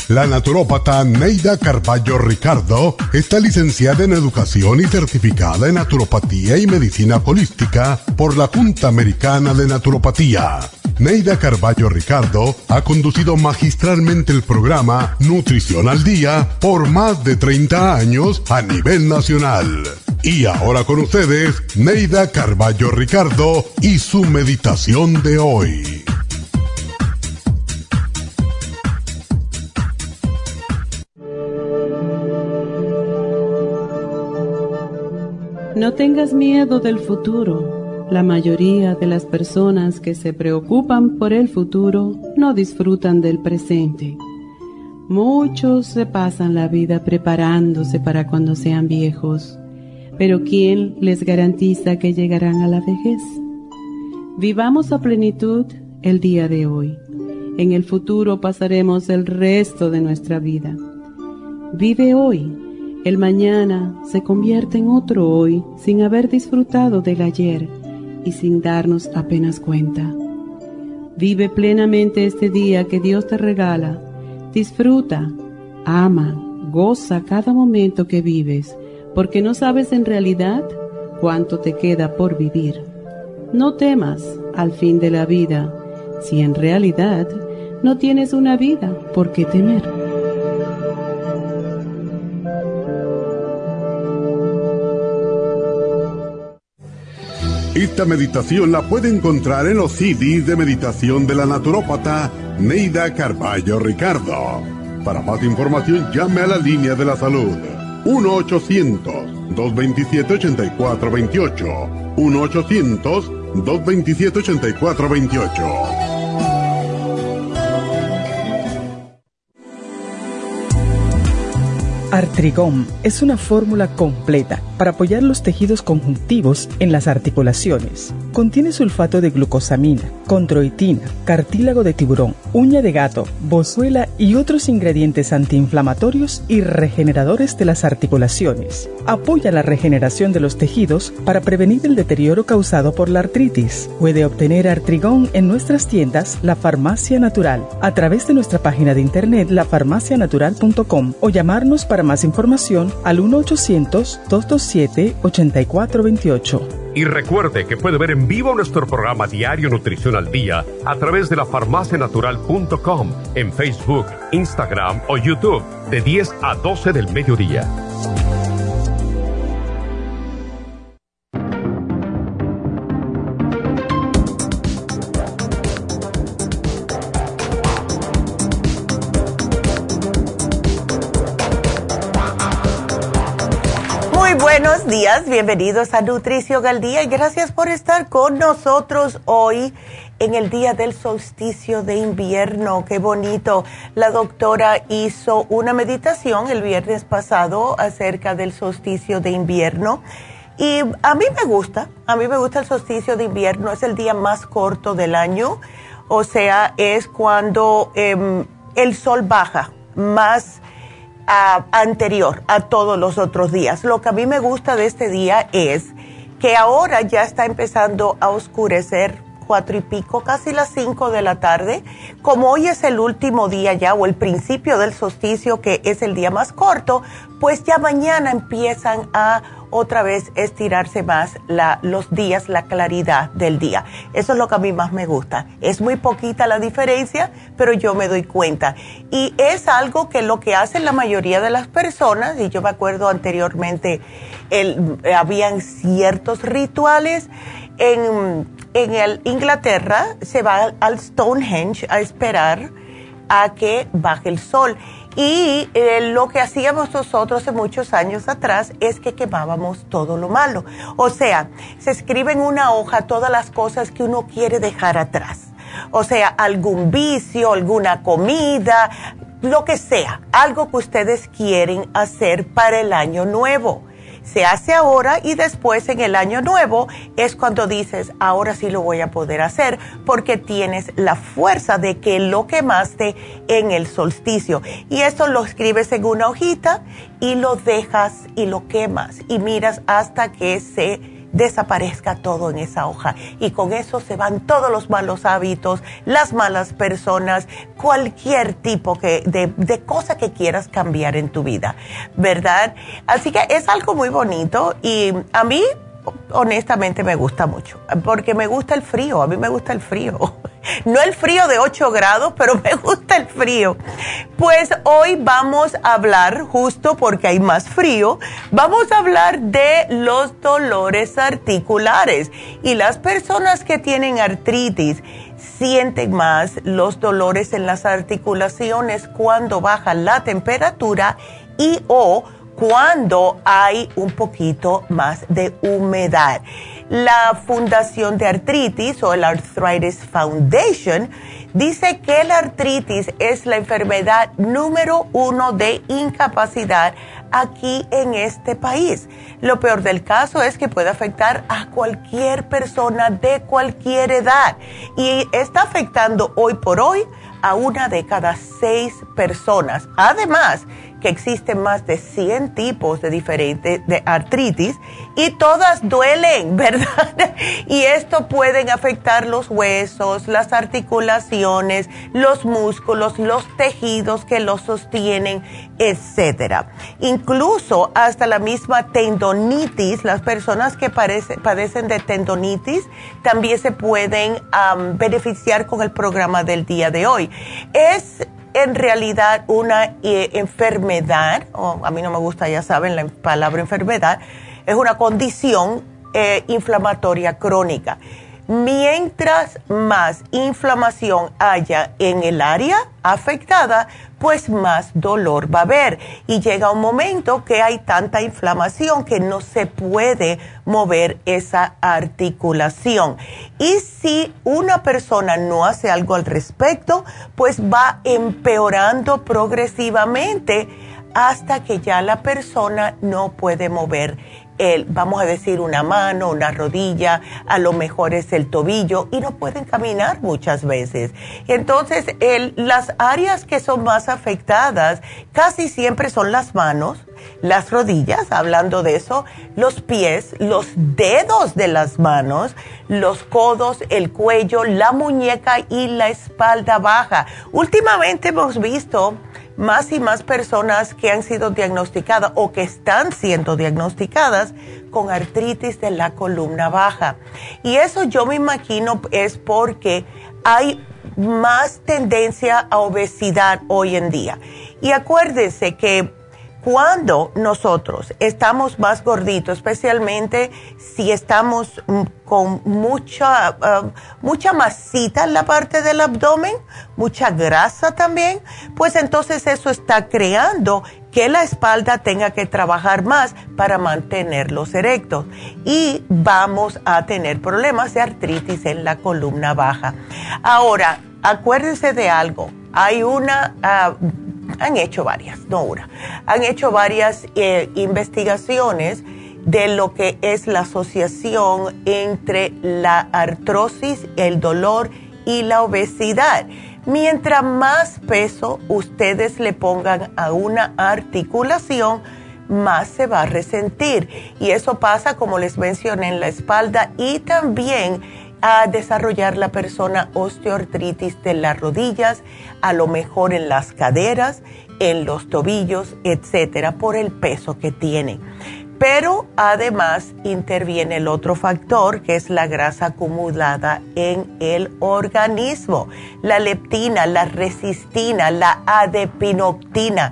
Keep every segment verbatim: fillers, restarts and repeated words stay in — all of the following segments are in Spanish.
La naturópata Neida Carballo Ricardo está licenciada en Educación y certificada en Naturopatía y Medicina Holística por la Junta Americana de Naturopatía. Neida Carballo Ricardo ha conducido magistralmente el programa Nutrición al Día por más de treinta años a nivel nacional. Y ahora con ustedes, Neida Carballo Ricardo y su meditación de hoy. No tengas miedo del futuro. La mayoría de las personas que se preocupan por el futuro no disfrutan del presente. Muchos se pasan la vida preparándose para cuando sean viejos, pero ¿quién les garantiza que llegarán a la vejez? Vivamos a plenitud el día de hoy. En el futuro pasaremos el resto de nuestra vida. Vive hoy. El mañana se convierte en otro hoy sin haber disfrutado del ayer y sin darnos apenas cuenta. Vive plenamente este día que Dios te regala. Disfruta, ama, goza cada momento que vives, porque no sabes en realidad cuánto te queda por vivir. No temas al fin de la vida, si en realidad no tienes una vida por qué temer. Esta meditación la puede encontrar en los C Ds de meditación de la naturópata Neida Carballo Ricardo. Para más información, llame a la línea de la salud uno ochocientos, dos veintisiete, ochenta y cuatro veintiocho. uno ochocientos, dos veintisiete, ochenta y cuatro veintiocho. Artrigón es una fórmula completa para apoyar los tejidos conjuntivos en las articulaciones. Contiene sulfato de glucosamina, condroitina, cartílago de tiburón, uña de gato, boswellia y otros ingredientes antiinflamatorios y regeneradores de las articulaciones. Apoya la regeneración de los tejidos para prevenir el deterioro causado por la artritis. Puede obtener Artrigón en nuestras tiendas La Farmacia Natural, a través de nuestra página de internet la farmacia natural punto com o llamarnos para más información al uno ochocientos, dos dos siete, ocho cuatro dos ocho. Y recuerde que puede ver en vivo nuestro programa diario Nutrición al Día a través de la farmacia natural punto com en Facebook, Instagram o YouTube de diez a doce del mediodía. Buenos días, bienvenidos a Nutrición al Día y gracias por estar con nosotros hoy en el día del solsticio de invierno. Qué bonito. La doctora hizo una meditación el viernes pasado acerca del solsticio de invierno y a mí me gusta, a mí me gusta el solsticio de invierno, es el día más corto del año, o sea, es cuando eh, el sol baja más Uh, anterior a todos los otros días. Lo que a mí me gusta de este día es que ahora ya está empezando a oscurecer cuatro y pico, casi las cinco de la tarde. Como hoy es el último día ya o el principio del solsticio, que es el día más corto, pues ya mañana empiezan a otra vez estirarse más la, los días, la claridad del día. Eso es lo que a mí más me gusta. Es muy poquita la diferencia, pero yo me doy cuenta. Y es algo que lo que hacen la mayoría de las personas, y yo me acuerdo anteriormente, el, habían ciertos rituales. En, en el Inglaterra se va al Stonehenge a esperar a que baje el sol. Y eh, lo que hacíamos nosotros hace muchos años atrás es que quemábamos todo lo malo. O sea, se escribe en una hoja todas las cosas que uno quiere dejar atrás. O sea, algún vicio, alguna comida, lo que sea, algo que ustedes quieren hacer para el año nuevo. Se hace ahora y después en el año nuevo es cuando dices, ahora sí lo voy a poder hacer porque tienes la fuerza de que lo quemaste en el solsticio. Y esto lo escribes en una hojita y lo dejas y lo quemas y miras hasta que se desaparezca todo en esa hoja. Y con eso se van todos los malos hábitos, las malas personas, cualquier tipo que, de, de cosa que quieras cambiar en tu vida, ¿verdad? Así que es algo muy bonito y a mí honestamente me gusta mucho, porque me gusta el frío, a mí me gusta el frío. No el frío de ocho grados, pero me gusta el frío. Pues hoy vamos a hablar, justo porque hay más frío, vamos a hablar de los dolores articulares. Y las personas que tienen artritis sienten más los dolores en las articulaciones cuando baja la temperatura y o cuando hay un poquito más de humedad. La Fundación de Artritis o el Arthritis Foundation dice que la artritis es la enfermedad número uno de incapacidad aquí en este país. Lo peor del caso es que puede afectar a cualquier persona de cualquier edad y está afectando hoy por hoy a una de cada seis personas. Además, que existen más de cien tipos de diferentes de artritis y todas duelen, ¿verdad? Y esto pueden afectar los huesos, las articulaciones, los músculos, los tejidos que los sostienen, etcétera. Incluso hasta la misma tendonitis, las personas que parece, padecen de tendonitis también se pueden um, beneficiar con el programa del día de hoy. Es en realidad una eh, enfermedad, o a mí no me gusta, ya saben, la palabra enfermedad, es una condición eh, inflamatoria crónica. Mientras más inflamación haya en el área afectada, pues más dolor va a haber. Y llega un momento que hay tanta inflamación que no se puede mover esa articulación. Y si una persona no hace algo al respecto, pues va empeorando progresivamente hasta que ya la persona no puede mover el, vamos a decir, una mano, una rodilla, a lo mejor es el tobillo y no pueden caminar muchas veces. Entonces, el, las áreas que son más afectadas casi siempre son las manos, las rodillas, hablando de eso, los pies, los dedos de las manos, los codos, el cuello, la muñeca y la espalda baja. Últimamente hemos visto más y más personas que han sido diagnosticadas o que están siendo diagnosticadas con artritis de la columna baja. Y eso yo me imagino es porque hay más tendencia a obesidad hoy en día. Y acuérdense que cuando nosotros estamos más gorditos, especialmente si estamos con mucha, uh, mucha masita en la parte del abdomen, mucha grasa también, pues entonces eso está creando que la espalda tenga que trabajar más para mantenerlos erectos y vamos a tener problemas de artritis en la columna baja. Ahora, acuérdense de algo, hay una... Uh, han hecho varias, no una, han hecho varias eh, investigaciones de lo que es la asociación entre la artrosis, el dolor y la obesidad. Mientras más peso ustedes le pongan a una articulación, más se va a resentir. Y eso pasa, como les mencioné, en la espalda y también a desarrollar la persona osteoartritis de las rodillas, a lo mejor en las caderas, en los tobillos, etcétera, por el peso que tiene. Pero además interviene el otro factor, que es la grasa acumulada en el organismo. La leptina, la resistina, la adipinoctina,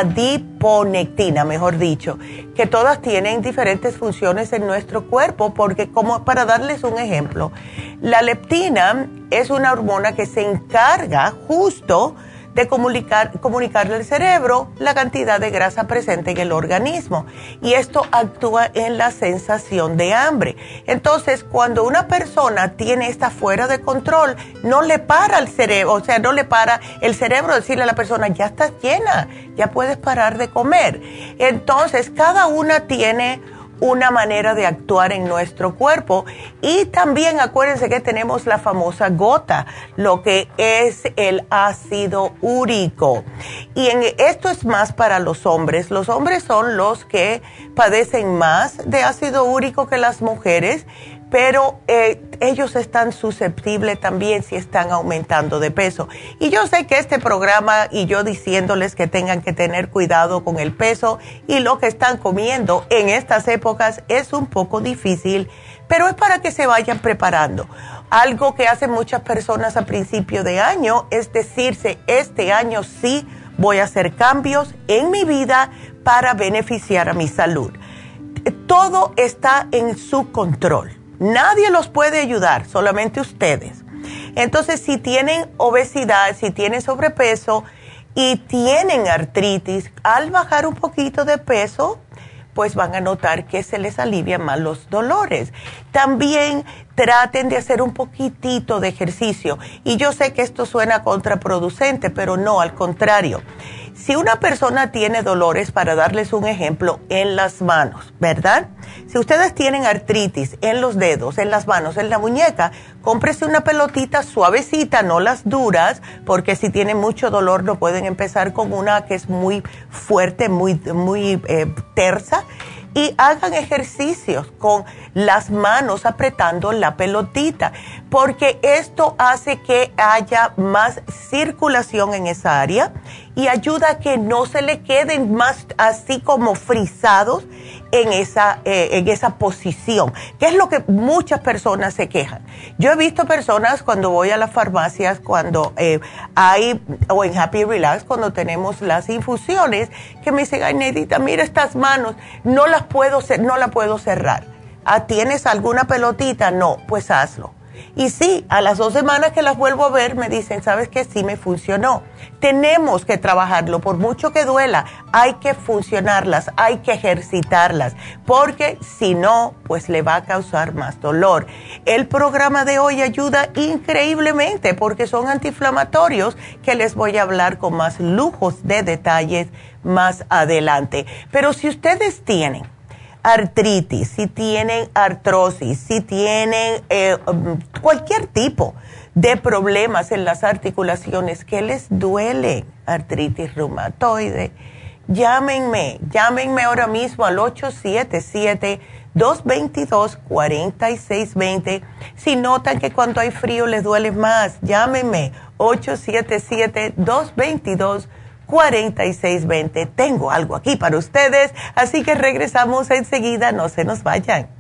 adiponectina, mejor dicho, que todas tienen diferentes funciones en nuestro cuerpo, porque como para darles un ejemplo, la leptina es una hormona que se encarga justo de comunicar, comunicarle al cerebro la cantidad de grasa presente en el organismo. Y esto actúa en la sensación de hambre. Entonces, cuando una persona tiene esta fuera de control, no le para el cerebro, o sea, no le para el cerebro decirle a la persona, ya estás llena, ya puedes parar de comer. Entonces, cada una tiene una manera de actuar en nuestro cuerpo. Y también acuérdense que tenemos la famosa gota, lo que es el ácido úrico. Y en, esto es más para los hombres. Los hombres son los que padecen más de ácido úrico que las mujeres, pero eh, ellos están susceptibles también si están aumentando de peso. Y yo sé que este programa y yo diciéndoles que tengan que tener cuidado con el peso y lo que están comiendo en estas épocas es un poco difícil, pero es para que se vayan preparando. Algo que hacen muchas personas a principio de año es decirse, este año sí voy a hacer cambios en mi vida para beneficiar a mi salud. Todo está en su control. Nadie los puede ayudar, solamente ustedes. Entonces, si tienen obesidad, si tienen sobrepeso y tienen artritis, al bajar un poquito de peso, pues van a notar que se les alivian más los dolores. También traten de hacer un poquitito de ejercicio. Y yo sé que esto suena contraproducente, pero no, al contrario. Si una persona tiene dolores, para darles un ejemplo, en las manos, ¿verdad? Si ustedes tienen artritis en los dedos, en las manos, en la muñeca, cómprese una pelotita suavecita, no las duras, porque si tienen mucho dolor no pueden empezar con una que es muy fuerte, muy, muy eh, tersa. Y hagan ejercicios con las manos apretando la pelotita, porque esto hace que haya más circulación en esa área y ayuda a que no se le queden más así como frisados en esa, eh, en esa posición, que es lo que muchas personas se quejan. Yo he visto personas cuando voy a las farmacias, cuando eh, hay, o en Happy Relax, cuando tenemos las infusiones, que me dicen, ay, Neidita, mira estas manos, no las puedo, no la puedo cerrar. ¿Ah, ¿tienes alguna pelotita? No, pues hazlo. Y sí, a las dos semanas que las vuelvo a ver, me dicen, ¿sabes qué? Sí me funcionó. Tenemos que trabajarlo, por mucho que duela, hay que funcionarlas, hay que ejercitarlas, porque si no, pues le va a causar más dolor. El programa de hoy ayuda increíblemente, porque son antiinflamatorios, que les voy a hablar con más lujos de detalles más adelante. Pero si ustedes tienen artritis, si tienen artrosis, si tienen eh, cualquier tipo de problemas en las articulaciones que les duele, artritis reumatoide, llámenme, llámenme ahora mismo al ocho siete siete, dos dos dos, cuatro seis dos cero. Si notan que cuando hay frío les duele más, llámenme ocho siete siete, dos dos dos, cuatro seis dos cero. Tengo algo aquí para ustedes, así que regresamos enseguida, no se nos vayan.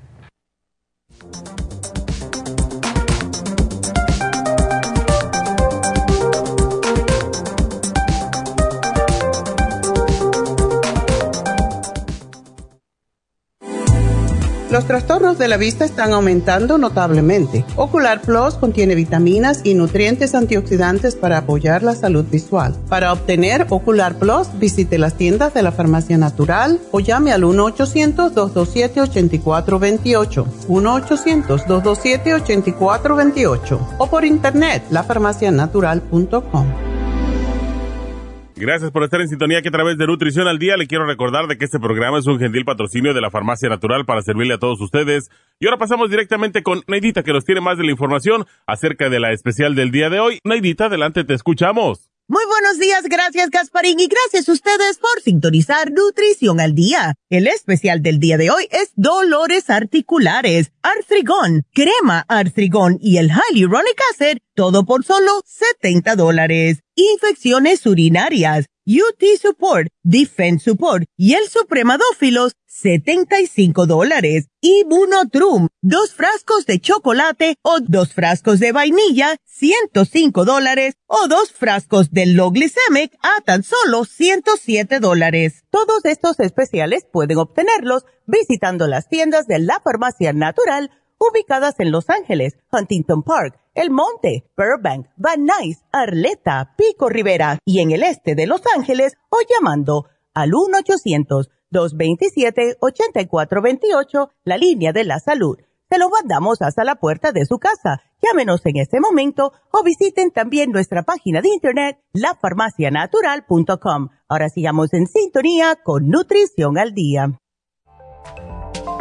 Los trastornos de la vista están aumentando notablemente. Ocular Plus contiene vitaminas y nutrientes antioxidantes para apoyar la salud visual. Para obtener Ocular Plus, visite las tiendas de la Farmacia Natural o llame al uno ochocientos, dos dos siete, ocho cuatro dos ocho, uno ochocientos, dos dos siete, ocho cuatro dos ocho o por internet la farmacia natural punto com. Gracias por estar en sintonía, que a través de Nutrición al Día le quiero recordar de que este programa es un gentil patrocinio de la Farmacia Natural para servirle a todos ustedes. Y ahora pasamos directamente con Neidita, que nos tiene más de la información acerca de la especial del día de hoy. Neidita, adelante, te escuchamos. Muy buenos días, gracias Gasparín y gracias a ustedes por sintonizar Nutrición al Día. El especial del día de hoy es dolores articulares, Artrigón, crema Artrigón y el Hyaluronic Acid, todo por solo setenta dólares. Infecciones urinarias, U T Support, Defense Support y el Supremadófilos, setenta y cinco dólares. Immunotrum, dos frascos de chocolate o dos frascos de vainilla, ciento cinco dólares. O dos frascos de Low Glycemic a tan solo ciento siete dólares. Todos estos especiales pueden obtenerlos visitando las tiendas de la Farmacia Natural ubicadas en Los Ángeles, Huntington Park, El Monte, Burbank, Van Nuys, Arleta, Pico Rivera y en el este de Los Ángeles o llamando al uno ochocientos, dos dos siete, ocho cuatro dos ocho, la línea de la salud. Se lo mandamos hasta la puerta de su casa. Llámenos en este momento o visiten también nuestra página de internet, la farmacia natural punto com. Ahora sigamos en sintonía con Nutrición al Día.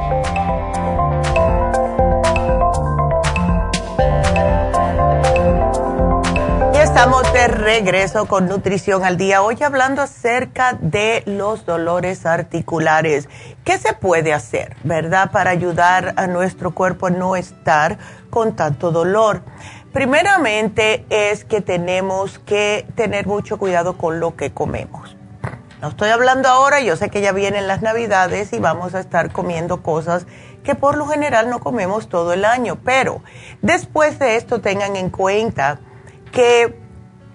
Estamos de regreso con Nutrición al Día, hoy hablando acerca de los dolores articulares. ¿Qué se puede hacer, verdad, para ayudar a nuestro cuerpo a no estar con tanto dolor? Primeramente es que tenemos que tener mucho cuidado con lo que comemos. No estoy hablando ahora, yo sé que ya vienen las Navidades y vamos a estar comiendo cosas que por lo general no comemos todo el año, pero después de esto tengan en cuenta que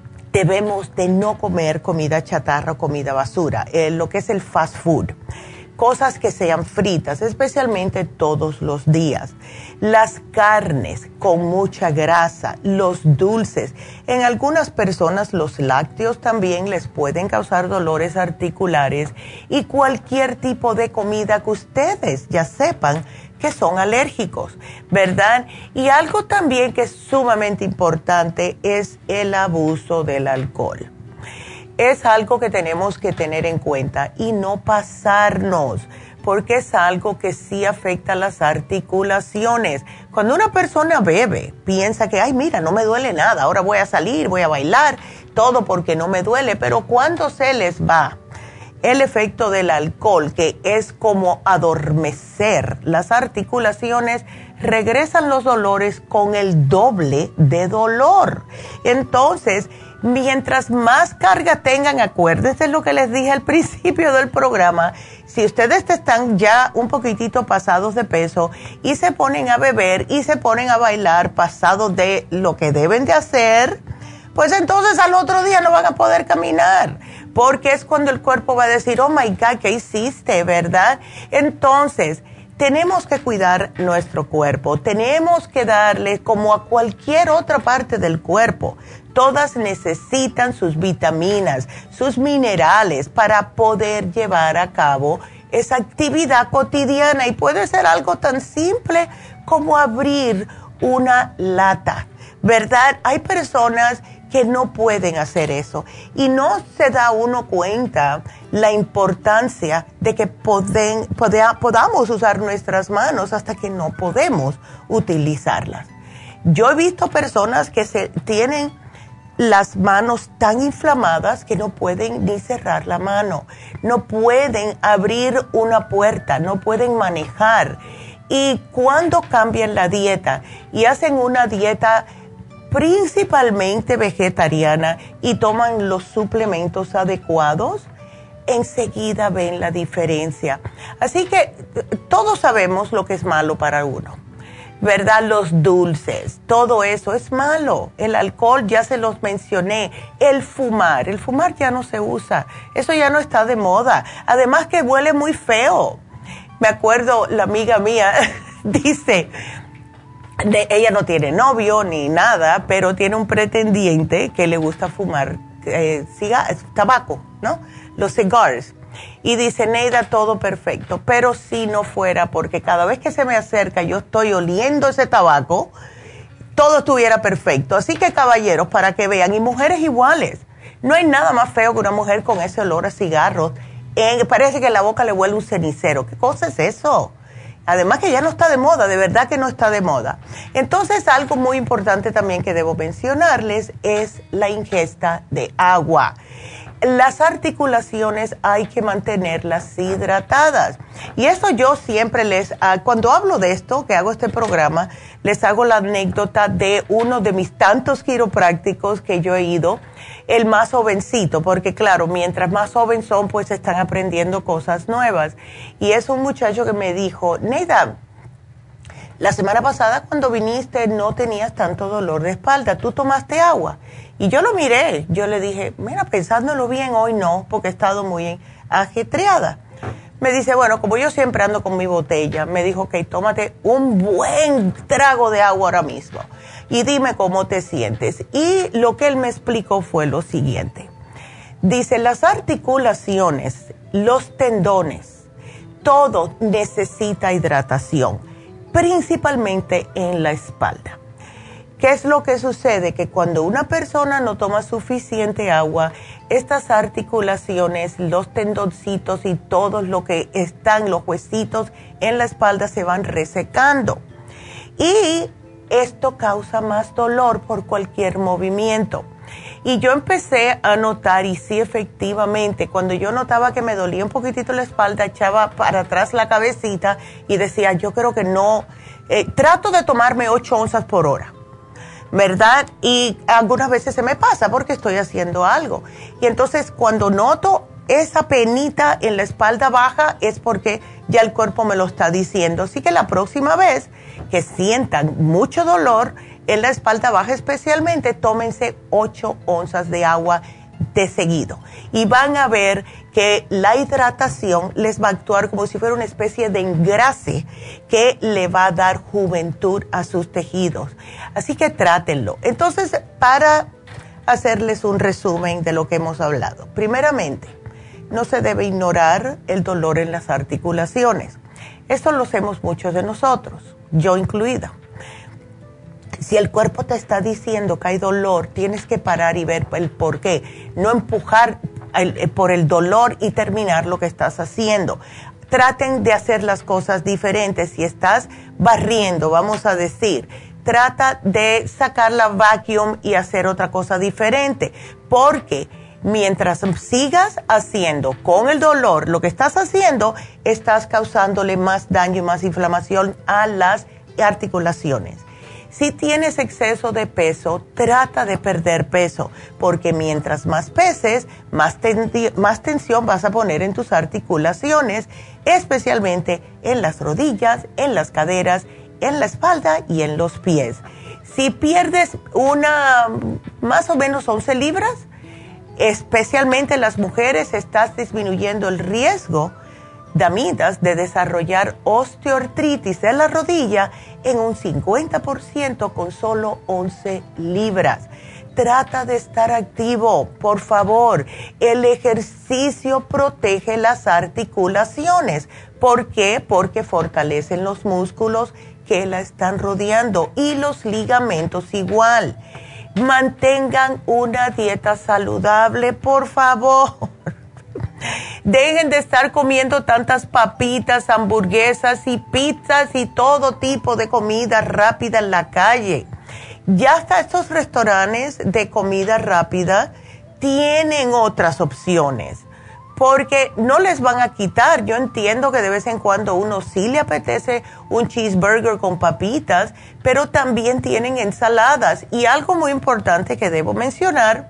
debemos de no comer comida chatarra o comida basura, eh, lo que es el fast food, cosas que sean fritas, especialmente todos los días. Las carnes con mucha grasa, los dulces. En algunas personas los lácteos también les pueden causar dolores articulares y cualquier tipo de comida que ustedes ya sepan que son alérgicos, ¿verdad? Y algo también que es sumamente importante es el abuso del alcohol. Es algo que tenemos que tener en cuenta y no pasarnos, porque es algo que sí afecta las articulaciones. Cuando una persona bebe, piensa que, ay, mira, no me duele nada, ahora voy a salir, voy a bailar, todo porque no me duele, pero cuando se les va el efecto del alcohol, que es como adormecer las articulaciones, regresan los dolores con el doble de dolor. Entonces, mientras más carga tengan, acuérdense lo que les dije al principio del programa, si ustedes están ya un poquitito pasados de peso y se ponen a beber y se ponen a bailar pasados de lo que deben de hacer, pues entonces al otro día no van a poder caminar, porque es cuando el cuerpo va a decir, oh my God, ¿qué hiciste, verdad? Entonces, tenemos que cuidar nuestro cuerpo, tenemos que darle como a cualquier otra parte del cuerpo. Todas necesitan sus vitaminas, sus minerales para poder llevar a cabo esa actividad cotidiana, y puede ser algo tan simple como abrir una lata, ¿verdad? Hay personas que no pueden hacer eso y no se da uno cuenta la importancia de que poden, poda, podamos usar nuestras manos hasta que no podemos utilizarlas. Yo he visto personas que se tienen las manos tan inflamadas que no pueden ni cerrar la mano, no pueden abrir una puerta, no pueden manejar. Y cuando cambian la dieta y hacen una dieta principalmente vegetariana y toman los suplementos adecuados, enseguida ven la diferencia. Así que todos sabemos lo que es malo para uno, ¿verdad? Los dulces, todo eso es malo. El alcohol, ya se los mencioné. El fumar, el fumar ya no se usa. Eso ya no está de moda. Además que huele muy feo. Me acuerdo, la amiga mía dice, de, ella no tiene novio ni nada, pero tiene un pretendiente que le gusta fumar eh, ciga, tabaco, ¿no? Los cigars. Y dice, Neida, todo perfecto, pero si no fuera porque cada vez que se me acerca yo estoy oliendo ese tabaco, todo estuviera perfecto. Así que, caballeros, para que vean, y mujeres iguales, no hay nada más feo que una mujer con ese olor a cigarros. Eh, parece que en la boca le huele un cenicero. ¿Qué cosa es eso? Además que ya no está de moda, de verdad que no está de moda. Entonces, algo muy importante también que debo mencionarles es la ingesta de agua. Las articulaciones hay que mantenerlas hidratadas. Y eso yo siempre les, cuando hablo de esto, que hago este programa, les hago la anécdota de uno de mis tantos quiroprácticos que yo he ido, el más jovencito, porque claro, mientras más joven son, pues están aprendiendo cosas nuevas. Y es un muchacho que me dijo, Neida, la semana pasada cuando viniste no tenías tanto dolor de espalda, ¿tú tomaste agua? Y yo lo miré, yo le dije, mira, pensándolo bien, hoy no, porque he estado muy ajetreada. Me dice, bueno, como yo siempre ando con mi botella, me dijo, ok, tómate un buen trago de agua ahora mismo y dime cómo te sientes. Y lo que él me explicó fue lo siguiente. Dice, las articulaciones, los tendones, todo necesita hidratación, principalmente en la espalda. ¿Qué es lo que sucede? Que cuando una persona no toma suficiente agua, estas articulaciones, los tendoncitos y todo lo que están, los huesitos en la espalda se van resecando. Y esto causa más dolor por cualquier movimiento. Y yo empecé a notar, y sí, efectivamente, cuando yo notaba que me dolía un poquitito la espalda, echaba para atrás la cabecita y decía, yo creo que no, eh, trato de tomarme ocho onzas por hora, ¿verdad? Y algunas veces se me pasa porque estoy haciendo algo. Y entonces cuando noto esa penita en la espalda baja es porque ya el cuerpo me lo está diciendo. Así que la próxima vez que sientan mucho dolor en la espalda baja especialmente, tómense ocho onzas de agua de seguido. Y van a ver que la hidratación les va a actuar como si fuera una especie de engrase que le va a dar juventud a sus tejidos. Así que trátenlo. Entonces, para hacerles un resumen de lo que hemos hablado. Primeramente, no se debe ignorar el dolor en las articulaciones. Esto lo hacemos muchos de nosotros, yo incluida. Si el cuerpo te está diciendo que hay dolor, tienes que parar y ver el por qué. No empujar el, por el dolor y terminar lo que estás haciendo. Traten de hacer las cosas diferentes. Si estás barriendo, vamos a decir, trata de sacar la vacuum y hacer otra cosa diferente. Porque mientras sigas haciendo con el dolor lo que estás haciendo, estás causándole más daño y más inflamación a las articulaciones. Si tienes exceso de peso, trata de perder peso, porque mientras más peses, más, más tensión vas a poner en tus articulaciones, especialmente en las rodillas, en las caderas, en la espalda y en los pies. Si pierdes una, más o menos once libras, especialmente en las mujeres, estás disminuyendo el riesgo Damitas de desarrollar osteoartritis de la rodilla en un cincuenta por ciento con solo once libras. Trata de estar activo, por favor. El ejercicio protege las articulaciones. ¿Por qué? Porque fortalecen los músculos que la están rodeando y los ligamentos igual. Mantengan una dieta saludable, por favor. Dejen de estar comiendo tantas papitas, hamburguesas y pizzas y todo tipo de comida rápida en la calle. Ya hasta estos restaurantes de comida rápida tienen otras opciones, porque no les van a quitar. Yo entiendo que de vez en cuando uno sí le apetece un cheeseburger con papitas, pero también tienen ensaladas. Y algo muy importante que debo mencionar: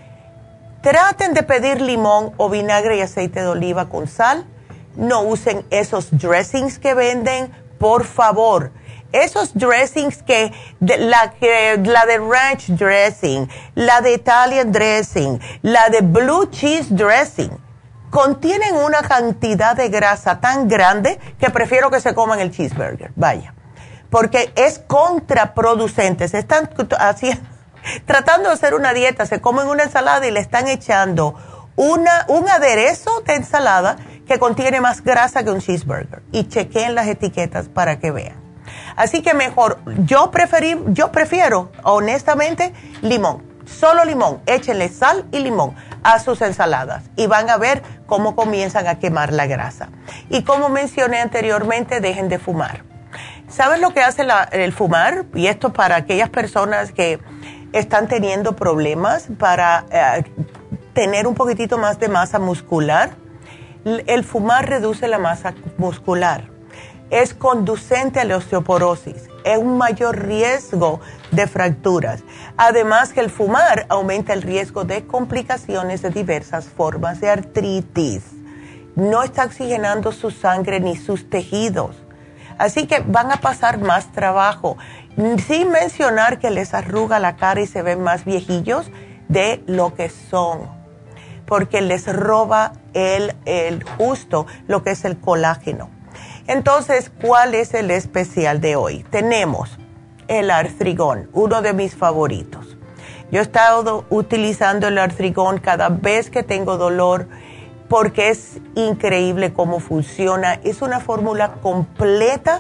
traten de pedir limón o vinagre y aceite de oliva con sal. No usen esos dressings que venden, por favor. Esos dressings que, de, la, que, la de ranch dressing, la de Italian dressing, la de blue cheese dressing, contienen una cantidad de grasa tan grande que prefiero que se coman el cheeseburger. Vaya, porque es contraproducente. Se están haciendo... tratando de hacer una dieta, se comen una ensalada y le están echando una, un aderezo de ensalada que contiene más grasa que un cheeseburger. Y chequeen las etiquetas para que vean. Así que mejor, yo, preferí, yo prefiero, honestamente, limón. Solo limón. Échenle sal y limón a sus ensaladas y van a ver cómo comienzan a quemar la grasa. Y como mencioné anteriormente, dejen de fumar. ¿Sabes lo que hace la, el fumar? Y esto para aquellas personas que están teniendo problemas para eh, tener un poquitito más de masa muscular. El fumar reduce la masa muscular. Es conducente a la osteoporosis. Es un mayor riesgo de fracturas. Además que el fumar aumenta el riesgo de complicaciones de diversas formas de artritis. No está oxigenando su sangre ni sus tejidos. Así que van a pasar más trabajo. Sin mencionar que les arruga la cara y se ven más viejillos de lo que son. Porque les roba el, el justo lo que es el colágeno. Entonces, ¿cuál es el especial de hoy? Tenemos el artrigón, uno de mis favoritos. Yo he estado utilizando el artrigón cada vez que tengo dolor porque es increíble cómo funciona. Es una fórmula completa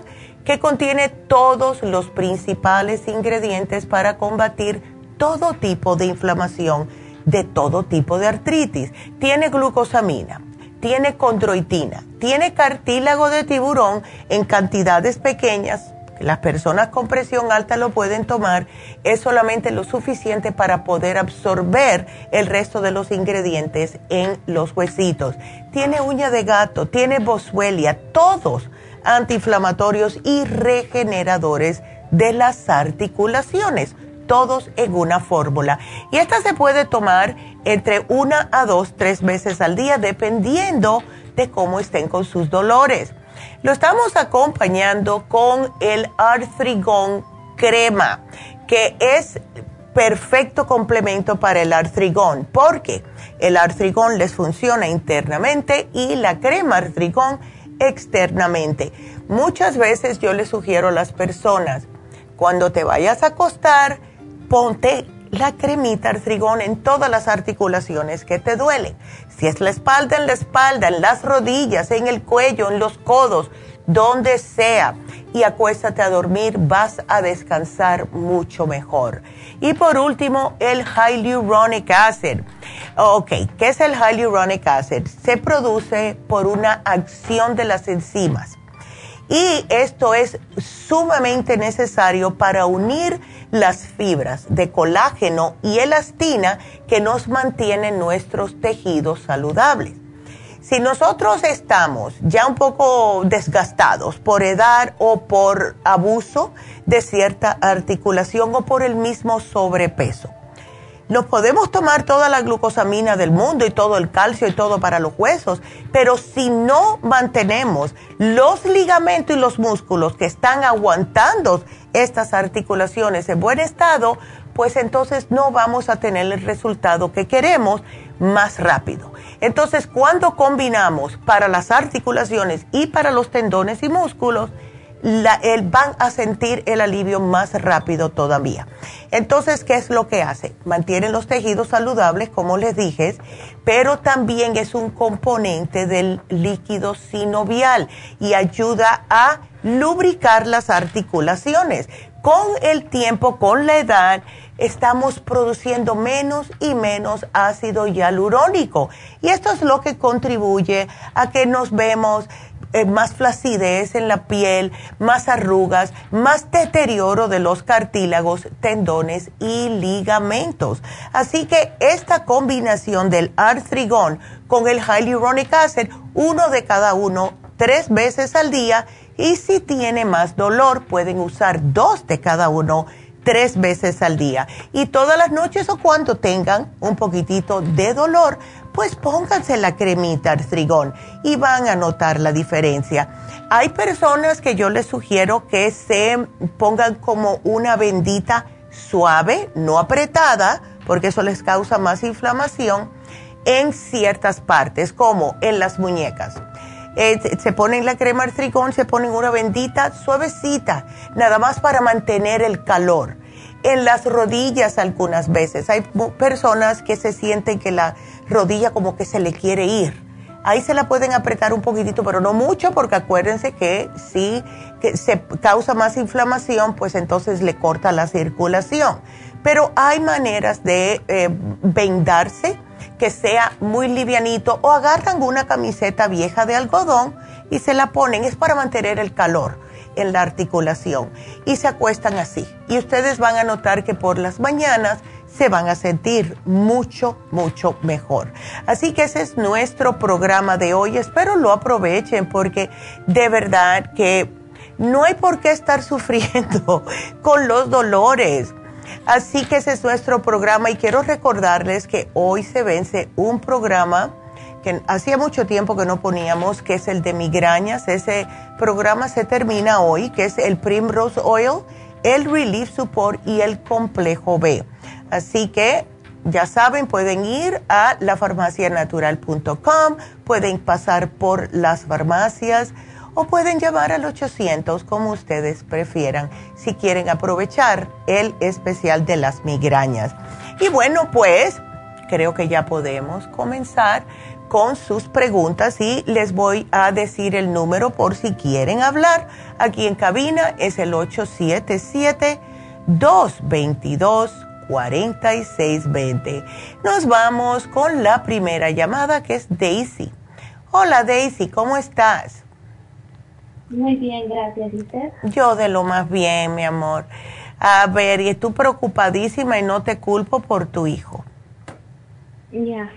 que contiene todos los principales ingredientes para combatir todo tipo de inflamación, de todo tipo de artritis. Tiene glucosamina, tiene condroitina, tiene cartílago de tiburón en cantidades pequeñas. Las personas con presión alta lo pueden tomar, es solamente lo suficiente para poder absorber el resto de los ingredientes en los huesitos. Tiene uña de gato, tiene boswellia, todos antiinflamatorios y regeneradores de las articulaciones, todos en una fórmula. Y esta se puede tomar entre una a dos, tres veces al día, dependiendo de cómo estén con sus dolores. Lo estamos acompañando con el Arthrigon crema, que es perfecto complemento para el Arthrigon, porque el Arthrigon les funciona internamente y la crema Arthrigon externamente. Muchas veces yo les sugiero a las personas, cuando te vayas a acostar, ponte la cremita Arthrigon en todas las articulaciones que te duelen. Si es la espalda, en la espalda, en las rodillas, en el cuello, en los codos, donde sea. Y acuéstate a dormir, vas a descansar mucho mejor. Y por último, el Hyaluronic Acid. Ok, ¿qué es el Hyaluronic Acid? Se produce por una acción de las enzimas. Y esto es sumamente necesario para unir las fibras de colágeno y elastina que nos mantienen nuestros tejidos saludables. Si nosotros estamos ya un poco desgastados por edad o por abuso de cierta articulación o por el mismo sobrepeso, nos podemos tomar toda la glucosamina del mundo y todo el calcio y todo para los huesos, pero si no mantenemos los ligamentos y los músculos que están aguantando estas articulaciones en buen estado, pues entonces no vamos a tener el resultado que queremos más rápido. Entonces, cuando combinamos para las articulaciones y para los tendones y músculos, La, el, van a sentir el alivio más rápido todavía. Entonces, ¿qué es lo que hace? Mantienen los tejidos saludables, como les dije, pero también es un componente del líquido sinovial y ayuda a lubricar las articulaciones. Con el tiempo, con la edad, estamos produciendo menos y menos ácido hialurónico. Y esto es lo que contribuye a que nos vemos Eh, más flacidez en la piel, más arrugas, más deterioro de los cartílagos, tendones y ligamentos. Así que esta combinación del Arthrigon con el Hyaluronic Acid, uno de cada uno, tres veces al día, y si tiene más dolor, pueden usar dos de cada uno, tres veces al día. Y todas las noches o cuando tengan un poquitito de dolor, pues pónganse la cremita Arthrigon y van a notar la diferencia. Hay personas que yo les sugiero que se pongan como una bendita suave, no apretada, porque eso les causa más inflamación, en ciertas partes, como en las muñecas. Eh, se ponen la crema Arthrigon, se ponen una bendita suavecita, nada más para mantener el calor. En las rodillas algunas veces, hay personas que se sienten que la rodilla como que se le quiere ir. Ahí se la pueden apretar un poquitito, pero no mucho, porque acuérdense que si que se causa más inflamación, pues entonces le corta la circulación. Pero hay maneras de eh, vendarse que sea muy livianito, o agarran una camiseta vieja de algodón y se la ponen, es para mantener el calor en la articulación, y se acuestan así. Y ustedes van a notar que por las mañanas se van a sentir mucho, mucho mejor. Así que ese es nuestro programa de hoy. Espero lo aprovechen, porque de verdad que no hay por qué estar sufriendo con los dolores. Así que ese es nuestro programa, y quiero recordarles que hoy se vence un programa que hacía mucho tiempo que no poníamos, que es el de migrañas. Ese programa se termina hoy, que es el Primrose Oil, el Relief Support y el Complejo B. Así que ya saben, pueden ir a la farmacia natural punto com, pueden pasar por las farmacias o pueden llamar al ochocientos, como ustedes prefieran, si quieren aprovechar el especial de las migrañas. Y bueno, pues creo que ya podemos comenzar con sus preguntas y les voy a decir el número por si quieren hablar. Aquí en cabina es el ocho siete siete, dos dos dos, cuatro seis dos cero. Nos vamos con la primera llamada, que es Daisy. Hola Daisy, ¿cómo estás? Muy bien, gracias. ¿Y usted? Yo de lo más bien, mi amor. A ver, y estoy preocupadísima y no te culpo por tu hijo. Ya. Yeah.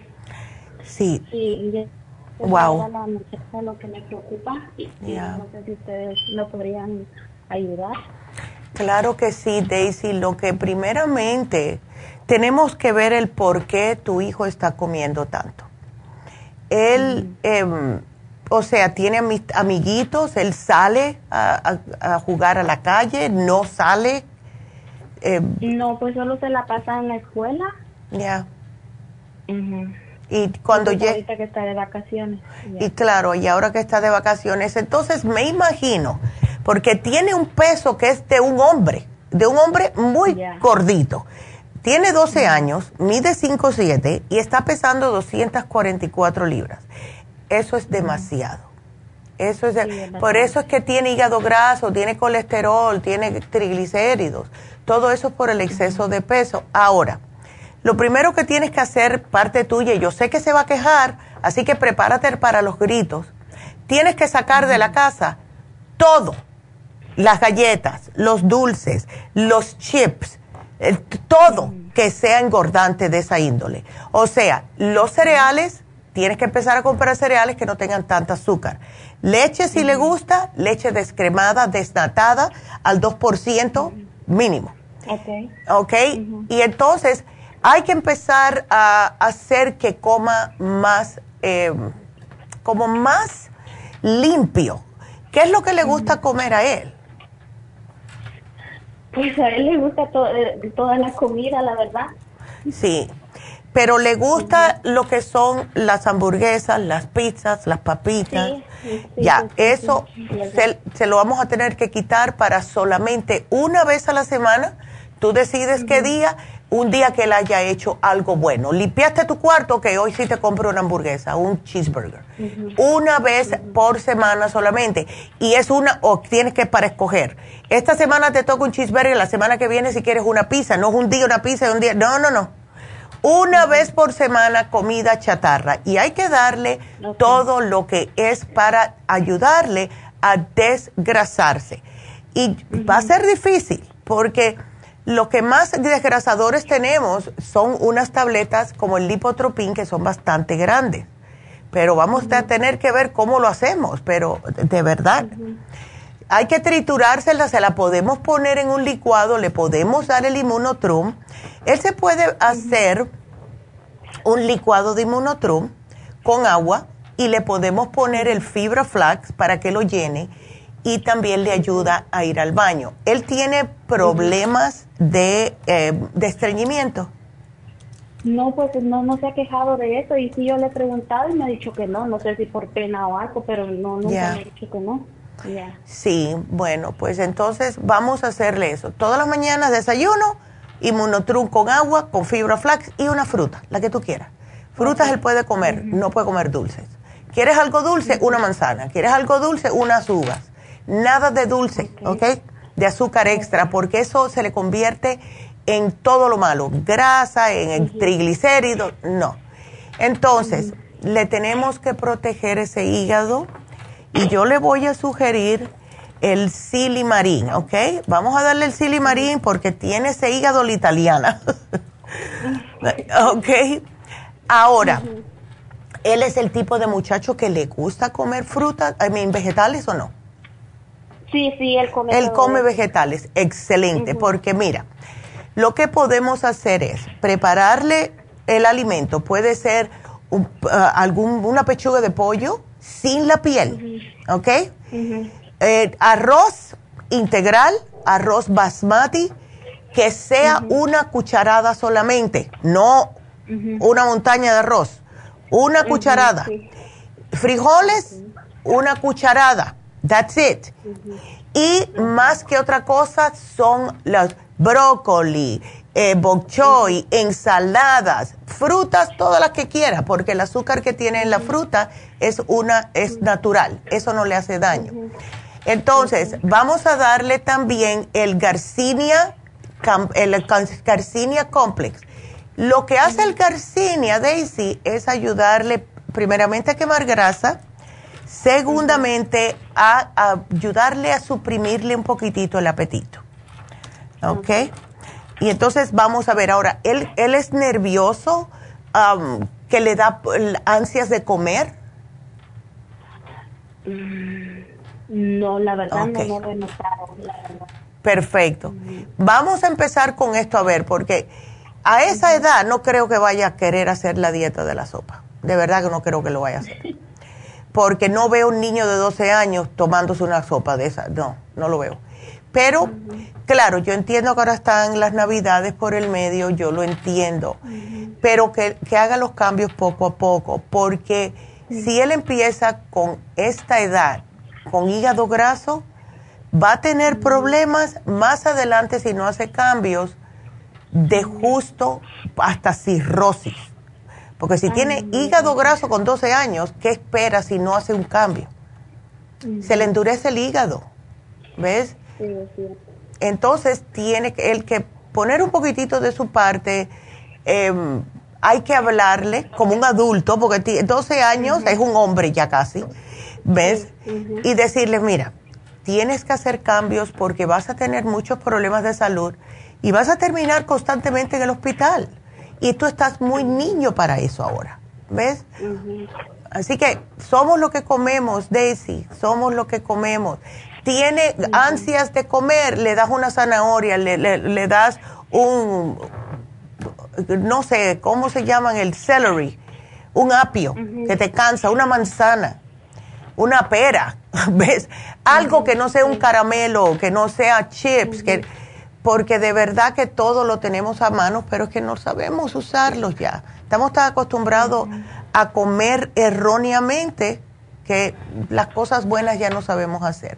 Sí. Sí, ya. Wow. La muchacha lo que me preocupa. Ya. Yeah. No sé si ustedes me podrían ayudar. Claro que sí, Daisy. Lo que primeramente tenemos que ver el por qué tu hijo está comiendo tanto. Él, mm. eh, o sea, tiene amiguitos, él sale a, a, a jugar a la calle, no sale. Eh, no, pues solo se la pasa en la escuela. Ya. Yeah. Uh-huh. Y cuando llega. Ahorita que está de vacaciones. Yeah. Y claro, y ahora que está de vacaciones, entonces me imagino, porque tiene un peso que es de un hombre, de un hombre muy yeah. gordito. Tiene doce uh-huh. años, mide cinco siete y está pesando doscientas cuarenta y cuatro libras. Eso es demasiado. Eso es de, sí, por eso es que tiene hígado graso, tiene colesterol, tiene triglicéridos. Todo eso es por el exceso de peso. Ahora, lo primero que tienes que hacer, parte tuya, y yo sé que se va a quejar, así que prepárate para los gritos. Tienes que sacar de la casa todo. Las galletas, los dulces, los chips, el, todo que sea engordante de esa índole. O sea, los cereales, tienes que empezar a comprar cereales que no tengan tanta azúcar. Leche, si uh-huh. le gusta, leche descremada, desnatada, al dos por ciento uh-huh. mínimo. Okay. ¿Ok? Uh-huh. Y entonces hay que empezar a hacer que coma más, eh, como más limpio. ¿Qué es lo que le gusta uh-huh. comer a él? Pues a él le gusta to toda la comida, la verdad. Sí. Pero le gusta uh-huh. lo que son las hamburguesas, las pizzas, las papitas. Sí, sí, ya, sí, sí, eso sí, se, se lo vamos a tener que quitar para solamente una vez a la semana. Tú decides uh-huh. qué día, un día que él haya hecho algo bueno. Limpiaste tu cuarto, que hoy sí te compro una hamburguesa, un cheeseburger. Uh-huh. Una vez uh-huh. por semana solamente. Y es una, o tienes que para escoger. Esta semana te toca un cheeseburger, la semana que viene si quieres una pizza. No es un día una pizza y un día, no, no, no. Una uh-huh. vez por semana comida chatarra. Y hay que darle okay. todo lo que es para ayudarle a desgrasarse. Y uh-huh. va a ser difícil porque lo que más desgrasadores tenemos son unas tabletas como el Lipotropin que son bastante grandes. Pero vamos uh-huh. a tener que ver cómo lo hacemos, pero de verdad. Uh-huh. Hay que triturársela, se la podemos poner en un licuado, le podemos dar el Immunotrum. Él se puede uh-huh. hacer un licuado de Immunotrum con agua y le podemos poner el Fibra Flax para que lo llene y también le ayuda a ir al baño. ¿Él tiene problemas de, eh, de estreñimiento? No, pues no, no se ha quejado de eso y sí yo le he preguntado y me ha dicho que no, no sé si por pena o algo, pero no, nunca yeah. me ha dicho que no. Yeah. Sí, bueno, pues entonces vamos a hacerle eso. Todas las mañanas desayuno, Immunotrum con agua, con Fibra Flax y una fruta, la que tú quieras. Frutas okay. él puede comer, uh-huh. no puede comer dulces. ¿Quieres algo dulce? Uh-huh. Una manzana. ¿Quieres algo dulce? Unas uvas. Nada de dulce, ¿ok? okay? De azúcar extra, porque eso se le convierte en todo lo malo. Grasa, en uh-huh. triglicéridos, no. Entonces, uh-huh. le tenemos que proteger ese hígado y yo le voy a sugerir el Silimarín, ¿ok? Vamos a darle el Silimarín porque tiene ese hígado la italiana. ¿Ok? Ahora, uh-huh. ¿él es el tipo de muchacho que le gusta comer frutas, I mean, vegetales o no? Sí, sí, él come. Él come vegetales, excelente, uh-huh. porque mira, lo que podemos hacer es prepararle el alimento, puede ser un, uh, algún, una pechuga de pollo sin la piel, uh-huh. ¿ok? Uh-huh. Eh, arroz integral, arroz basmati, que sea uh-huh. una cucharada solamente, no uh-huh. una montaña de arroz, una uh-huh. cucharada. Sí. Frijoles, uh-huh. una cucharada, that's it. Uh-huh. Y uh-huh. más que otra cosa son los brócoli, eh, bok choy, uh-huh. ensaladas, frutas, todas las que quiera, porque el azúcar que tiene en la fruta es una es natural, eso no le hace daño. Entonces, vamos a darle también el Garcinia, el Garcinia Complex. Lo que hace el Garcinia, Daisy, es ayudarle primeramente a quemar grasa, segundamente a, a ayudarle a suprimirle un poquitito el apetito. ¿Ok? Y entonces vamos a ver ahora, ¿él, él es nervioso, um, que le da ansias de comer? No, la verdad okay. no, no lo he notado, la verdad. Perfecto. Vamos a empezar con esto a ver, porque a esa edad no creo que vaya a querer hacer la dieta de la sopa. De verdad que no creo que lo vaya a hacer. Porque no veo un niño de doce años tomándose una sopa de esa. No, no lo veo. Pero, uh-huh. claro, yo entiendo que ahora están las Navidades por el medio, yo lo entiendo. Uh-huh. Pero que, que haga los cambios poco a poco. Porque uh-huh. si él empieza con esta edad, con hígado graso, va a tener uh-huh. problemas más adelante si no hace cambios de justo hasta cirrosis. Porque si uh-huh. tiene hígado graso con doce años, ¿qué espera si no hace un cambio? Uh-huh. Se le endurece el hígado, ¿ves? Sí, sí. Entonces tiene que, él que poner un poquitito de su parte, eh, hay que hablarle como un adulto, porque doce años uh-huh. es un hombre ya casi, ¿ves? Uh-huh. Y decirle, mira, tienes que hacer cambios porque vas a tener muchos problemas de salud y vas a terminar constantemente en el hospital. Y tú estás muy niño para eso ahora, ¿ves? Uh-huh. Así que somos lo que comemos, Daisy, somos lo que comemos. Tiene uh-huh. ansias de comer, le das una zanahoria, le, le, le das un, no sé, ¿cómo se llaman? El celery, un apio uh-huh. que te cansa, una manzana, una pera, ¿ves? Algo uh-huh. que no sea un caramelo, que no sea chips, uh-huh. que, porque de verdad que todo lo tenemos a mano, pero es que no sabemos usarlos ya. Estamos tan acostumbrados uh-huh. a comer erróneamente que las cosas buenas ya no sabemos hacer.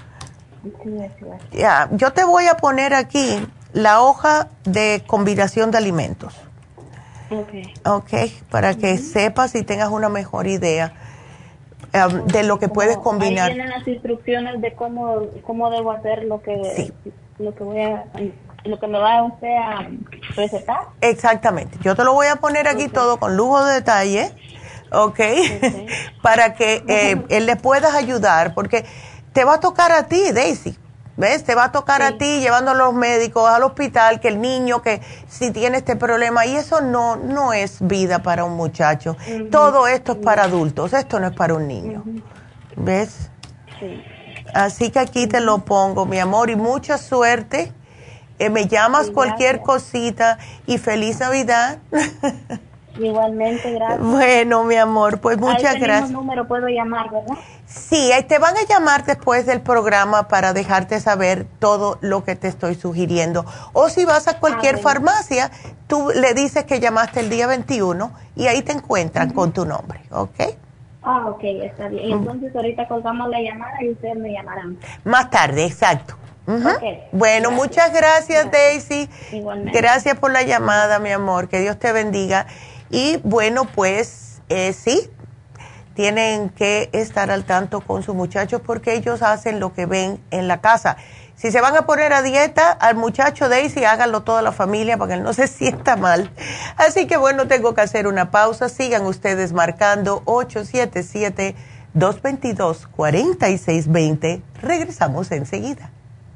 Ya, yo te voy a poner aquí la hoja de combinación de alimentos. Okay. Okay, para que uh-huh. sepas y tengas una mejor idea um, de lo que puedes combinar. Ahí vienen las instrucciones de cómo cómo debo hacer lo que sí. lo que voy a lo que me va usted a recetar. Exactamente. Yo te lo voy a poner aquí okay. todo con lujo de detalle, okay, okay. para que eh, él le puedas ayudar, porque te va a tocar a ti, Daisy, ¿ves? Te va a tocar sí. a ti llevando a los médicos al hospital, que el niño que si tiene este problema, y eso no no es vida para un muchacho. Uh-huh. Todo esto es para adultos, esto no es para un niño, uh-huh. ¿ves? Sí. Así que aquí te lo pongo, mi amor, y mucha suerte. Eh, me llamas sí, cualquier cosita y feliz Navidad. Igualmente, gracias. Bueno, mi amor, pues muchas ahí gracias. Número puedo llamar, ¿verdad? Sí, ahí te van a llamar después del programa para dejarte saber todo lo que te estoy sugiriendo. O si vas a cualquier ah, farmacia, tú le dices que llamaste el día veintiuno y ahí te encuentran uh-huh. con tu nombre, ¿ok? Ah, ok, está bien. Y entonces ahorita colgamos la llamada y ustedes me llamarán. Más tarde, exacto. Uh-huh. Okay. Bueno, gracias. Muchas gracias, gracias, Daisy. Igualmente. Gracias por la llamada, mi amor. Que Dios te bendiga. Y bueno, pues eh, sí, tienen que estar al tanto con sus muchachos porque ellos hacen lo que ven en la casa. Si se van a poner a dieta, al muchacho Daisy, háganlo toda la familia para que él no se sienta mal. Así que bueno, tengo que hacer una pausa. Sigan ustedes marcando ocho siete siete, dos dos dos, cuatro seis dos cero. Regresamos enseguida.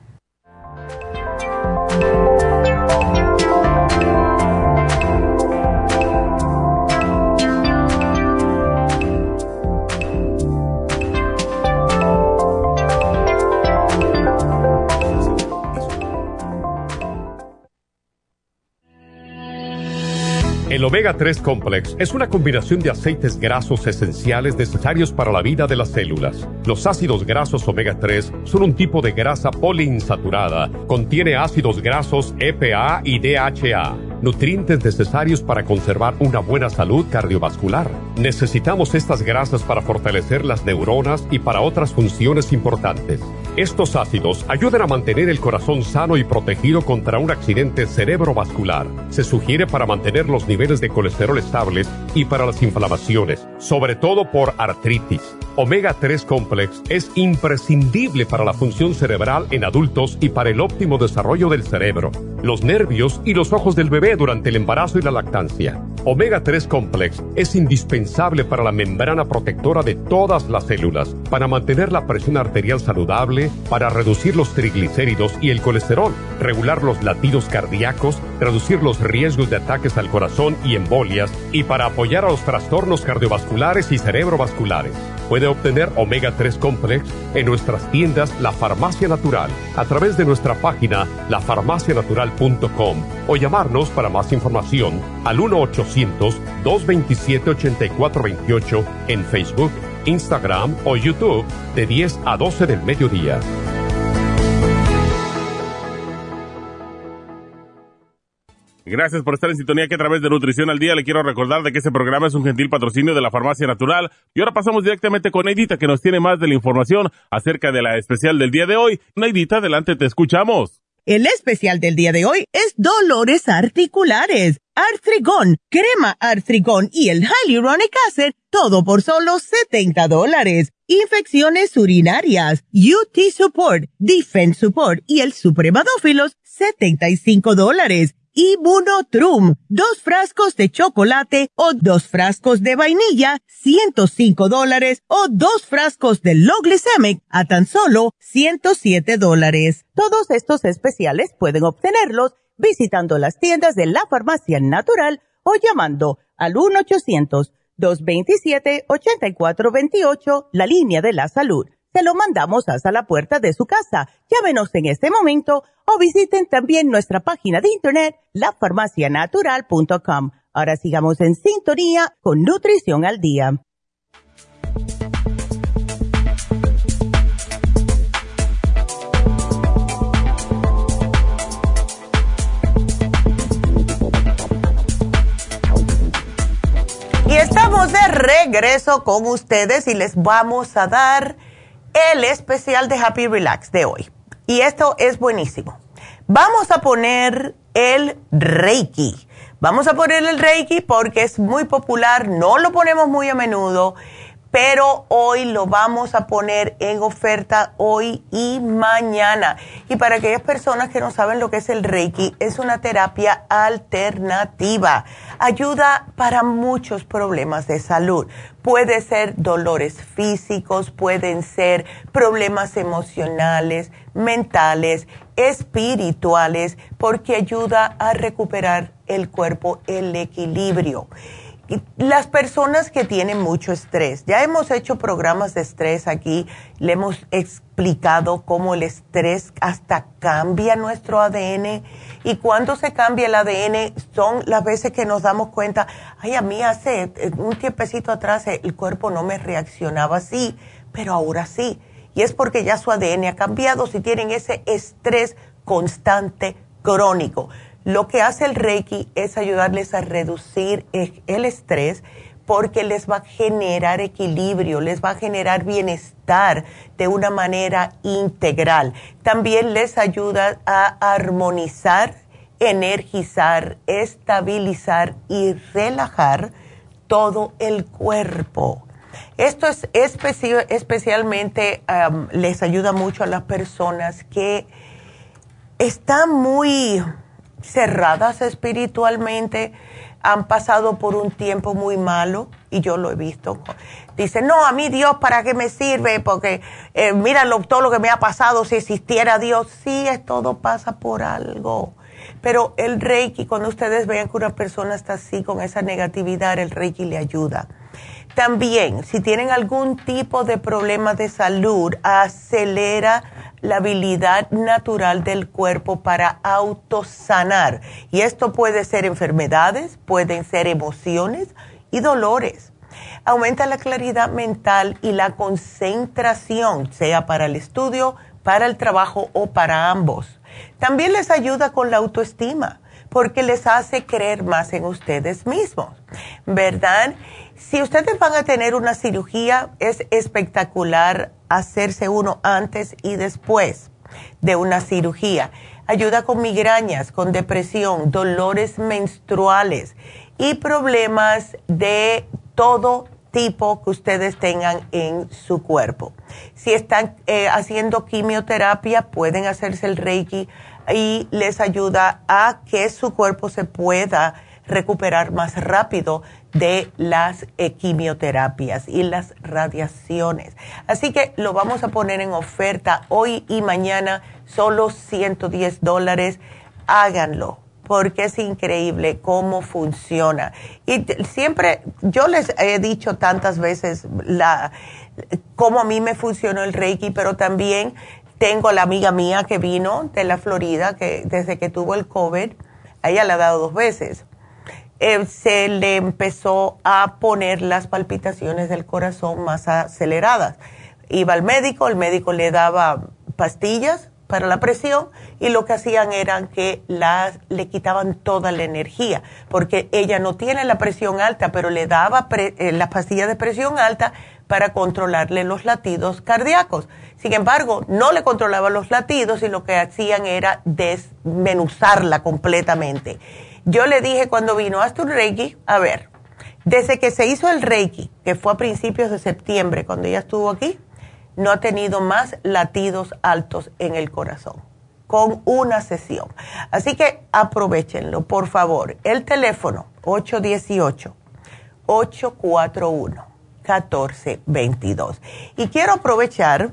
El Omega tres Complex es una combinación de aceites grasos esenciales necesarios para la vida de las células. Los ácidos grasos Omega tres son un tipo de grasa poliinsaturada. Contiene ácidos grasos E P A y D H A. nutrientes necesarios para conservar una buena salud cardiovascular. Necesitamos estas grasas para fortalecer las neuronas y para otras funciones importantes. Estos ácidos ayudan a mantener el corazón sano y protegido contra un accidente cerebrovascular. Se sugiere para mantener los niveles de colesterol estables y para las inflamaciones, sobre todo por artritis. Omega tres Complex es imprescindible para la función cerebral en adultos y para el óptimo desarrollo del cerebro, los nervios y los ojos del bebé durante el embarazo y la lactancia. Omega tres Complex es indispensable para la membrana protectora de todas las células, para mantener la presión arterial saludable, para reducir los triglicéridos y el colesterol, regular los latidos cardíacos, reducir los riesgos de ataques al corazón y embolias, y para apoyar a los trastornos cardiovasculares y cerebrovasculares. Puede obtener Omega tres Complex en nuestras tiendas La Farmacia Natural, a través de nuestra página la farmacia natural punto com o llamarnos para más información al uno ochocientos, dos veintisiete, ochenta y cuatro veintiocho en Facebook, Instagram o YouTube de diez a doce del mediodía. Gracias por estar en sintonía que a través de Nutrición al Día le quiero recordar de que este programa es un gentil patrocinio de la Farmacia Natural. Y ahora pasamos directamente con Neidita, que nos tiene más de la información acerca de la especial del día de hoy. Neidita, adelante, te escuchamos. El especial del día de hoy es dolores articulares, Arthrigon, crema Arthrigon y el Hyaluronic Acid, todo por solo setenta dólares. Infecciones urinarias, U T Support, Defense Support y el Supremadófilos, setenta y cinco dólares. Immunotrum, dos frascos de chocolate o dos frascos de vainilla, ciento cinco dólares, o dos frascos de Low Glycemic a tan solo ciento siete dólares. Todos estos especiales pueden obtenerlos visitando las tiendas de la Farmacia Natural o llamando al uno ochocientos, dos veintisiete, ochenta y cuatro veintiocho, la línea de la salud. Se lo mandamos hasta la puerta de su casa. Llámenos en este momento o visiten también nuestra página de internet, la farmacia natural punto com. Ahora sigamos en sintonía con Nutrición al Día. Y estamos de regreso con ustedes y les vamos a dar el especial de Happy Relax de hoy. Y esto es buenísimo. Vamos a poner el Reiki. Vamos a poner el Reiki porque es muy popular, no lo ponemos muy a menudo, pero hoy lo vamos a poner en oferta hoy y mañana. Y para aquellas personas que no saben lo que es el Reiki, es una terapia alternativa. Ayuda para muchos problemas de salud. Puede ser dolores físicos, pueden ser problemas emocionales, mentales, espirituales, porque ayuda a recuperar el cuerpo, el equilibrio. Las personas que tienen mucho estrés, ya hemos hecho programas de estrés aquí, le hemos explicado cómo el estrés hasta cambia nuestro A D N, y cuando se cambia el A D N son las veces que nos damos cuenta, ay, a mí hace un tiempecito atrás el cuerpo no me reaccionaba así, pero ahora sí, y es porque ya su A D N ha cambiado si tienen ese estrés constante crónico. Lo que hace el Reiki es ayudarles a reducir el estrés porque les va a generar equilibrio, les va a generar bienestar de una manera integral. También les ayuda a armonizar, energizar, estabilizar y relajar todo el cuerpo. Esto es especi- especialmente, um, les ayuda mucho a las personas que están muy cerradas espiritualmente, han pasado por un tiempo muy malo, y yo lo he visto. Dicen, no, a mí Dios, ¿para qué me sirve? Porque eh, mira lo, todo lo que me ha pasado, si existiera Dios. Sí, es, todo pasa por algo. Pero el Reiki, cuando ustedes vean que una persona está así, con esa negatividad, el Reiki le ayuda. También, si tienen algún tipo de problema de salud, acelera la habilidad natural del cuerpo para autosanar. Y esto puede ser enfermedades, pueden ser emociones y dolores. Aumenta la claridad mental y la concentración, sea para el estudio, para el trabajo o para ambos. También les ayuda con la autoestima, porque les hace creer más en ustedes mismos, ¿verdad? Si ustedes van a tener una cirugía, es espectacular hacerse uno antes y después de una cirugía. Ayuda con migrañas, con depresión, dolores menstruales y problemas de todo tipo que ustedes tengan en su cuerpo. Si están eh, haciendo quimioterapia, pueden hacerse el Reiki y les ayuda a que su cuerpo se pueda recuperar más rápido de las eh, quimioterapias y las radiaciones. Así que lo vamos a poner en oferta hoy y mañana, solo ciento diez dólares. Háganlo, porque es increíble cómo funciona. Y siempre, yo les he dicho tantas veces la, cómo a mí me funcionó el Reiki, pero también tengo la amiga mía que vino de la Florida, que desde que tuvo el COVID, a ella le ha dado dos veces. Eh, se le empezó a poner las palpitaciones del corazón más aceleradas. Iba al médico, el médico le daba pastillas para la presión y lo que hacían era que las, le quitaban toda la energía, porque ella no tiene la presión alta, pero le daba pre, eh, las pastillas de presión alta para controlarle los latidos cardíacos. Sin embargo, no le controlaba los latidos y lo que hacían era desmenuzarla completamente. Yo le dije cuando vino, hazte un Reiki, a ver, desde que se hizo el Reiki, que fue a principios de septiembre, cuando ella estuvo aquí, no ha tenido más latidos altos en el corazón, con una sesión. Así que aprovechenlo, por favor. El teléfono, ocho uno ocho, ocho cuatro uno, uno cuatro dos dos. Y quiero aprovechar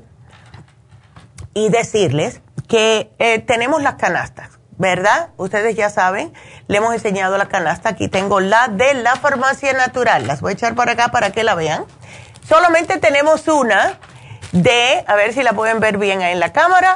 y decirles que eh, tenemos las canastas, ¿verdad? Ustedes ya saben, le hemos enseñado la canasta. Aquí tengo la de la Farmacia Natural. Las voy a echar para acá para que la vean. Solamente tenemos una de, a ver si la pueden ver bien ahí en la cámara.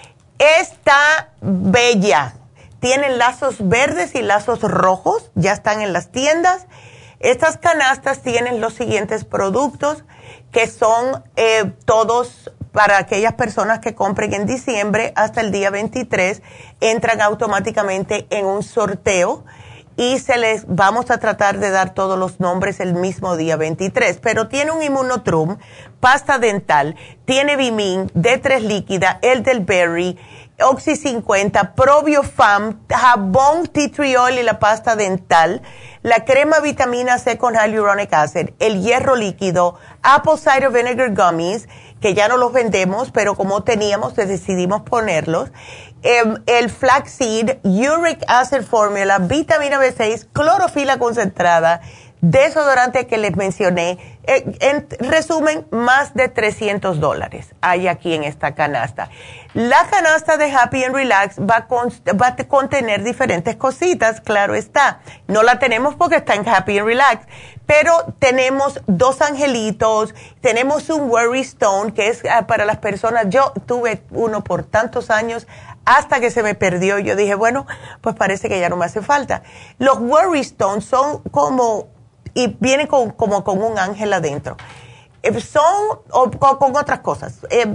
Está bella. Tienen lazos verdes y lazos rojos. Ya están en las tiendas. Estas canastas tienen los siguientes productos que son eh, todos para aquellas personas que compren en diciembre hasta el día veintitrés, entran automáticamente en un sorteo y se les vamos a tratar de dar todos los nombres el mismo día veintitrés. Pero tiene un Immunotrum, pasta dental, tiene Bimin, D tres líquida, el del Berry, Oxy cincuenta, Probiofam, jabón Tea Tree Oil y la pasta dental, la crema vitamina C con hyaluronic acid, el hierro líquido, Apple Cider Vinegar Gummies, que ya no los vendemos, pero como teníamos, decidimos ponerlos, eh, el Flaxseed, Uric Acid Formula, vitamina B seis, clorofila concentrada, desodorante que les mencioné. Eh, en resumen, más de trescientos dólares hay aquí en esta canasta. La canasta de Happy and Relax va a, con, va a contener diferentes cositas, claro está. No la tenemos porque está en Happy and Relax, pero tenemos dos angelitos, tenemos un Worry Stone, que es uh, para las personas. Yo tuve uno por tantos años hasta que se me perdió. Yo dije, bueno, pues parece que ya no me hace falta. Los Worry Stones son como, y vienen con, como con un ángel adentro. Eh, son o, o, con otras cosas. Eh,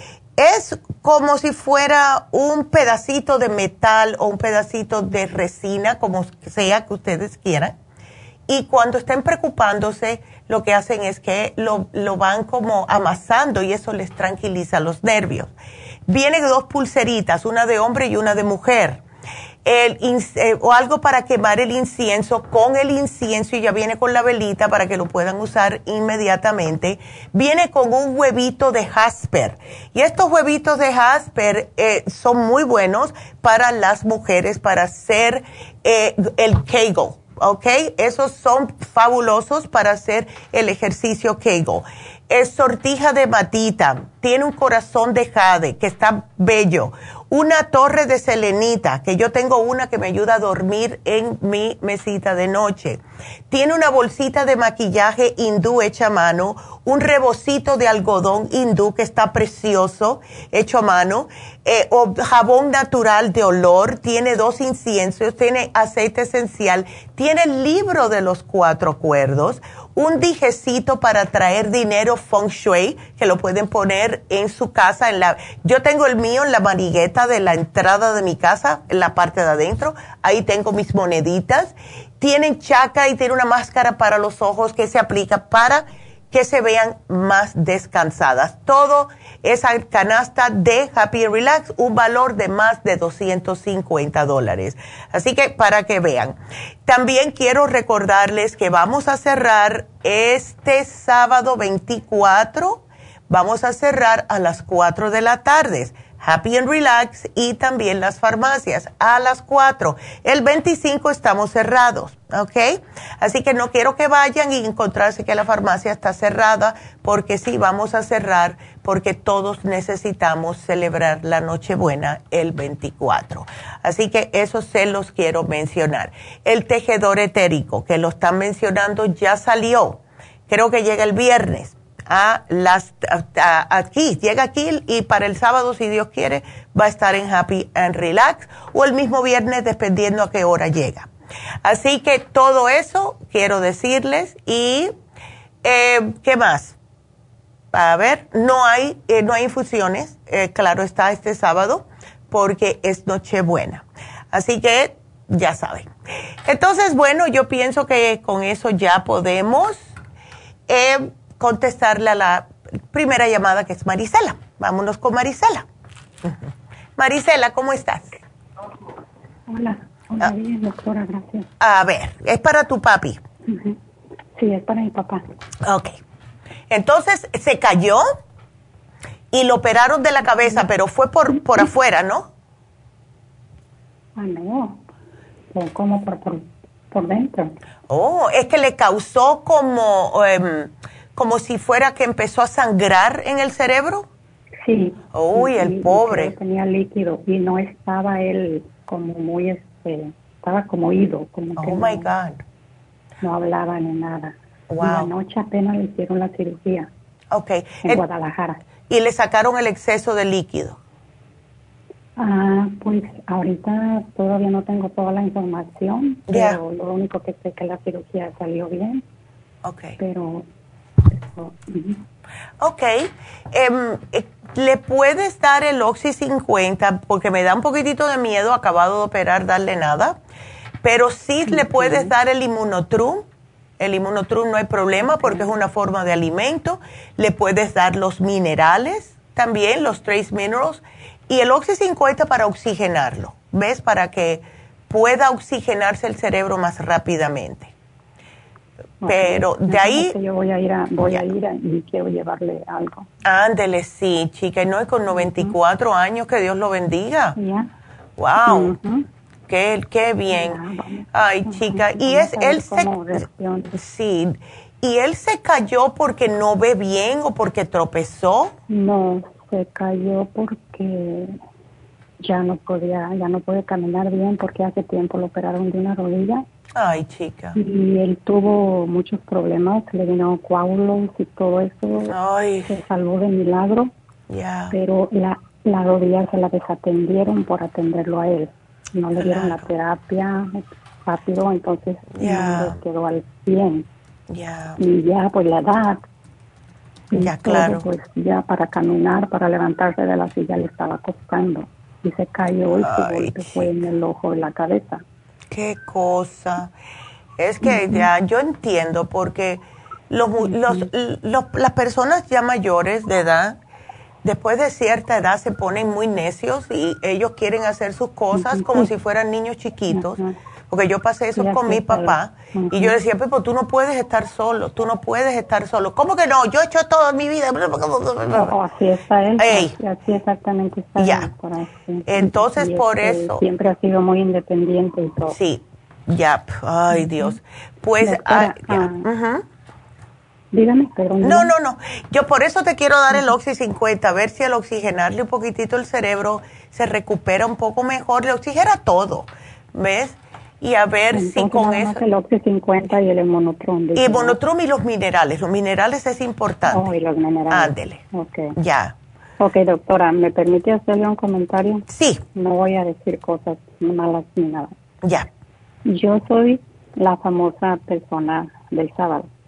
es como si fuera un pedacito de metal o un pedacito de resina, como sea que ustedes quieran. Y cuando estén preocupándose, lo que hacen es que lo, lo van como amasando y eso les tranquiliza los nervios. Vienen dos pulseritas, una de hombre y una de mujer. El, eh, o algo para quemar el incienso, con el incienso, y ya viene con la velita para que lo puedan usar inmediatamente. Viene con un huevito de jasper, y estos huevitos de jasper eh, son muy buenos para las mujeres para hacer eh, el Kegel, ¿ok? Esos son fabulosos para hacer el ejercicio Kegel. Es sortija de matita, tiene un corazón de jade que está bello, una torre de selenita, que yo tengo una que me ayuda a dormir en mi mesita de noche. Tiene una bolsita de maquillaje hindú hecha a mano, un rebocito de algodón hindú que está precioso, hecho a mano, eh, o jabón natural de olor, tiene dos inciensos, tiene aceite esencial, tiene el libro de los cuatro cuerdos, un dijecito para traer dinero feng shui, que lo pueden poner en su casa. En la, yo tengo el mío en la manigueta de la entrada de mi casa, en la parte de adentro. Ahí tengo mis moneditas. Tienen chaca y tiene una máscara para los ojos que se aplica para que se vean más descansadas. Todo esa canasta de Happy and Relax, un valor de más de doscientos cincuenta dólares. Así que para que vean. También quiero recordarles que vamos a cerrar este sábado veinticuatro. Vamos a cerrar a las cuatro de la tarde. Happy and Relax y también las farmacias a las cuatro. El veinticinco estamos cerrados, ¿ok? Así que no quiero que vayan y encontrarse que la farmacia está cerrada, porque sí, vamos a cerrar porque todos necesitamos celebrar la Nochebuena el veinticuatro. Así que eso se los quiero mencionar. El tejedor etérico, que lo están mencionando, ya salió. Creo que llega el viernes. A las a, a, aquí, llega aquí y para el sábado, si Dios quiere, va a estar en Happy and Relax o el mismo viernes, dependiendo a qué hora llega. Así que todo eso quiero decirles. Y eh, ¿qué más? A ver, no hay eh, no hay infusiones, eh, claro está, este sábado, porque es Nochebuena. Así que ya saben. Entonces, bueno, yo pienso que con eso ya podemos eh, contestarle a la primera llamada, que es Marisela. Vámonos con Marisela. Marisela, ¿cómo estás? Hola, hola, bien, doctora, gracias. A ver, es para tu papi. Uh-huh. Sí, es para mi papá. Ok. Entonces, se cayó y lo operaron de la cabeza, pero fue por, por afuera, ¿no? Ah, no, o como por, por, por dentro. Oh, es que le causó como... Um, como si fuera que empezó a sangrar en el cerebro. Sí. Uy, sí, el pobre. Tenía líquido y no estaba él como muy, este, estaba como oído. Como oh, que my no, God. No hablaba ni nada. Wow. Y anoche apenas le hicieron la cirugía. Ok. En el, Guadalajara. Y le sacaron el exceso de líquido. Ah, pues ahorita todavía no tengo toda la información, yeah. pero lo único que sé es que la cirugía salió bien. Ok. Pero... Oh, uh-huh. Ok, um, ¿le puedes dar el Oxy cincuenta? Porque me da un poquitito de miedo, acabado de operar, darle nada. Pero sí uh-huh. le puedes dar el Immunotrum. El Immunotrum no hay problema, porque es una forma de alimento. Le puedes dar los minerales también, los Trace Minerals. Y el Oxy cincuenta para oxigenarlo, ¿ves? Para que pueda oxigenarse el cerebro más rápidamente. Pero okay. de ahí... Yo voy a ir, a, voy yeah. a ir a, y quiero llevarle algo. Ándele, sí, chica. Y no es con noventa y cuatro uh-huh. años, que Dios lo bendiga. Yeah. Wow. Uh-huh. Qué, qué bien. Yeah, Ay, uh-huh. chica. Uh-huh. Y es él se... Sí. ¿Y él se cayó porque no ve bien o porque tropezó? No, se cayó porque ya no podía, ya no puede caminar bien, porque hace tiempo lo operaron de una rodilla. Ay, chica. Y él tuvo muchos problemas, le vino coágulos y todo eso. Ay. Se salvó de milagro. Ya. Yeah. Pero la, la rodilla se la desatendieron por atenderlo a él. No le dieron claro. la terapia rápido, entonces yeah. no le quedó al cien. Yeah. Y ya, pues la edad. Ya, todo, claro. Pues ya para caminar, para levantarse de la silla le estaba costando. Y se cayó y su golpe fue en el ojo de la cabeza. Qué cosa. Es que uh-huh. ya yo entiendo, porque los, uh-huh. los, los, las personas ya mayores de edad, después de cierta edad, se ponen muy necios y ellos quieren hacer sus cosas uh-huh. como si fueran niños chiquitos. Uh-huh. Porque yo pasé eso con mi papá uh-huh. y yo decía, Pepo, tú no puedes estar solo, tú no puedes estar solo. ¿Cómo que no? Yo he hecho toda mi vida. Oh, así está él, así, así exactamente está ya. él. Por ahí, sí. Entonces, y por este, eso. Siempre ha sido muy independiente y todo. Sí, ya, ay uh-huh. Dios. Pues, Doctora, ah, ya. Uh, uh-huh. Dígame, perdón. No, no, no. Yo por eso te quiero dar el Oxy cincuenta, a ver si al oxigenarle un poquitito el cerebro se recupera un poco mejor, le oxigena todo, ¿ves? Y a ver entonces, si con nada eso... más el Oxy cincuenta y el Monotrum. Y el Monotrum y los minerales. Los minerales es importante. Oh, y los minerales. Ándele. Okay. Ya. Ok, doctora, ¿me permite hacerle un comentario? Sí. No voy a decir cosas malas ni nada. Ya. Yo soy la famosa persona del sábado.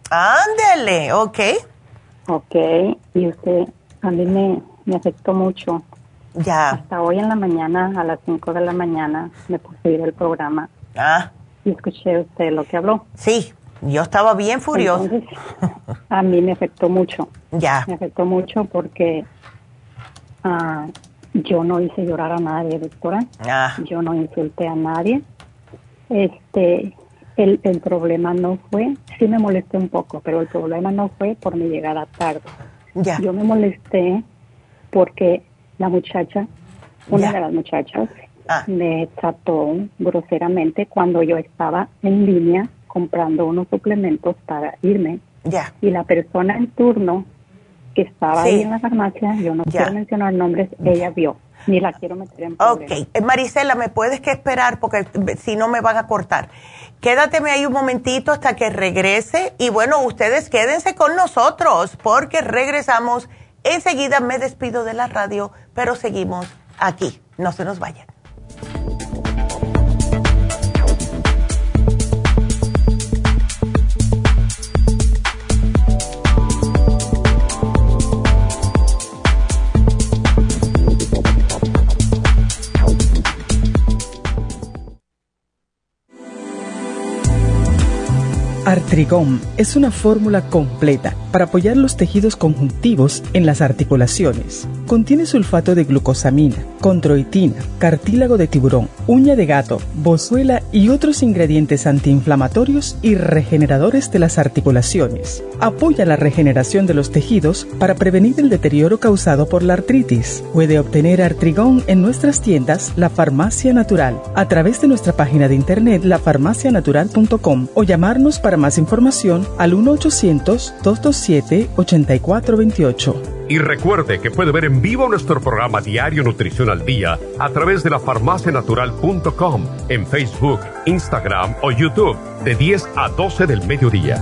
Ándele, ok. Ok, y usted, a mí me, me afectó mucho. Ya. Hasta hoy en la mañana, a las cinco de la mañana, me puse a ir el programa. Ah. Y escuché usted lo que habló. Sí, yo estaba bien furiosa. Entonces, a mí me afectó mucho. Ya. Me afectó mucho porque uh, yo no hice llorar a nadie, doctora. Ah. Yo no insulté a nadie. Este, el, el problema no fue, sí me molesté un poco, pero el problema no fue por mi llegada tarde. Ya. Yo me molesté porque la muchacha, una ya. de las muchachas, ah. me trató groseramente cuando yo estaba en línea comprando unos suplementos para irme. Ya. Y la persona en turno que estaba sí. ahí en la farmacia, yo no ya. quiero mencionar nombres, ella vio. Ni la quiero meter en problemas. Ok, Marisela, ¿me puedes que esperar? Porque si no me van a cortar. Quédateme ahí un momentito hasta que regrese. Y bueno, ustedes quédense con nosotros porque regresamos. Enseguida me despido de la radio, pero seguimos aquí. No se nos vayan. Artrigón es una fórmula completa para apoyar los tejidos conjuntivos en las articulaciones. Contiene sulfato de glucosamina, condroitina, cartílago de tiburón, uña de gato, boswellia y otros ingredientes antiinflamatorios y regeneradores de las articulaciones. Apoya la regeneración de los tejidos para prevenir el deterioro causado por la artritis. Puede obtener Artrigón en nuestras tiendas La Farmacia Natural a través de nuestra página de internet la farmacia natural punto com o llamarnos para más información al uno ochocientos, dos dos siete, ocho cuatro dos ocho. Y recuerde que puede ver en vivo nuestro programa Diario Nutrición al Día a través de la farmacia natural punto com en Facebook, Instagram o YouTube de diez a doce del mediodía.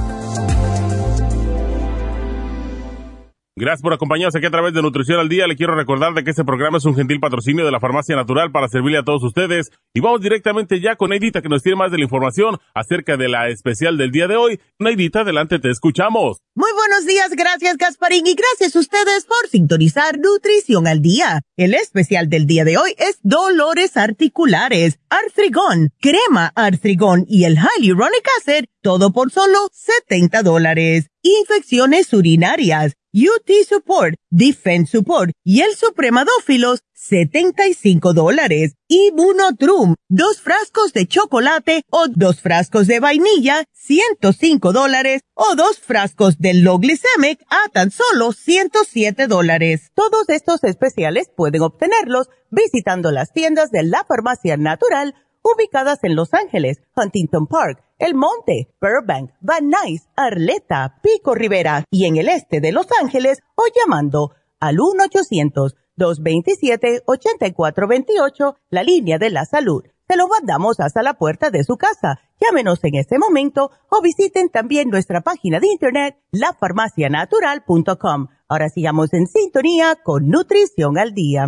Gracias por acompañarnos aquí a través de Nutrición al Día. Le quiero recordar de que este programa es un gentil patrocinio de la Farmacia Natural para servirle a todos ustedes. Y vamos directamente ya con Neidita, que nos tiene más de la información acerca de la especial del día de hoy. Neidita, adelante, te escuchamos. Muy buenos días, gracias Gasparín, y gracias a ustedes por sintonizar Nutrición al Día. El especial del día de hoy es dolores articulares, Artrigón, crema Artrigón y el Hyaluronic Acid, todo por solo setenta dólares. Infecciones urinarias, U T Support, Defense Support y el Supremadófilos, setenta y cinco dólares. Immunotrum, dos frascos de chocolate o dos frascos de vainilla, ciento cinco dólares. O dos frascos de Low Glycemic a tan solo ciento siete dólares. Todos estos especiales pueden obtenerlos visitando las tiendas de la Farmacia Natural ubicadas en Los Ángeles, Huntington Park, El Monte, Burbank, Van Nuys, Arleta, Pico Rivera y en el este de Los Ángeles o llamando al uno ochocientos, dos veintisiete, ochenta y cuatro veintiocho, la línea de la salud. Se lo mandamos hasta la puerta de su casa. Llámenos en este momento o visiten también nuestra página de internet la farmacia natural punto com. Ahora sigamos en sintonía con Nutrición al Día.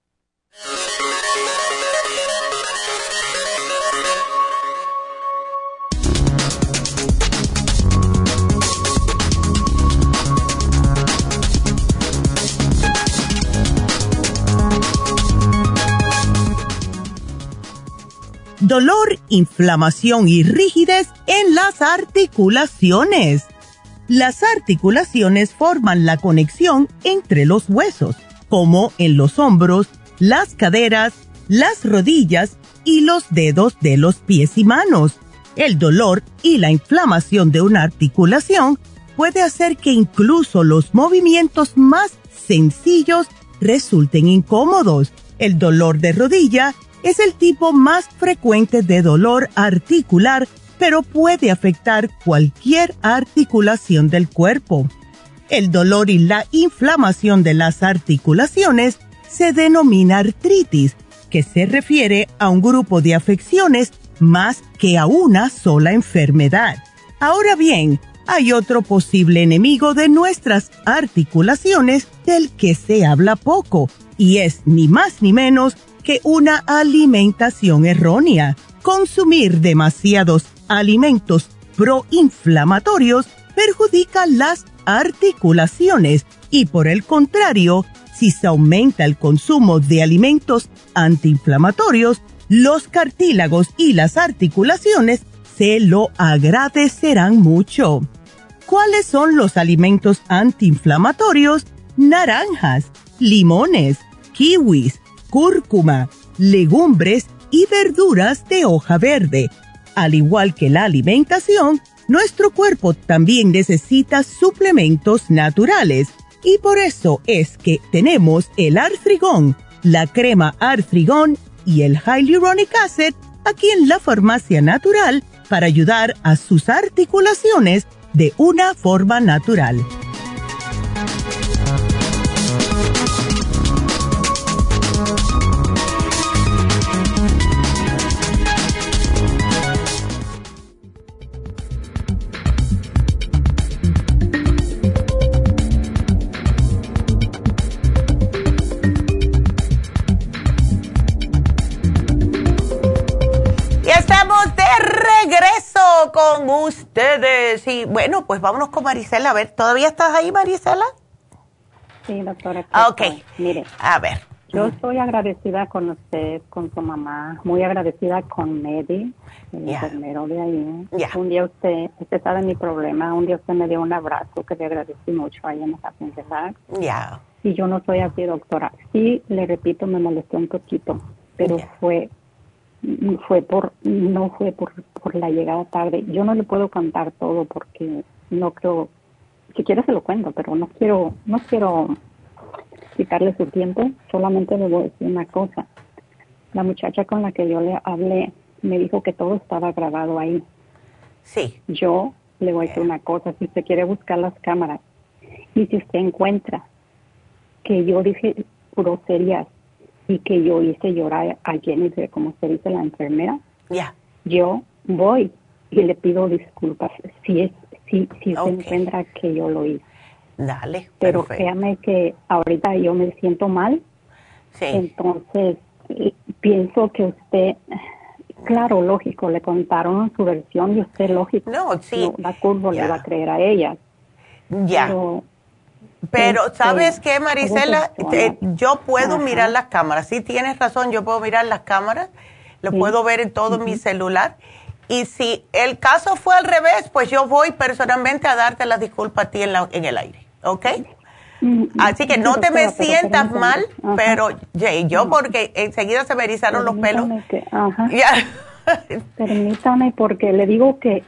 Dolor, inflamación y rigidez en las articulaciones. Las articulaciones forman la conexión entre los huesos, como en los hombros, las caderas, las rodillas y los dedos de los pies y manos. El dolor y la inflamación de una articulación puede hacer que incluso los movimientos más sencillos resulten incómodos. El dolor de rodilla es el tipo más frecuente de dolor articular, pero puede afectar cualquier articulación del cuerpo. El dolor y la inflamación de las articulaciones se denomina artritis, que se refiere a un grupo de afecciones más que a una sola enfermedad. Ahora bien, hay otro posible enemigo de nuestras articulaciones del que se habla poco, y es ni más ni menos que una alimentación errónea. Consumir demasiados alimentos proinflamatorios perjudica las articulaciones y por el contrario, si se aumenta el consumo de alimentos antiinflamatorios, los cartílagos y las articulaciones se lo agradecerán mucho. ¿Cuáles son los alimentos antiinflamatorios? Naranjas, limones, kiwis, cúrcuma, legumbres y verduras de hoja verde. Al igual que la alimentación, nuestro cuerpo también necesita suplementos naturales y por eso es que tenemos el Arthrigon, la crema Arthrigon y el Hyaluronic Acid aquí en la Farmacia Natural para ayudar a sus articulaciones de una forma natural. Con ustedes y bueno, pues vámonos con Marisela. A ver, ¿todavía estás ahí, Marisela? Sí, doctora. Ok, mire, a ver. Yo estoy agradecida con usted, con su mamá, muy agradecida con Medi, el yeah. enfermero de ahí. Yeah. Un día usted, usted sabe mi problema, un día usted me dio un abrazo que le agradecí mucho ahí en esa pendeja. Ya. Yeah. Y yo no soy así, doctora. Sí, le repito, me molestó un poquito, pero yeah. fue... fue por no fue por por la llegada tarde. Yo no le puedo contar todo porque no creo, si quiere se lo cuento, pero no quiero no quiero quitarle su tiempo. Solamente le voy a decir una cosa. La muchacha con la que yo le hablé me dijo que todo estaba grabado ahí. Sí. Yo le voy a decir una cosa. Si usted quiere buscar las cámaras y si usted encuentra que yo dije groserías y que yo hice llorar a Jennifer, como se dice la enfermera, ya, yeah. yo voy y le pido disculpas si es si si okay. se encuentra que yo lo hice. Dale. Pero perfecto. créame que ahorita yo me siento mal. Sí. Entonces pienso que usted, claro, lógico, le contaron su versión y usted, lógico, no, sí. no, la curva yeah. le va a creer a ella. Ya. Yeah. Pero, Pero, este, ¿sabes qué, Marisela? Eh, yo puedo Ajá. mirar las cámaras. Sí, tienes razón, yo puedo mirar las cámaras. Lo sí. puedo ver en todo uh-huh. mi celular. Y si el caso fue al revés, pues yo voy personalmente a darte las disculpas a ti en, la, en el aire. ¿Ok? Uh-huh. Así que no sí, te doctora, me sientas pero mal, Ajá. pero yeah, yo porque enseguida se me erizaron los pelos. Que, Ajá. Yeah. Permítame, porque le digo que...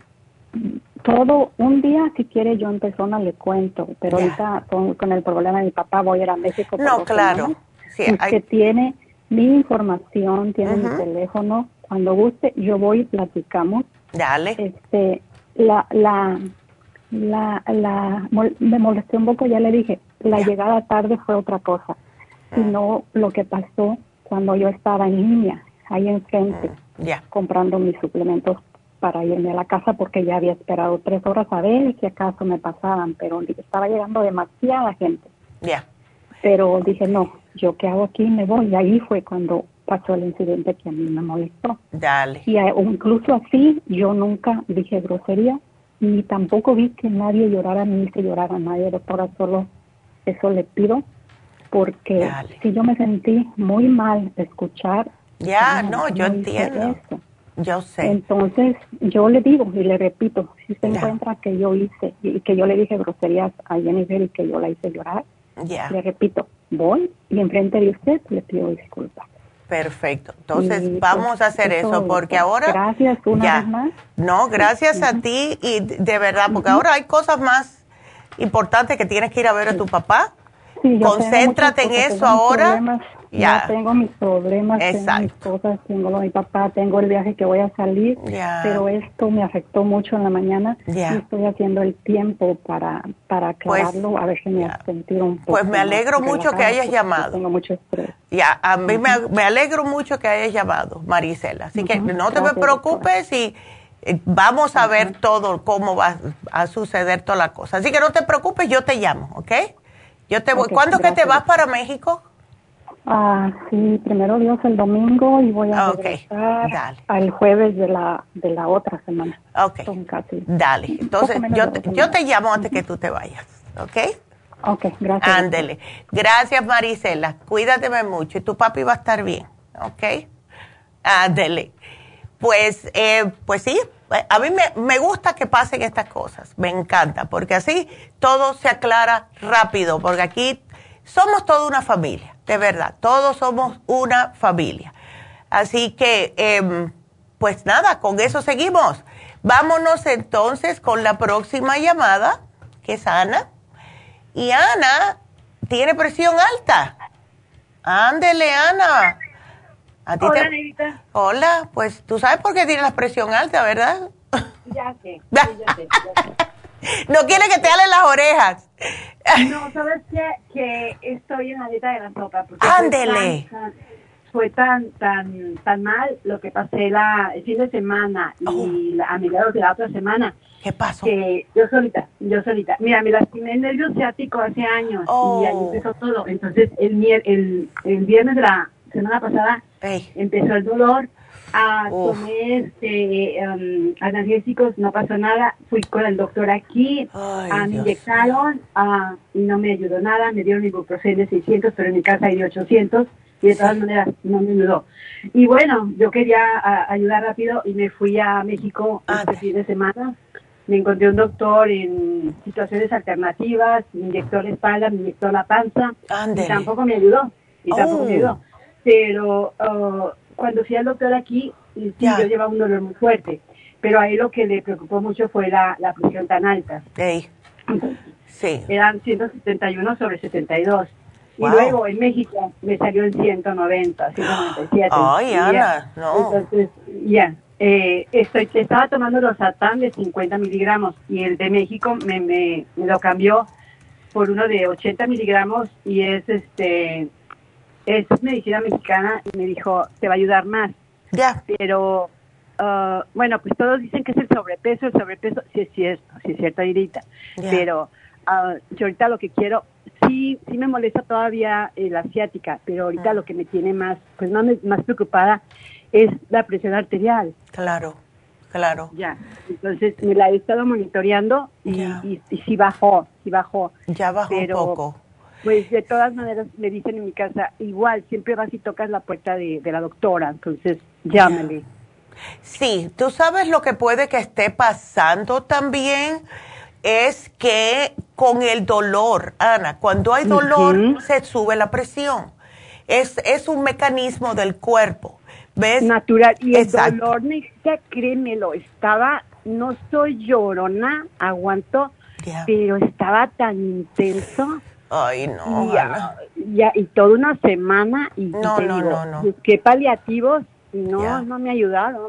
todo, un día si quiere yo en persona le cuento, pero yeah. ahorita con, con el problema de mi papá voy a ir a México. No, claro. Sí, usted hay... tiene mi información, tiene uh-huh. mi teléfono, cuando guste yo voy y platicamos. Dale. Este, la, la, la, la, mol, me molesté un poco, ya le dije, la yeah. llegada tarde fue otra cosa, uh-huh. sino lo que pasó cuando yo estaba en línea, ahí enfrente, uh-huh. yeah. comprando mis suplementos para irme a la casa porque ya había esperado tres horas a ver si acaso me pasaban, pero estaba llegando demasiada gente. Ya. Yeah. Pero dije, no, ¿yo qué hago aquí? Me voy. Y ahí fue cuando pasó el incidente que a mí me molestó. Dale. Y a, incluso así, yo nunca dije grosería, ni tampoco vi que nadie llorara, ni hice llorar a nadie, doctora, solo eso le pido, porque Dale. si yo me sentí muy mal de escuchar. Ya, no, no, yo no entiendo. Eso. Yo sé. Entonces, yo le digo y le repito, si usted yeah. encuentra que yo hice y que yo le dije groserías a Jennifer y que yo la hice llorar, yeah. le repito, voy y enfrente de usted le pido disculpas. Perfecto. Entonces, y vamos pues, a hacer eso, eso porque ahora... Gracias una ya. vez más. No, gracias uh-huh. a ti y de verdad, porque uh-huh. ahora hay cosas más importantes que tienes que ir a ver a tu papá. Sí, concéntrate en eso ahora. Ya tengo mis problemas, Exacto. tengo mis cosas, tengo lo de mi papá, tengo el viaje que voy a salir, yeah. pero esto me afectó mucho en la mañana yeah. y estoy haciendo el tiempo para para aclararlo, pues, a ver si me yeah. sentir un poco. Pues me alegro mucho que hayas llamado. Tengo mucho estrés. Ya, a mí uh-huh. me, me alegro mucho que hayas llamado, Marisela. Así uh-huh. que no te Gracias, me preocupes doctora. y eh, vamos a uh-huh. ver todo, cómo va a suceder toda la cosa. Así que no te preocupes, yo te llamo, ¿ok? Yo te voy. Okay, ¿Cuándo es que te vas para México? Ah, sí, primero Dios el domingo y voy a okay. regresar Dale. al jueves de la de la otra semana. Ok. Son casi Dale. Entonces, yo te, yo te llamo antes uh-huh. que tú te vayas. ¿Ok? Ok, gracias. Ándele. Gracias, Marisela. Cuídateme mucho y tu papi va a estar bien. ¿Ok? Ándele. Pues, eh, pues sí, a mí me, me gusta que pasen estas cosas. Me encanta, porque así todo se aclara rápido, porque aquí somos toda una familia, de verdad. Todos somos una familia. Así que, eh, pues nada, con eso seguimos. Vámonos entonces con la próxima llamada, que es Ana. Y Ana tiene presión alta. Ándele, Ana. ¿A ti Hola, te... Negrita. Hola, pues tú sabes por qué tienes la presión alta, ¿verdad? Ya sé, sí, ya sé, ya sé. No quiere que te halen las orejas. No, ¿sabes qué? Que estoy en la dieta de la sopa. Porque Ándele. Fue tan, tan, tan mal lo que pasé la, el fin de semana y Oh. la, a mediados de la otra semana. ¿Qué pasó? Que yo solita, yo solita. Mira, me lastimé el nervio ciático hace años Oh. y ahí empezó todo. Entonces, el, mier- el, el viernes de la semana pasada Ey. empezó el dolor. Ah, Uf. tomé este, um, analgésicos, no pasó nada. Fui con el doctor aquí, Ay, ah, me Dios. inyectaron ah, y no me ayudó nada. Me dieron ibuprofeno de seiscientos, pero en mi casa hay de ochocientos y de todas maneras no me ayudó. Y bueno, yo quería ah, ayudar rápido y me fui a México Ah, este de- fin de semana. Me encontré un doctor en situaciones alternativas, me inyectó la espalda, me inyectó la panza Ándele. y tampoco me ayudó. Y tampoco Oh. me ayudó. Pero uh, cuando fui al doctor aquí, sí, Ya. yo llevaba un dolor muy fuerte, pero a él lo que le preocupó mucho fue la, la presión tan alta. Ey. Sí. Eran ciento setenta y uno sobre setenta y dos. Wow. Y luego en México me salió en ciento noventa, ciento noventa y siete. Ay, Y Ana, ya. no. Entonces, ya. Eh, estoy, estaba tomando los Satán de cincuenta miligramos y el de México me, me, me lo cambió por uno de ochenta miligramos y es este es medicina mexicana y me dijo, te va a ayudar más. Ya. Pero, uh, bueno, pues todos dicen que es el sobrepeso, el sobrepeso, sí es cierto, sí es cierto, Irita. Ya. Pero uh, yo ahorita lo que quiero, sí sí me molesta todavía eh, la asiática, pero ahorita Ah. lo que me tiene más, pues más, más preocupada es la presión arterial. Claro, claro. Ya, entonces me la he estado monitoreando y, Ya. y, y sí bajó, sí bajó. Ya bajó Pero, un poco. Pues de todas maneras me dicen en mi casa, igual, siempre vas y tocas la puerta de, de la doctora, entonces llámale. Sí, tú sabes lo que puede que esté pasando también es que con el dolor, Ana, cuando hay dolor Ujú. se sube la presión. Es, es un mecanismo del cuerpo, ¿ves? Natural. Y el Exacto. dolor, Negrita, créemelo, estaba, no soy llorona, aguanto, Ya. pero estaba tan intenso. Ay, no, y, Ana. ah, ya, y toda una semana y, y No, te no, digo, no, no. busqué paliativos y no, Ya. no me ayudaron.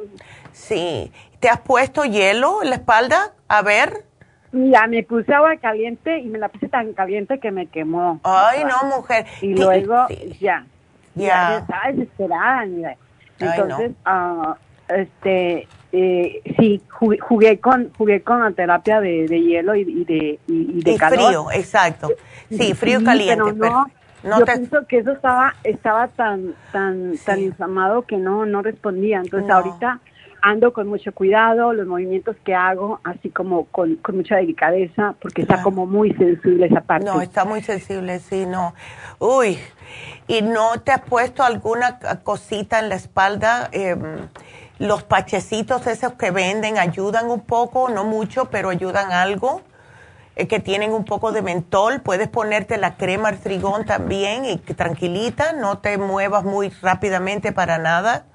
Sí. ¿Te has puesto hielo en la espalda? A ver. Mira, me puse agua caliente y me la puse tan caliente que me quemó. Ay, no, mujer. Y Ti- luego, sí. ya, Ya. ya, ya estaba desesperada, mira. Ay, no. Entonces, ah, este, eh, sí, jugué, jugué con jugué con la terapia de, de hielo y, y de y, y de Y calor. frío, exacto. Sí, frío y caliente. Pero no, pero no yo te- pienso que eso estaba estaba tan tan tan Sí. inflamado que no no respondía. Entonces No. ahorita ando con mucho cuidado, los movimientos que hago, así como con, con mucha delicadeza, porque está Claro. como muy sensible esa parte. No, está muy sensible, sí, no. Uy, ¿y no te has puesto alguna cosita en la espalda? Eh, los pachecitos esos que venden ayudan un poco, no mucho, pero ayudan algo. Eh, que tienen un poco de mentol. Puedes ponerte la crema Artrigón también y que tranquilita, no te muevas muy rápidamente para nada.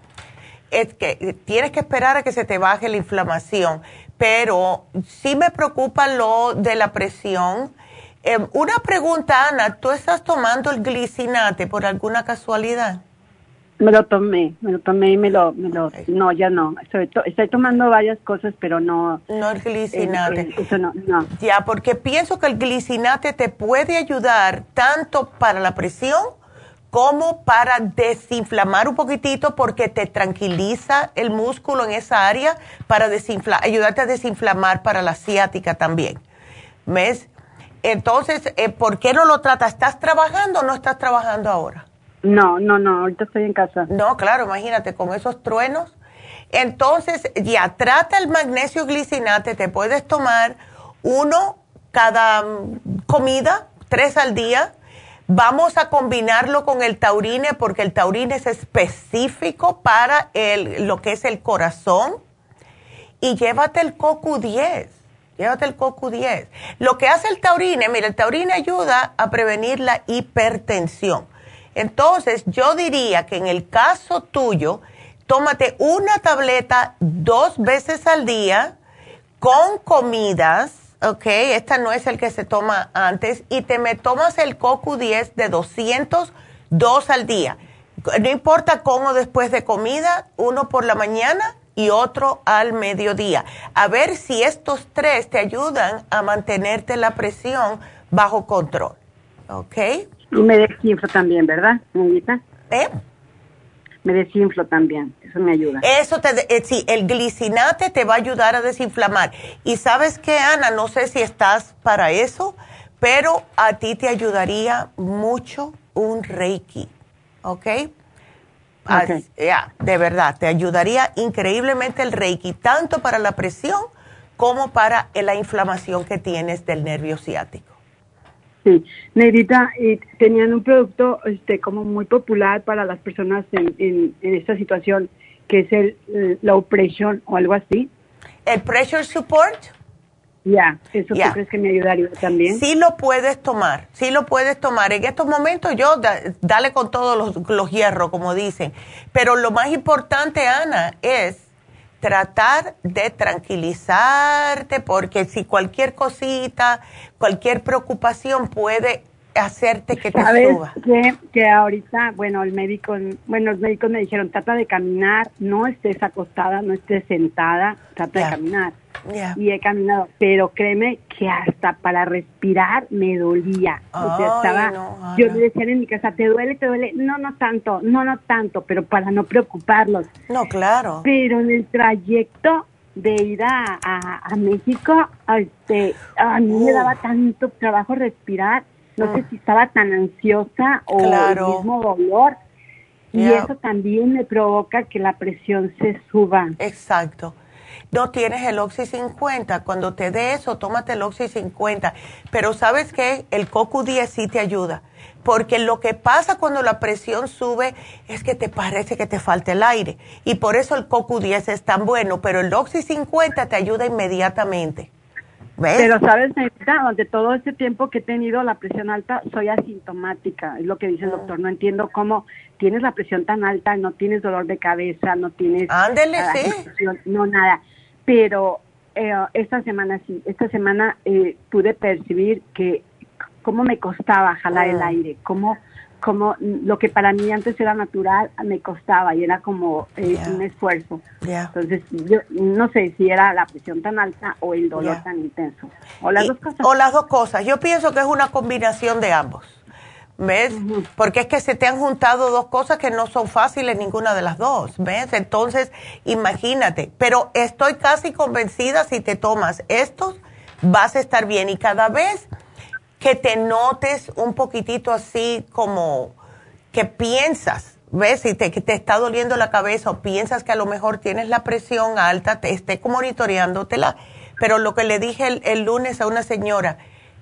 Es que tienes que esperar a que se te baje la inflamación, pero sí me preocupa lo de la presión. Eh, una pregunta, Ana, ¿tú estás tomando el glicinate por alguna casualidad? Me lo tomé, me lo tomé y me lo, me lo no, ya no. Estoy, to, estoy tomando varias cosas, pero no. No el glicinate. Eh, eh, eso no, no. Ya, porque pienso que el glicinate te puede ayudar tanto para la presión como para desinflamar un poquitito porque te tranquiliza el músculo en esa área para desinfla- ayudarte a desinflamar para la ciática también. ¿Ves? Entonces, eh, ¿por qué no lo tratas? ¿Estás trabajando o no estás trabajando ahora? No, no, no, ahorita estoy en casa. No, claro, imagínate, con esos truenos. Entonces, ya, trata el magnesio glicinate, te puedes tomar uno cada comida, tres al día. Vamos a combinarlo con el taurine, porque el taurine es específico para el, lo que es el corazón. Y llévate el C O Q diez. Llévate el C O Q diez. Lo que hace el taurine, mira, el taurine ayuda a prevenir la hipertensión. Entonces, yo diría que en el caso tuyo, tómate una tableta dos veces al día con comidas, ¿ok? Esta no es el que se toma antes. Y te me tomas el C O Q diez de doscientos dos al día. No importa cómo después de comida, uno por la mañana y otro al mediodía. A ver si estos tres te ayudan a mantenerte la presión bajo control, ¿ok? Y me desinflo también, ¿verdad, señorita? ¿Eh? Me desinflo también, eso me ayuda. Eso te, eh, sí, el glicinate te va a ayudar a desinflamar. Y ¿sabes qué, Ana? No sé si estás para eso, pero a ti te ayudaría mucho un Reiki, ¿ok? Okay. Ya, yeah, de verdad, te ayudaría increíblemente el Reiki, tanto para la presión como para la inflamación que tienes del nervio ciático. Sí, Neidita, y tenían un producto este como muy popular para las personas en, en, en esta situación, que es el, el low pressure o algo así. ¿El pressure support? Ya, yeah, ¿eso yeah. tú crees que me ayudaría también? Sí lo puedes tomar, sí lo puedes tomar. En estos momentos yo, da, dale con todos los, los hierros, como dicen. Pero lo más importante, Ana, es tratar de tranquilizarte, porque si cualquier cosita, cualquier preocupación puede hacerte que te ¿Sabes suba. Que, que ahorita, bueno, el médico, bueno, los médicos me dijeron, trata de caminar, no estés acostada, no estés sentada, trata yeah. de caminar. Yeah. Y he caminado, pero créeme que hasta para respirar me dolía. Ay, o sea, estaba, no, yo le decía en mi casa, ¿te duele, te duele? No, no tanto, no, no tanto, pero para no preocuparlos. No, claro. Pero en el trayecto de ir a, a, a México, este, a mí uh. me daba tanto trabajo respirar. No uh. sé si estaba tan ansiosa o claro. el mismo dolor. Y yeah. eso también me provoca que la presión se suba. Exacto. No tienes el Oxy cincuenta. Cuando te dé eso, tómate el Oxy cincuenta. Pero ¿sabes qué? El C O Q diez sí te ayuda. Porque lo que pasa cuando la presión sube es que te parece que te falta el aire. Y por eso el C O Q diez es tan bueno. Pero el Oxy cincuenta te ayuda inmediatamente. ¿Ves? Pero sabes, durante todo este tiempo que he tenido la presión alta, soy asintomática, es lo que dice el doctor. No entiendo cómo tienes la presión tan alta, no tienes dolor de cabeza, no tienes... Ándele, sí. No, nada. Pero eh, esta semana sí, esta semana eh, pude percibir que cómo me costaba jalar mm. el aire, cómo... como lo que para mí antes era natural, me costaba y era como eh, yeah. un esfuerzo. Yeah. Entonces, yo no sé si era la presión tan alta o el dolor yeah. tan intenso. O las y, dos cosas. O las dos cosas. Yo pienso que es una combinación de ambos. ¿Ves? Uh-huh. Porque es que se te han juntado dos cosas que no son fáciles ninguna de las dos. ¿Ves? Entonces, imagínate. Pero estoy casi convencida, si te tomas estos, vas a estar bien. Y cada vez que te notes un poquitito así como que piensas, ¿ves? Si te, que te está doliendo la cabeza o piensas que a lo mejor tienes la presión alta, te esté monitoreándotela. Pero lo que le dije el, el lunes a una señora,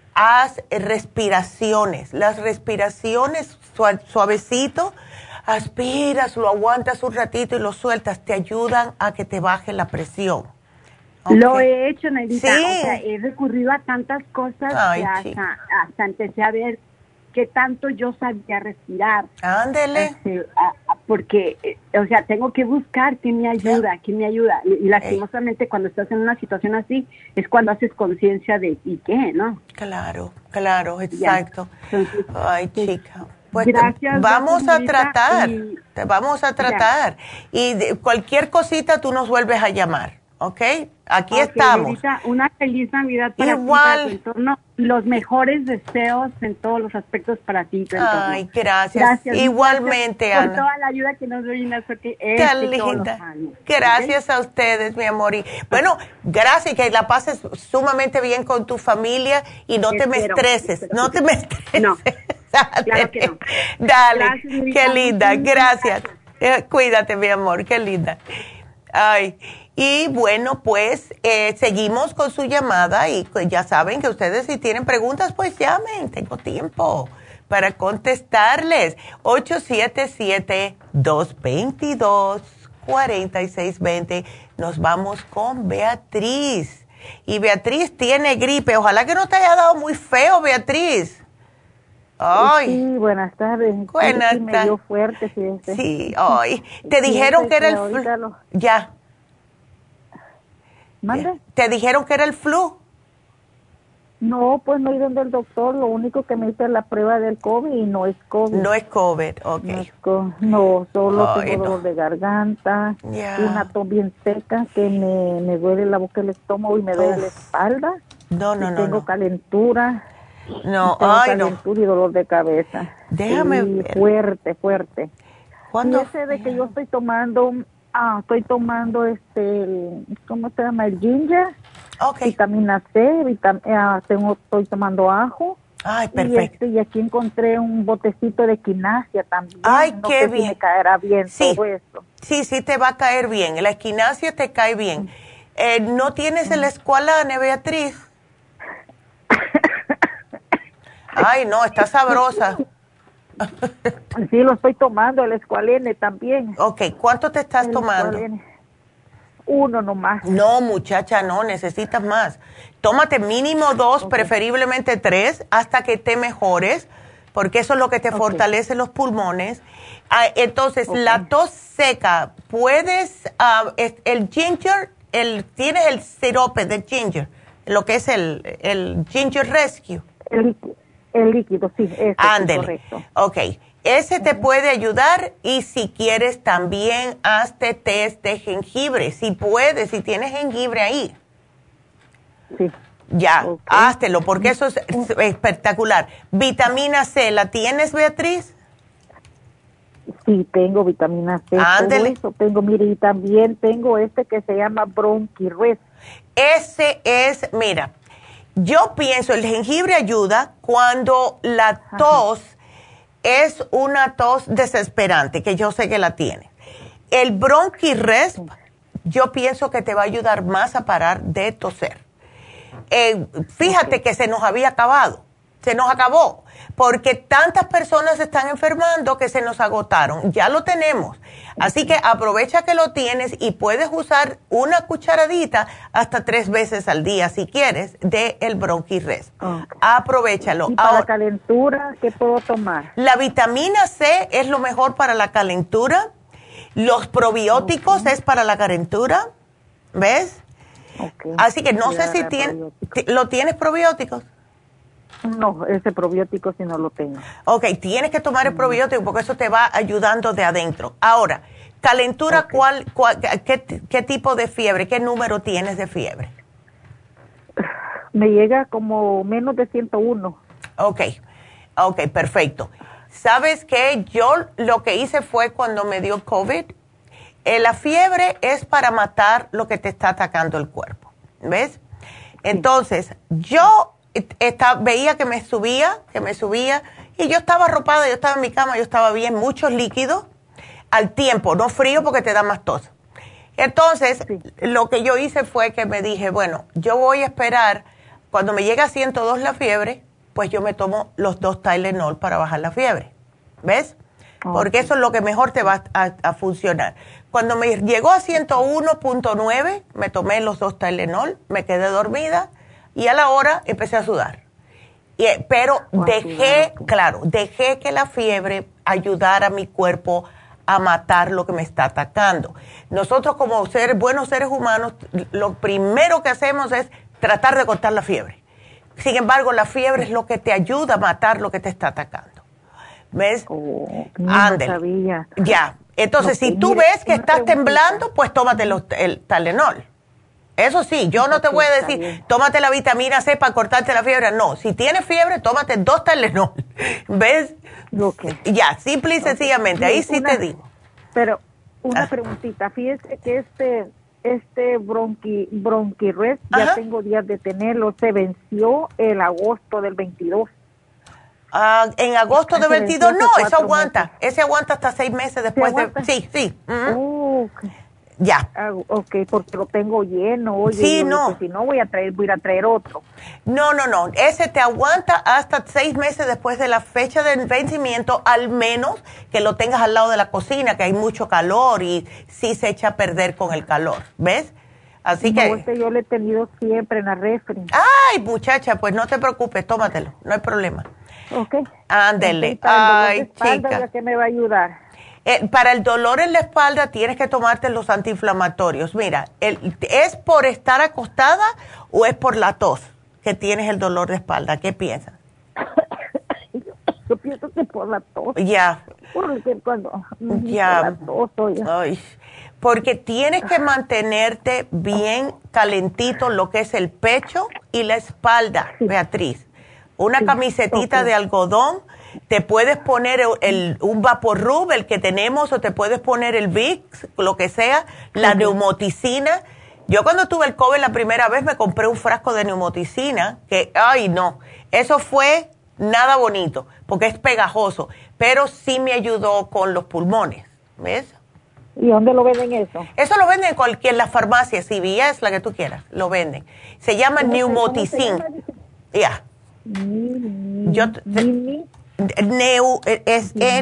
haz respiraciones. Las respiraciones suavecito, aspiras, lo aguantas un ratito y lo sueltas, te ayudan a que te baje la presión. Okay. Lo he hecho, Neidita. Sí. O sea, he recurrido a tantas cosas Ay, que hasta, hasta empecé a ver qué tanto yo sabía respirar. Ándele. Este, a, a, porque, eh, o sea, tengo que buscar quién me ayuda, yeah. quién me ayuda. Y, y lastimosamente Ey. cuando estás en una situación así, es cuando haces conciencia de ¿y qué, no? Claro, claro, exacto. Entonces, Ay, chica. Pues gracias, vamos gracias, a tratar, y, te vamos a tratar. Ya. Y de, cualquier cosita tú nos vuelves a llamar. ¿Ok? Aquí okay, estamos. Lisa, una feliz Navidad para Igual. ti, para tu entorno. Los mejores deseos en todos los aspectos para ti y tu entorno. Ay, gracias. gracias Igualmente, gracias Ana. Por toda la ayuda que nos brindas. Tan linda. Gracias ¿okay? a ustedes, mi amor. Y, bueno, gracias, que la pases sumamente bien con tu familia y no espero, te me estreses. No te me estreses. No. Claro que no. Dale, Gracias, qué linda, gracias. Gracias. Eh, Cuídate, mi amor, qué linda. Ay, y bueno, pues eh, seguimos con su llamada y pues, ya saben que ustedes si tienen preguntas, pues llamen, tengo tiempo para contestarles. ocho siete siete, dos dos dos, cuatro seis dos cero. Nos vamos con Beatriz. Y Beatriz tiene gripe. Ojalá que no te haya dado muy feo, Beatriz. Ay. Sí, buenas tardes. Buenas sí, me dio fuerte, fíjese. Sí, ay. Te dijeron que era el flu. Lo... Ya. ¿Mande? ¿Te dijeron que era el flu? No, pues no he ido donde el doctor. Lo único que me hizo es la prueba del COVID y no es COVID. No es COVID, ok. No, es co no solo ay, tengo no. dolor de garganta, yeah. una tos bien seca que me, me duele la boca, el estómago y me duele Uf. la espalda. No, no, y no. Tengo no. calentura. No, tengo ay, calentura no. y dolor de cabeza. Déjame y ver. Fuerte, fuerte. ¿Cuándo? Y ese de que yo estoy tomando, ah, estoy tomando este, el, ¿cómo se llama? El ginger. Okay. Vitamina C, vitam eh, tengo, estoy tomando ajo. Ay, perfecto. Y, este, y aquí encontré un botecito de quinasia también. Ay, no qué sé bien. Si me caerá bien sí. todo esto. Sí, sí te va a caer bien. La equinacia te cae bien. Eh, ¿No tienes el escualane, Beatriz? Ay, no, está sabrosa. Sí, lo estoy tomando, el escualene también. Ok, ¿cuánto te estás el tomando? Escualene. Uno nomás. No, muchacha, no, necesitas más. Tómate mínimo dos, okay. preferiblemente tres, hasta que te mejores, porque eso es lo que te okay. fortalece los pulmones. Ah, entonces, okay. la tos seca, puedes, uh, el ginger, el, tienes el sirope de ginger, lo que es el, el ginger rescue. El líquido, el líquido sí, ese Ándele. Es correcto. Ok. Ese te puede ayudar y si quieres también hazte test de jengibre, si puedes, si tienes jengibre ahí. Sí. Ya, okay. háztelo porque eso es espectacular. Vitamina C, ¿la tienes, Beatriz? Sí, tengo vitamina C. Ándele. Eso tengo, mire, y también tengo este que se llama Bronchirest. Ese es, mira, yo pienso el jengibre ayuda cuando la tos... Ajá. Es una tos desesperante, que yo sé que la tiene. El Bronchirest, yo pienso que te va a ayudar más a parar de toser. Eh, fíjate okay. que se nos había acabado, se nos acabó, porque tantas personas están enfermando que se nos agotaron. Ya lo tenemos. Así que aprovecha que lo tienes y puedes usar una cucharadita hasta tres veces al día, si quieres, de el Bronchirest. Okay. Aprovechalo. ¿Y para Ahora, la calentura qué puedo tomar? La vitamina C es lo mejor para la calentura. Los probióticos okay. es para la calentura. ¿Ves? Okay. Así que no sé si tiene, ¿lo tienes probióticos? No, ese probiótico sí no lo tengo. Ok, tienes que tomar el probiótico porque eso te va ayudando de adentro. Ahora, calentura, okay. ¿cuál, cuál, qué, qué tipo de fiebre, qué número tienes de fiebre? Me llega como menos de ciento uno. Ok, ok, perfecto. ¿Sabes qué? Yo lo que hice fue cuando me dio COVID, eh, la fiebre es para matar lo que te está atacando el cuerpo, ¿ves? Entonces, yo... Esta, veía que me subía, que me subía, y yo estaba arropada, yo estaba en mi cama, yo estaba bien, muchos líquidos, al tiempo, no frío porque te da más tos. Entonces, sí. lo que yo hice fue que me dije, bueno, yo voy a esperar, cuando me llegue a ciento dos la fiebre, pues yo me tomo los dos Tylenol para bajar la fiebre, ¿ves? Okay. Porque eso es lo que mejor te va a, a funcionar. Cuando me llegó a ciento uno punto nueve, me tomé los dos Tylenol, me quedé dormida, y a la hora empecé a sudar. Y, pero dejé, claro, dejé que la fiebre ayudara a mi cuerpo a matar lo que me está atacando. Nosotros como seres, buenos seres humanos, lo primero que hacemos es tratar de cortar la fiebre. Sin embargo, la fiebre es lo que te ayuda a matar lo que te está atacando. ¿Ves? Oh, no sabía. Ya. Entonces, no, si tú ves que estás temblando, pues tómate los, el Tylenol. Eso sí, yo no te voy a decir, tómate la vitamina C para cortarte la fiebre. No, si tienes fiebre, tómate dos Tylenol. ¿Ves? Okay. Ya, simple y okay. sencillamente, ahí sí una, te digo. Pero una ah. preguntita, fíjese que este este bronqui, Bronchirest, ya tengo días de tenerlo, se venció el agosto del veintidós. Uh, en agosto de veintidós, no, eso aguanta. Meses. Ese aguanta hasta seis meses después de... Sí, sí. Uh-huh. Oh, okay. Ya. Ah, ok, porque lo tengo lleno. Oye, sí, no. Dije, si no, voy a traer, voy a, ir a traer otro. No, no, no. Ese te aguanta hasta seis meses después de la fecha de vencimiento, al menos que lo tengas al lado de la cocina, que hay mucho calor y sí se echa a perder con el calor. ¿Ves? Así no, que... Este yo lo he tenido siempre en la refri. Ay, muchacha, pues no te preocupes, tómatelo. No hay problema. Ok. Ándele. Ay, chica. ¿Ya qué me va a ayudar? Eh, para el dolor en la espalda tienes que tomarte los antiinflamatorios. Mira, el, ¿es por estar acostada o es por la tos que tienes el dolor de espalda? ¿Qué piensas? Yo pienso que por la tos. Ya. Porque cuando... Ya. Por la tos, ya. Ay. Porque tienes que mantenerte bien calentito lo que es el pecho y la espalda, sí. Beatriz. Una camisetita okay. de algodón, te puedes poner el, el, un Vaporub, el que tenemos, o te puedes poner el Vicks, lo que sea, la okay. neumoticina. Yo cuando tuve el COVID la primera vez me compré un frasco de neumoticina, que, ay no, eso fue nada bonito, porque es pegajoso, pero sí me ayudó con los pulmones, ¿ves? ¿Y dónde lo venden eso? Eso lo venden en cualquier, la farmacia, C V S, la que tú quieras, lo venden. Se llama neumoticin. Ya. Yeah. Yo te, neu, es, es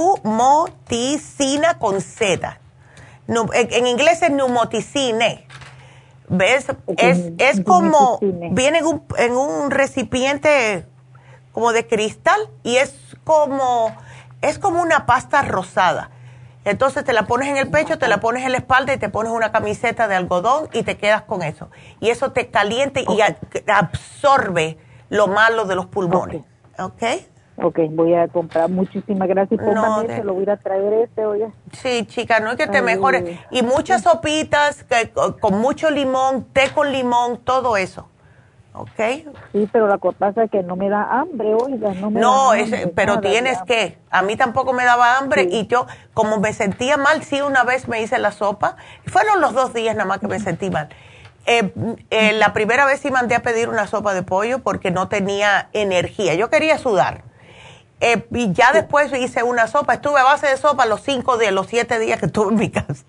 neumoticina con Z. En, en inglés es neumoticine. ¿Ves? Es, es como, viene en un, en un recipiente como de cristal y es como, es como una pasta rosada. Entonces te la pones en el pecho, te la pones en la espalda y te pones una camiseta de algodón y te quedas con eso. Y eso te calienta y a, absorbe lo malo de los pulmones. ¿Ok? Ok, voy a comprar. Muchísimas gracias. No, de... Se lo voy a ir a traer este, oye. Sí, chica, no es que te Ay. mejores. Y muchas sopitas que, con mucho limón, té con limón, todo eso. ¿Ok? Sí, pero la cosa es que no me da hambre, oiga. No, me no da es, hambre, pero tienes que. A mí tampoco me daba hambre sí. y yo, como me sentía mal, sí, una vez me hice la sopa. Fueron los dos días nada más que me sentí mal. Eh, eh, la primera vez sí mandé a pedir una sopa de pollo porque no tenía energía. Yo quería sudar. Eh, y ya después hice una sopa. Estuve a base de sopa los cinco días, los siete días que estuve en mi casa.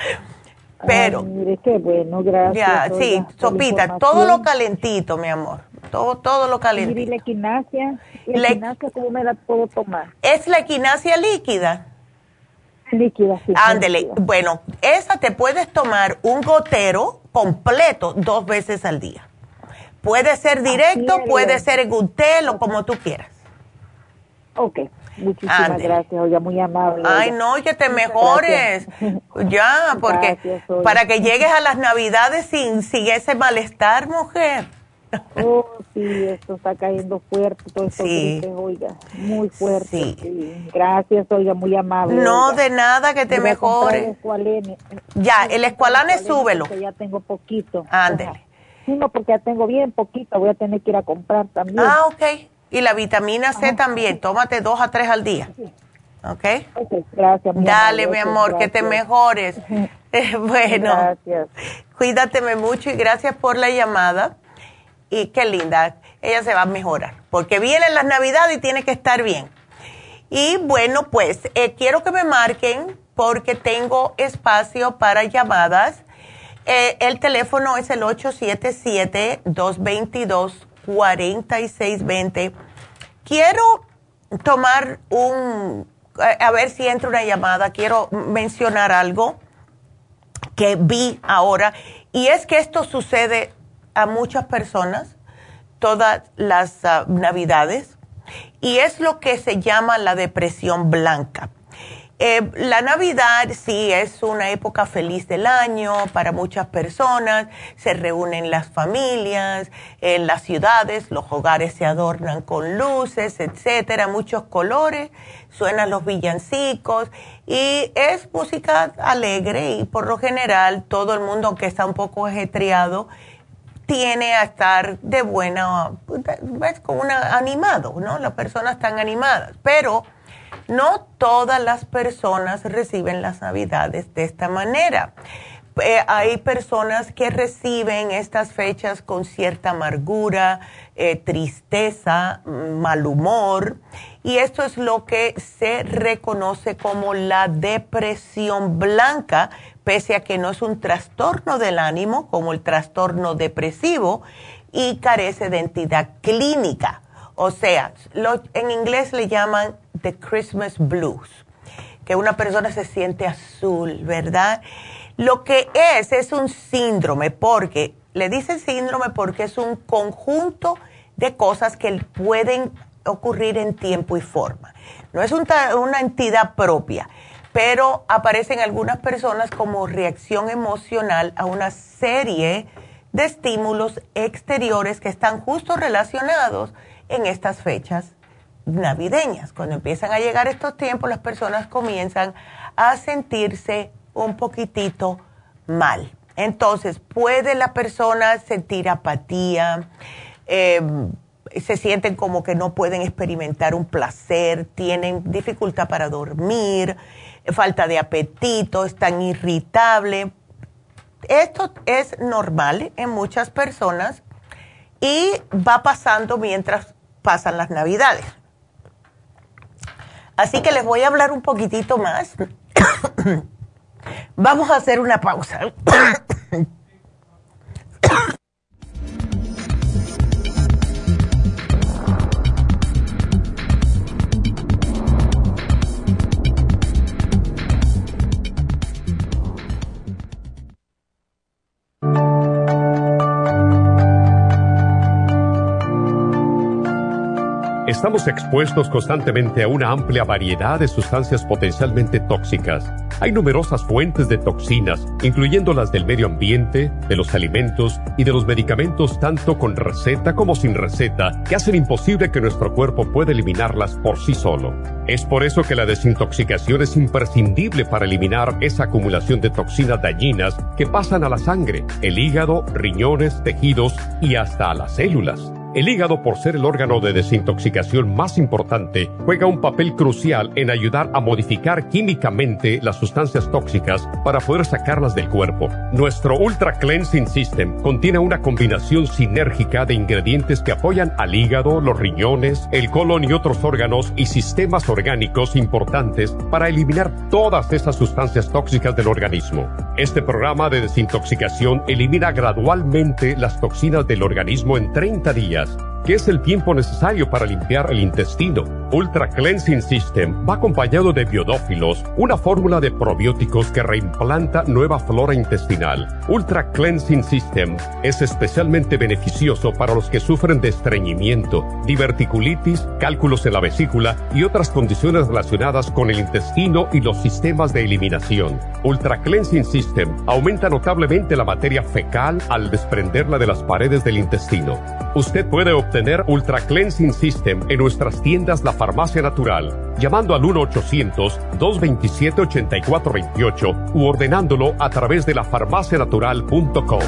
Pero. Ay, mire, qué bueno, gracias. Ya, sí, sopita, todo lo calentito, mi amor. Todo, todo lo calentito. ¿Y la equinacia? ¿La la, equinacia cómo me la puedo tomar? ¿Es la equinacia líquida? Líquida, sí. Ándele. Líquida. Bueno, esa te puedes tomar un gotero completo dos veces al día. Puede ser directo, Así puede es. ser en un té o como tú quieras. Ok, muchísimas Ándele. gracias, oiga, muy amable. Ay, no, que te mejores. Ya, porque gracias, para que llegues a las Navidades sin, sin ese malestar, mujer. Oh, sí, esto está cayendo fuerte, todo esto sí. gripe, oiga, muy fuerte. Sí. Sí. Gracias, oiga, muy amable. No, oiga. de nada, que te mejores. El ya, el escualane, súbelo. Ya tengo poquito. Ándele. Sí, no, porque ya tengo bien poquito, voy a tener que ir a comprar también. Ah, ok. Y la vitamina C Ajá. también, tómate dos a tres al día. Sí. ¿Ok? Ok, gracias. Mi Dale, amor, mi amor, gracias. que te mejores. Bueno, gracias. Cuídateme mucho y gracias por la llamada. Y qué linda, ella se va a mejorar, porque vienen las Navidades y tiene que estar bien. Y bueno, pues eh, quiero que me marquen porque tengo espacio para llamadas. Eh, el teléfono es el ocho siete siete, dos dos dos, cuatro seis dos cero. Quiero tomar un, a ver si entra una llamada, quiero mencionar algo que vi ahora, y es que esto sucede a muchas personas todas las uh, Navidades, y es lo que se llama la depresión blanca. Eh, la Navidad sí es una época feliz del año para muchas personas, se reúnen las familias, en las ciudades, los hogares se adornan con luces, etcétera, muchos colores, suenan los villancicos y es música alegre y por lo general todo el mundo, aunque está un poco ajetreado, tiene a estar de buena, ves, con una animado, ¿no? Las personas están animadas, pero no todas las personas reciben las Navidades de esta manera, Eh, hay personas que reciben estas fechas con cierta amargura, eh, tristeza, mal humor, y esto es lo que se reconoce como la depresión blanca, pese a que no es un trastorno del ánimo como el trastorno depresivo y carece de entidad clínica. O sea, lo, en inglés le llaman the Christmas blues, que una persona se siente azul, ¿verdad? Lo que es, es un síndrome, porque, le dicen síndrome porque es un conjunto de cosas que pueden ocurrir en tiempo y forma. No es un, una entidad propia, pero aparece en algunas personas como reacción emocional a una serie de estímulos exteriores que están justo relacionados en estas fechas navideñas. Cuando empiezan a llegar estos tiempos, las personas comienzan a sentirse un poquitito mal. Entonces, puede la persona sentir apatía, eh, se sienten como que no pueden experimentar un placer, tienen dificultad para dormir, falta de apetito, están irritables. Esto es normal en muchas personas y va pasando mientras pasan las Navidades. Así que les voy a hablar un poquitito más. Vamos a hacer una pausa. Estamos expuestos constantemente a una amplia variedad de sustancias potencialmente tóxicas. Hay numerosas fuentes de toxinas, incluyendo las del medio ambiente, de los alimentos y de los medicamentos tanto con receta como sin receta, que hacen imposible que nuestro cuerpo pueda eliminarlas por sí solo. Es por eso que la desintoxicación es imprescindible para eliminar esa acumulación de toxinas dañinas que pasan a la sangre, el hígado, riñones, tejidos y hasta a las células. El hígado, por ser el órgano de desintoxicación más importante, juega un papel crucial en ayudar a modificar químicamente las sustancias tóxicas para poder sacarlas del cuerpo. Nuestro Ultra Cleansing System contiene una combinación sinérgica de ingredientes que apoyan al hígado, los riñones, el colon y otros órganos y sistemas orgánicos importantes para eliminar todas esas sustancias tóxicas del organismo. Este programa de desintoxicación elimina gradualmente las toxinas del organismo en treinta días, que es el tiempo necesario para limpiar el intestino. Ultra Cleansing System va acompañado de biodófilos, una fórmula de probióticos que reimplanta nueva flora intestinal. Ultra Cleansing System es especialmente beneficioso para los que sufren de estreñimiento, diverticulitis, cálculos en la vesícula y otras condiciones relacionadas con el intestino y los sistemas de eliminación. Ultra Cleansing System aumenta notablemente la materia fecal al desprenderla de las paredes del intestino. Usted puede obtener Ultra Cleansing System en nuestras tiendas La Farmacia Natural, llamando al uno ochocientos, dos veintisiete, ochenta y cuatro veintiocho u ordenándolo a través de la farmacia natural punto com.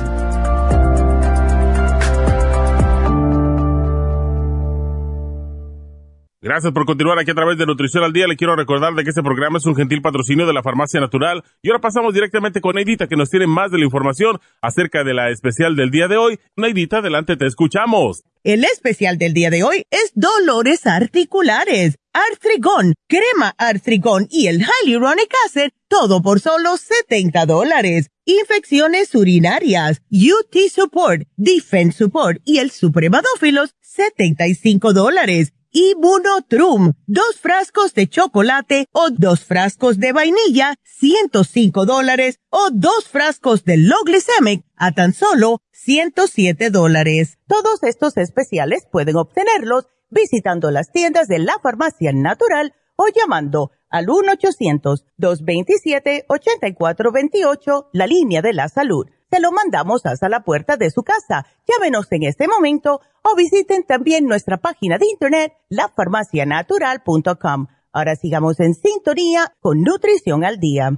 Gracias por continuar aquí a través de Nutrición al Día. Le quiero recordar de que este programa es un gentil patrocinio de la Farmacia Natural. Y ahora pasamos directamente con Neidita, que nos tiene más de la información acerca de la especial del día de hoy. Neidita, adelante, te escuchamos. El especial del día de hoy es dolores articulares, Arthrigon, crema Arthrigon y el Hyaluronic Acid, todo por solo setenta dólares. Infecciones urinarias, U T Support, Defense Support y el Supremadófilos, setenta y cinco dólares. Immunotrum, dos frascos de chocolate o dos frascos de vainilla, ciento cinco dólares, o dos frascos de Low Glycemic a tan solo ciento siete dólares. Todos estos especiales pueden obtenerlos visitando las tiendas de la Farmacia Natural o llamando al uno ochocientos, dos veintisiete, ochenta y cuatro veintiocho, la línea de la salud. Se lo mandamos hasta la puerta de su casa. Llámenos en este momento o visiten también nuestra página de internet, la farmacia natural punto com. Ahora sigamos en sintonía con Nutrición al Día.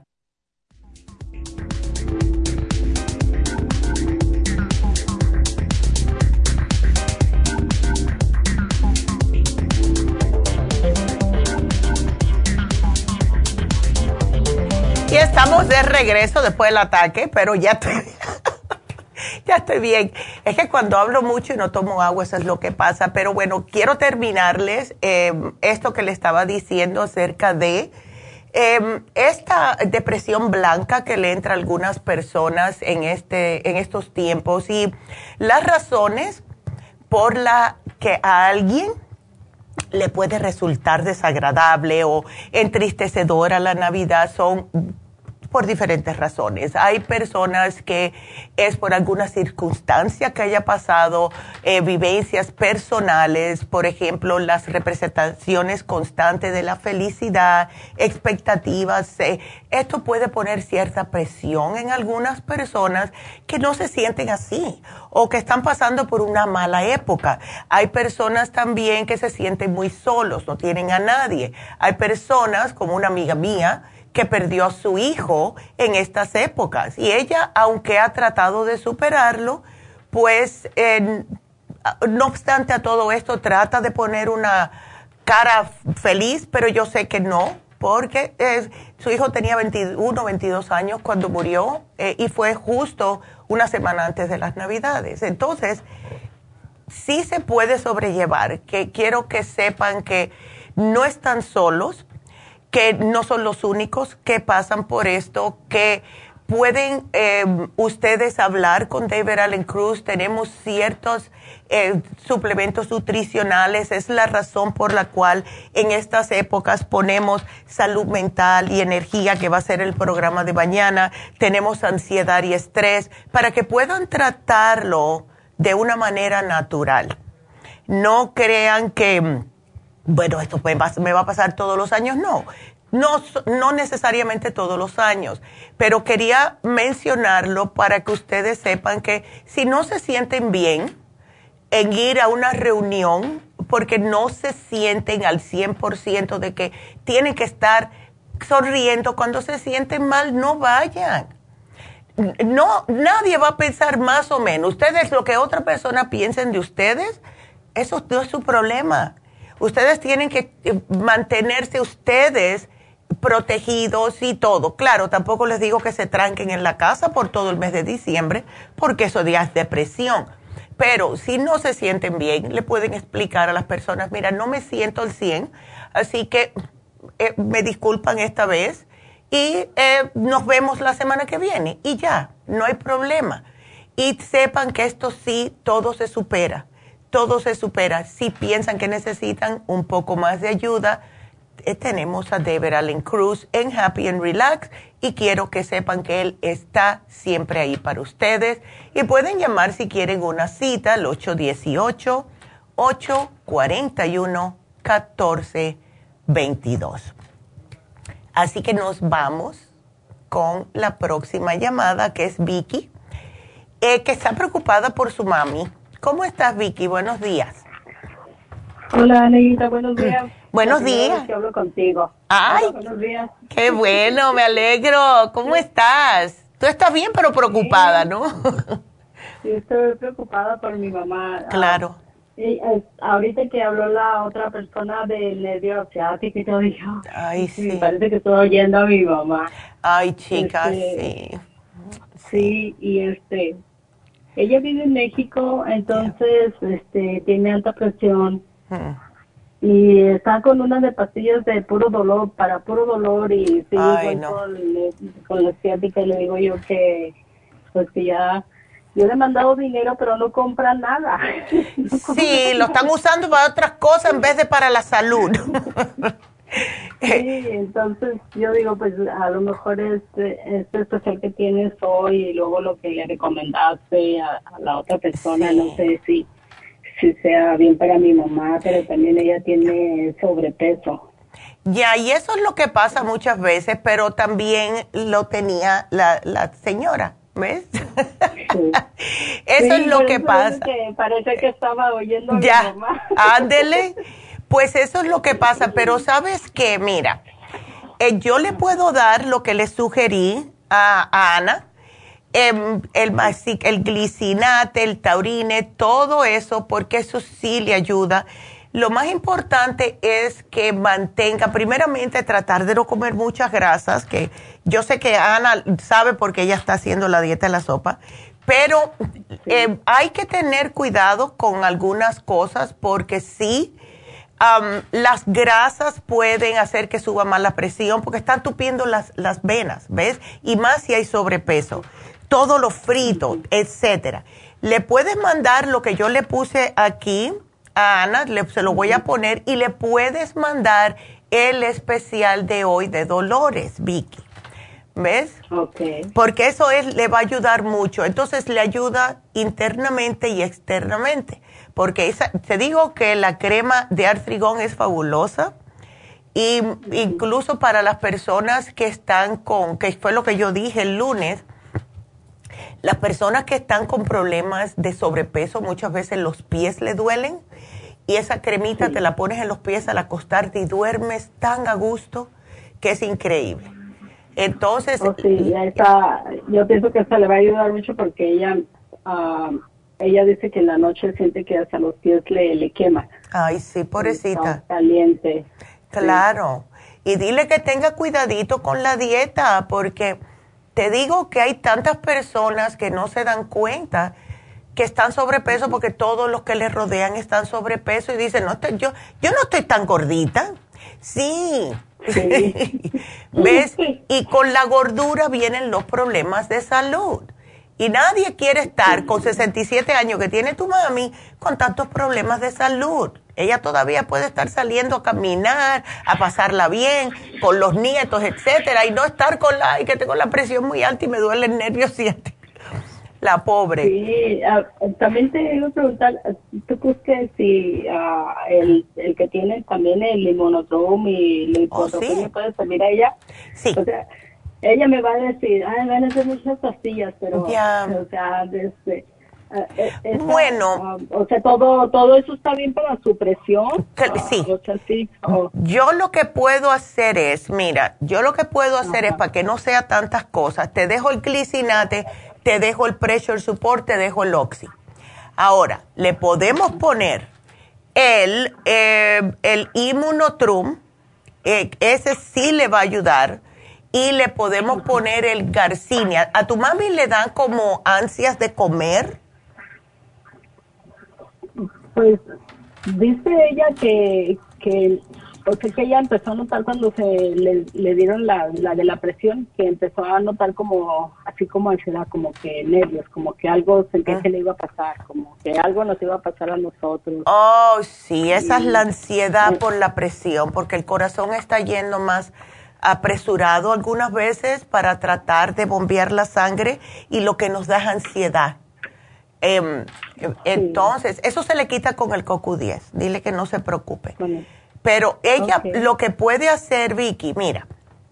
Y estamos de regreso después del ataque, pero ya estoy, ya estoy bien. Es que cuando hablo mucho y no tomo agua, eso es lo que pasa. Pero bueno, quiero terminarles eh, esto que le estaba diciendo acerca de eh, esta depresión blanca que le entra a algunas personas en, este, en estos tiempos. Y las razones por las que a alguien le puede resultar desagradable o entristecedora la Navidad son por diferentes razones. Hay personas que es por alguna circunstancia que haya pasado, eh, vivencias personales, por ejemplo, las representaciones constantes de la felicidad, expectativas. Eh, esto puede poner cierta presión en algunas personas que no se sienten así o que están pasando por una mala época. Hay personas también que se sienten muy solos, no tienen a nadie. Hay personas, como una amiga mía, que perdió a su hijo en estas épocas. Y ella, aunque ha tratado de superarlo, pues, eh, no obstante a todo esto, trata de poner una cara feliz, pero yo sé que no, porque eh, su hijo tenía veintiuno, veintidós años cuando murió, eh, y fue justo una semana antes de las Navidades. Entonces, sí se puede sobrellevar, que quiero que sepan que no están solos, que no son los únicos que pasan por esto, que pueden eh, ustedes hablar con David Allen Cruz. Tenemos ciertos eh, suplementos nutricionales. Es la razón por la cual en estas épocas ponemos salud mental y energía, que va a ser el programa de mañana. Tenemos ansiedad y estrés para que puedan tratarlo de una manera natural. No crean que, bueno, esto me va, me va a pasar todos los años. No, no, no necesariamente todos los años, pero quería mencionarlo para que ustedes sepan que si no se sienten bien en ir a una reunión, porque no se sienten al cien por ciento de que tienen que estar sonriendo cuando se sienten mal, no vayan. No, nadie va a pensar más o menos. Ustedes, lo que otra persona piensen de ustedes, eso no es su problema. Ustedes tienen que mantenerse ustedes protegidos y todo. Claro, tampoco les digo que se tranquen en la casa por todo el mes de diciembre, porque eso ya es depresión. Pero si no se sienten bien, le pueden explicar a las personas, mira, no me siento al cien, así que eh, me disculpan esta vez y eh, nos vemos la semana que viene. Y ya, no hay problema. Y sepan que esto sí, todo se supera. Todo se supera. Si piensan que necesitan un poco más de ayuda, eh, tenemos a David Allen Cruz en Happy and Relax y quiero que sepan que él está siempre ahí para ustedes. Y pueden llamar si quieren una cita al ocho uno ocho, ocho cuatro uno, uno cuatro dos dos. Así que nos vamos con la próxima llamada, que es Vicky, eh, que está preocupada por su mami. ¿Cómo estás, Vicky? Buenos días. Hola, Neguita, buenos días. Buenos días. Que hablo contigo. Ay, Hola, buenos días. Qué bueno, me alegro. ¿Cómo estás? Tú estás bien, pero preocupada, sí. ¿no? Sí, estoy preocupada por mi mamá. Claro. Ah, y, eh, ahorita que habló la otra persona del nervio ciático y todo, dije, ay, sí. Me parece que estoy oyendo a mi mamá. Ay, chica, este, sí. Sí, y este... Ella vive en México, entonces yeah. este tiene alta presión hmm. y está con una de pastillas de puro dolor, para puro dolor, y sí, Ay, no. con, con la ciática, le digo yo que pues que ya, yo le he mandado dinero pero no compra nada. No compra sí, nada. Lo están usando para otras cosas en vez de para la salud. Sí, entonces yo digo, pues a lo mejor este, este especial que tienes hoy y luego lo que le recomendaste a, a la otra persona, sí. No sé si, si sea bien para mi mamá, pero también ella tiene sobrepeso. Ya, y eso es lo que pasa muchas veces, pero también lo tenía la, la señora, ¿ves? Sí. Eso sí, es lo que eso pasa. Es que parece que estaba oyendo a ya, mi mamá. Ándele. Pues eso es lo que pasa, pero ¿sabes qué? Mira, eh, yo le puedo dar lo que le sugerí a, a Ana, eh, el, el glicinate, el taurine, todo eso, porque eso sí le ayuda. lo más importante es que mantenga, primeramente, tratar de no comer muchas grasas, que yo sé que Ana sabe porque ella está haciendo la dieta de la sopa, pero sí. eh, hay que tener cuidado con algunas cosas porque sí, um, las grasas pueden hacer que suba más la presión porque están tupiendo las, las venas, ¿ves? Y más si hay sobrepeso. Todo lo frito, etcétera. Le puedes mandar lo que yo le puse aquí a Ana, le, se lo voy a poner, y le puedes mandar el especial de hoy de Dolores, Vicky. ¿Ves? Okay. Porque eso es, le va a ayudar mucho. Entonces le ayuda internamente y externamente. Porque esa, te digo que la crema de Artrigón es fabulosa. Y incluso para las personas que están con, que fue lo que yo dije el lunes, las personas que están con problemas de sobrepeso, muchas veces los pies le duelen. Y esa cremita sí. te la pones en los pies al acostarte y duermes tan a gusto que es increíble. Entonces, oh, sí, esa, yo pienso que esta le va a ayudar mucho porque ella uh, ella dice que en la noche siente que hasta los pies le, le quema. Ay, sí, pobrecita. Está caliente. Claro. Sí. Y dile que tenga cuidadito con la dieta porque te digo que hay tantas personas que no se dan cuenta que están sobrepeso porque todos los que les rodean están sobrepeso y dicen, no estoy, yo, yo no estoy tan gordita. Sí. Sí. ¿Ves? Y con la gordura vienen los problemas de salud. Y nadie quiere estar con sesenta y siete años que tiene tu mami con tantos problemas de salud. Ella todavía puede estar saliendo a caminar, a pasarla bien, con los nietos, etcétera, y no estar con la, y que tengo la presión muy alta y me duele el nervio ciático. La pobre. Sí, uh, también te iba a preguntar, ¿tú crees que si uh, el, el que tiene también el inmunotrom y el hipotropín oh, ¿sí? puede servir a ella? Sí. O sea, ella me va a decir, ay, van a hacer muchas pastillas, pero, ya. o sea, desde... Uh, esa, bueno, uh, o sea, todo todo eso está bien para su presión. Sí. Uh, o sea, sí oh. Yo lo que puedo hacer es, mira, yo lo que puedo hacer Ajá. es para que no sea tantas cosas, te dejo el glicinate, te dejo el pressure support, te dejo el oxy. Ahora, le podemos poner el, eh, el Immunotrum, eh, ese sí le va a ayudar, y le podemos poner el Garcinia. ¿A tu mami le dan como ansias de comer? Pues dice ella que, que o sea, que ella empezó a notar cuando se le, le dieron la, la de la presión, que empezó a notar como, así como ansiedad, como que nervios, como que algo sentía ah. que le iba a pasar, como que algo nos iba a pasar a nosotros. Oh, sí, esa y, es la ansiedad eh, por la presión, porque el corazón está yendo más apresurado algunas veces para tratar de bombear la sangre y lo que nos da es ansiedad. Eh, sí. Entonces, eso se le quita con el CoQ diez. Dile que no se preocupe. Bueno. Pero ella okay. lo que puede hacer, Vicky, mira,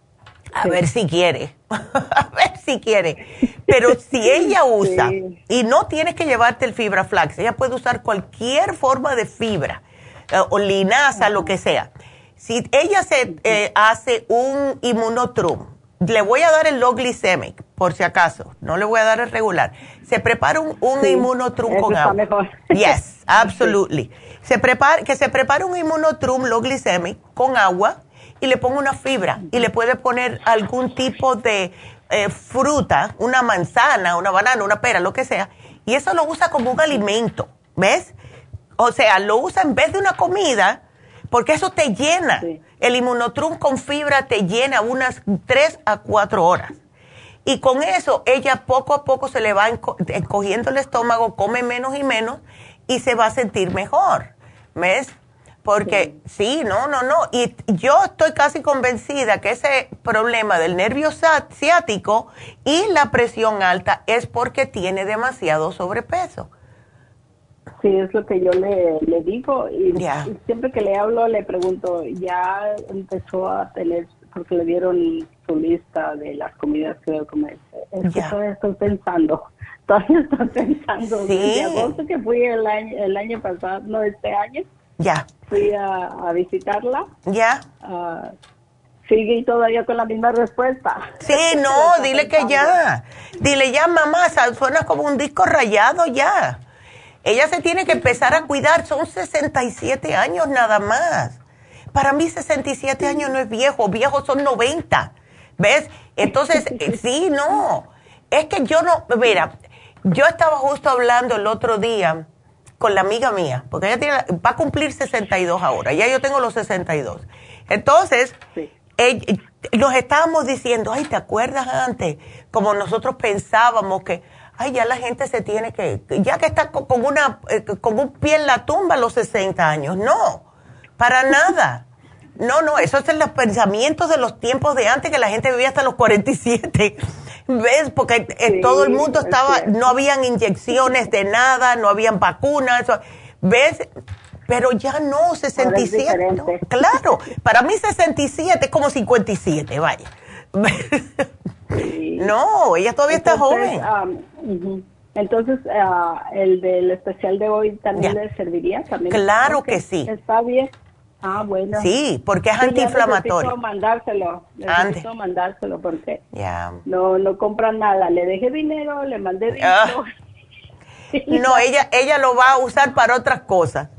a sí. ver si quiere, a ver si quiere. Pero si ella usa, sí. y no tienes que llevarte el fibra flax, ella puede usar cualquier forma de fibra, eh, o linaza, uh-huh. lo que sea. Si ella se eh, hace un Immunotrum, le voy a dar el low glycemic, por si acaso, no le voy a dar el regular. Se prepara un, un sí, Immunotrum con agua. Mejor. Yes, absolutely. Sí. Se prepara, que se prepare un Immunotrum low glycemic con agua y le ponga una fibra y le puede poner algún tipo de eh, fruta, una manzana, una banana, una pera, lo que sea, y eso lo usa como un alimento, ¿ves? O sea, lo usa en vez de una comida, porque eso te llena. Sí. El Immunotrum con fibra te llena unas tres a cuatro horas. Y con eso, ella poco a poco se le va enco- encogiendo el estómago, come menos y menos, y se va a sentir mejor, ¿ves? Porque sí. sí, no, no, no. Y yo estoy casi convencida que ese problema del nervio ciático y la presión alta es porque tiene demasiado sobrepeso. Sí, es lo que yo le, le digo. Y, yeah. y siempre que le hablo, le pregunto, ¿ya empezó a tener, porque le dieron su lista de las comidas que debe comer? Es que yeah. todavía estoy pensando. Todavía estoy pensando. Sí. Desde agosto que fui el año, el año pasado, no, este año. Ya. Yeah. Fui a, a visitarla. Ya. Yeah. Uh, sigue todavía con la misma respuesta. Sí, no, dile pensando. Que ya. Dile ya, mamá, suena como un disco rayado ya. ella se tiene que empezar a cuidar, son sesenta y siete años nada más. Para mí sesenta y siete años no es viejo, viejos son noventa, ¿ves? Entonces, sí, no, es que yo no, mira, yo estaba justo hablando el otro día con la amiga mía, porque ella tiene, va a cumplir sesenta y dos ahora, ya yo tengo los sesenta y dos. Entonces, sí. ella, nos estábamos diciendo, ay, ¿te acuerdas antes? Como nosotros pensábamos que, ay, ya la gente se tiene que, ya que está con, con, una, eh, con un pie en la tumba a los sesenta años. No, para nada. No, no, esos son los pensamientos de los tiempos de antes, que la gente vivía hasta los cuarenta y siete. ¿Ves? Porque sí, todo el mundo estaba, no habían inyecciones de nada, no habían vacunas. ¿Ves? Pero ya no, sesenta y siete. No, claro, para mí sesenta y siete es como cincuenta y siete, vaya. Sí. No, ella todavía Entonces, está joven. Um, uh-huh. Entonces, uh, el del especial de hoy también ya. le serviría. ¿También? Claro okay. que sí. Está bien. Ah, bueno. Sí, porque es sí, antiinflamatorio. Necesito mandárselo, necesito Ande. mandárselo porque yeah. no, no compran nada. Le dejé dinero, le mandé dinero. Uh. No, ella, ella lo va a usar para otras cosas.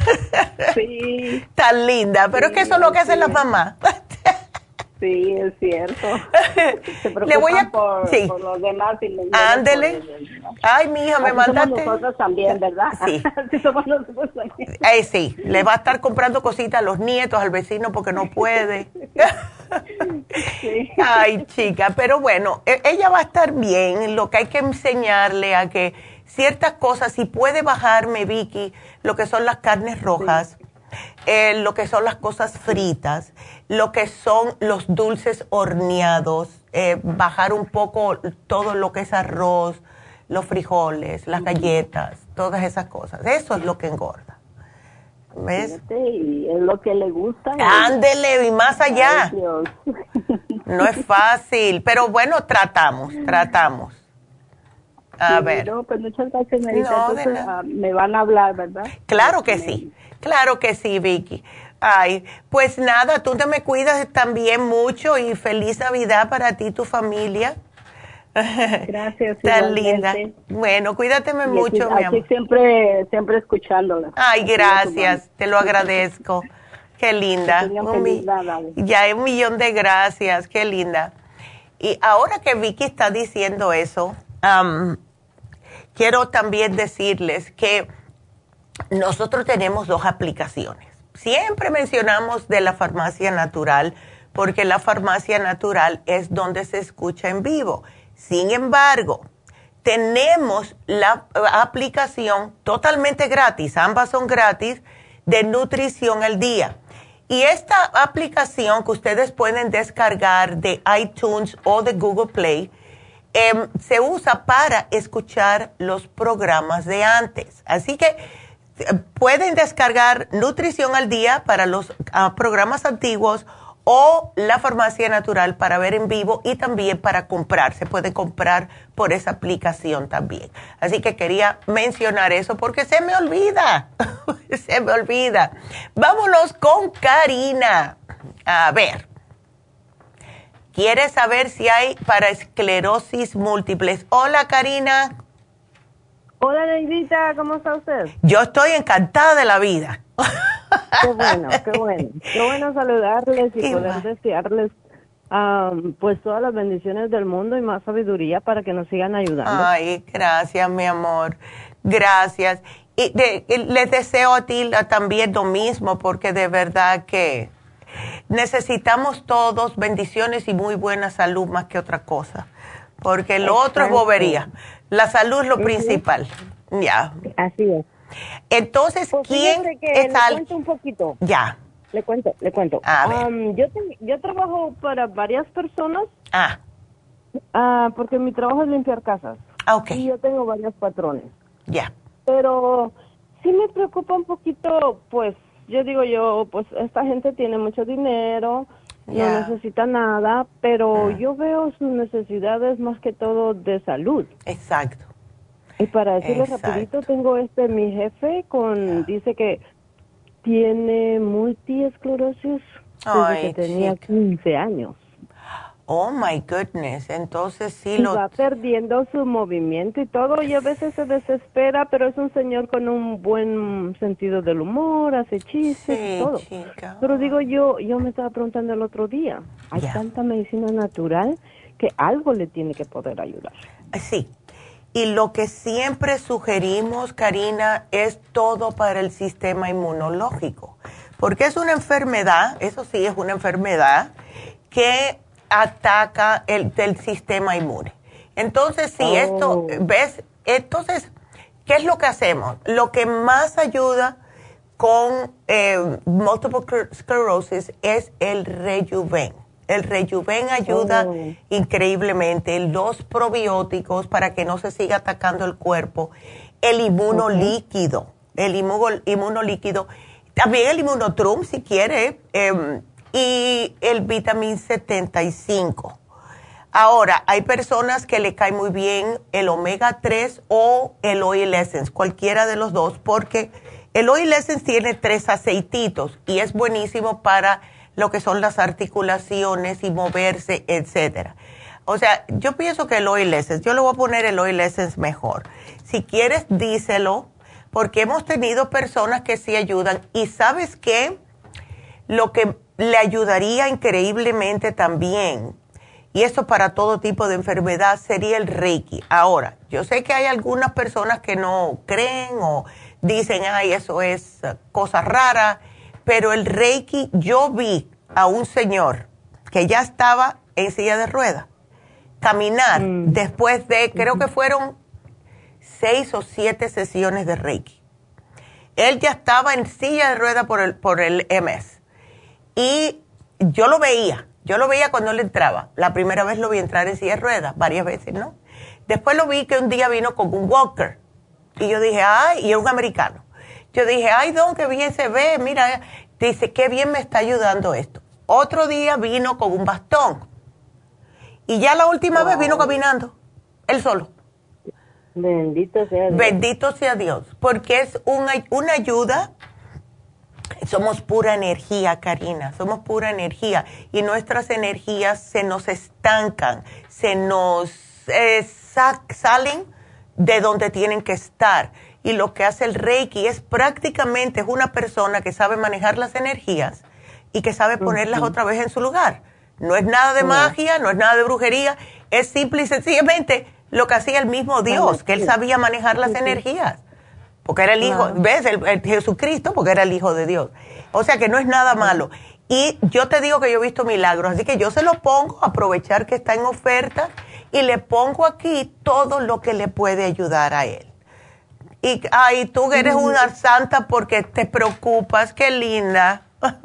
Sí. Tan linda, pero sí, es que eso es lo que sí. hacen las mamás. Sí, es cierto. Se preocupan Le voy a... por, sí. por los demás. Y Ándele. Por... Ay, mi hija, me Así mandaste. Somos nosotros también, ¿verdad? Sí. Así somos nosotros también. Ay, sí, le va a estar comprando cositas a los nietos, al vecino, porque no puede. Sí. Ay, chica, pero bueno, ella va a estar bien. Lo que hay que enseñarle a que ciertas cosas, si puede bajarme, Vicky, lo que son las carnes rojas, sí. eh, lo que son las cosas fritas, lo que son los dulces horneados, eh, bajar un poco todo lo que es arroz, los frijoles, las galletas, todas esas cosas. Eso es lo que engorda. ¿Ves? Y es lo que le gusta. Ándele, y más allá. Ay, no es fácil, pero bueno, tratamos, tratamos. A sí, ver. No, pues muchas gracias, Marita. No, Entonces, uh, me van a hablar, ¿verdad? Claro que sí, claro que sí, Vicky. Ay, pues nada, tú te me cuidas también mucho y feliz Navidad para ti y tu familia. Gracias. Tan linda. Bueno, cuídateme mucho, aquí, mi amor. Aquí siempre, siempre escuchándola. Ay, gracias, te lo agradezco. Qué linda. Un mi... Ya, un millón de gracias, qué linda. Y ahora que Vicky está diciendo eso, um, quiero también decirles que nosotros tenemos dos aplicaciones. Siempre mencionamos de la Farmacia Natural, porque la Farmacia Natural es donde se escucha en vivo. Sin embargo, tenemos la aplicación totalmente gratis, ambas son gratis, de Nutrición al Día. Y esta aplicación que ustedes pueden descargar de iTunes o de Google Play, eh, se usa para escuchar los programas de antes. Así que eh, pueden descargar Nutrición al Día para los uh, programas antiguos, o la Farmacia Natural para ver en vivo y también para comprar. Se puede comprar por esa aplicación también. Así que quería mencionar eso porque se me olvida. Se me olvida. Vámonos con Karina. A ver. ¿Quiere saber si hay para esclerosis múltiples? Hola, Karina. Hola, Neidita. ¿Cómo está usted? Yo estoy encantada de la vida. Qué bueno, qué bueno. Qué bueno saludarles y qué poder va. desearles um, pues todas las bendiciones del mundo y más sabiduría para que nos sigan ayudando. Ay, gracias, mi amor. Gracias. Y de, les deseo a ti también lo mismo, porque de verdad que necesitamos todos bendiciones y muy buena salud más que otra cosa. Porque lo Exacto. otro es bobería. La salud es lo uh-huh. principal. Ya. Así es. Entonces, pues ¿quién que es le al... cuento un poquito. Ya. Le cuento, le cuento. A ver. Um, yo, te, yo trabajo para varias personas. Ah. Uh, porque mi trabajo es limpiar casas. Ah, ok. Y yo tengo varios patrones. Ya. Pero sí me preocupa un poquito, pues, yo digo yo, pues, esta gente tiene mucho dinero, yeah. no necesita nada, pero mm. yo veo sus necesidades más que todo de salud. Exacto. Y para decirles Exacto. rapidito, tengo este, mi jefe con, dice que tiene multiesclerosis desde Ay, que tenía chica. quince años. Oh, my goodness. Entonces sí y lo... va perdiendo su movimiento y todo, y a veces se desespera, pero es un señor con un buen sentido del humor, hace chistes Sí, y todo. chica. Pero digo yo, yo me estaba preguntando el otro día, hay Ya. tanta medicina natural que algo le tiene que poder ayudar. Sí. Y lo que siempre sugerimos, Karina, es todo para el sistema inmunológico. Porque es una enfermedad, eso sí es una enfermedad, que ataca el del sistema inmune. Entonces, si Oh. esto, ¿ves? Entonces, ¿qué es lo que hacemos? Lo que más ayuda con eh, multiple sclerosis es el Rejuven. El Rejuven ayuda Oh. increíblemente, los probióticos para que no se siga atacando el cuerpo, el inmunolíquido, el inmuno, inmunolíquido, también el inmunotrum si quiere, eh, y el vitamin setenta y cinco. Ahora, hay personas que le cae muy bien el omega tres o el oil essence, cualquiera de los dos, porque el oil essence tiene tres aceititos y es buenísimo para lo que son las articulaciones y moverse, etcétera. O sea, yo pienso que el oil essence, yo le voy a poner el oil essence mejor. Si quieres, díselo, porque hemos tenido personas que sí ayudan. Y ¿sabes qué? Lo que le ayudaría increíblemente también, y esto para todo tipo de enfermedad, sería el Reiki. Ahora, yo sé que hay algunas personas que no creen o dicen, ay, eso es cosa rara, pero el Reiki, yo vi a un señor que ya estaba en silla de ruedas caminar mm. después de, creo que fueron seis o siete sesiones de Reiki. Él ya estaba en silla de ruedas por el, por el M S. Y yo lo veía, yo lo veía cuando él entraba. La primera vez lo vi entrar en silla de ruedas, varias veces, ¿no? Después lo vi que un día vino con un walker. Y yo dije, ay, y es un americano. Yo dije, ay, don, qué bien se ve, mira. Dice, qué bien me está ayudando esto. Otro día vino con un bastón. Y ya la última wow. vez vino caminando, él solo. Bendito sea Dios. Bendito sea Dios, porque es una, una ayuda. Somos pura energía, Karina, somos pura energía. Y nuestras energías se nos estancan, se nos eh, salen de donde tienen que estar. Y lo que hace el Reiki es prácticamente es una persona que sabe manejar las energías y que sabe ponerlas uh-huh. otra vez en su lugar. No es nada de uh-huh. magia, no es nada de brujería, es simple y sencillamente lo que hacía el mismo Dios, que él sabía manejar las uh-huh. energías. Porque era el hijo, uh-huh. ¿ves? El, el Jesucristo, porque era el hijo de Dios. O sea que no es nada malo. Y yo te digo que yo he visto milagros, así que yo se lo pongo, aprovechar que está en oferta, y le pongo aquí todo lo que le puede ayudar a él. Y ay, tú eres una santa porque te preocupas, qué linda.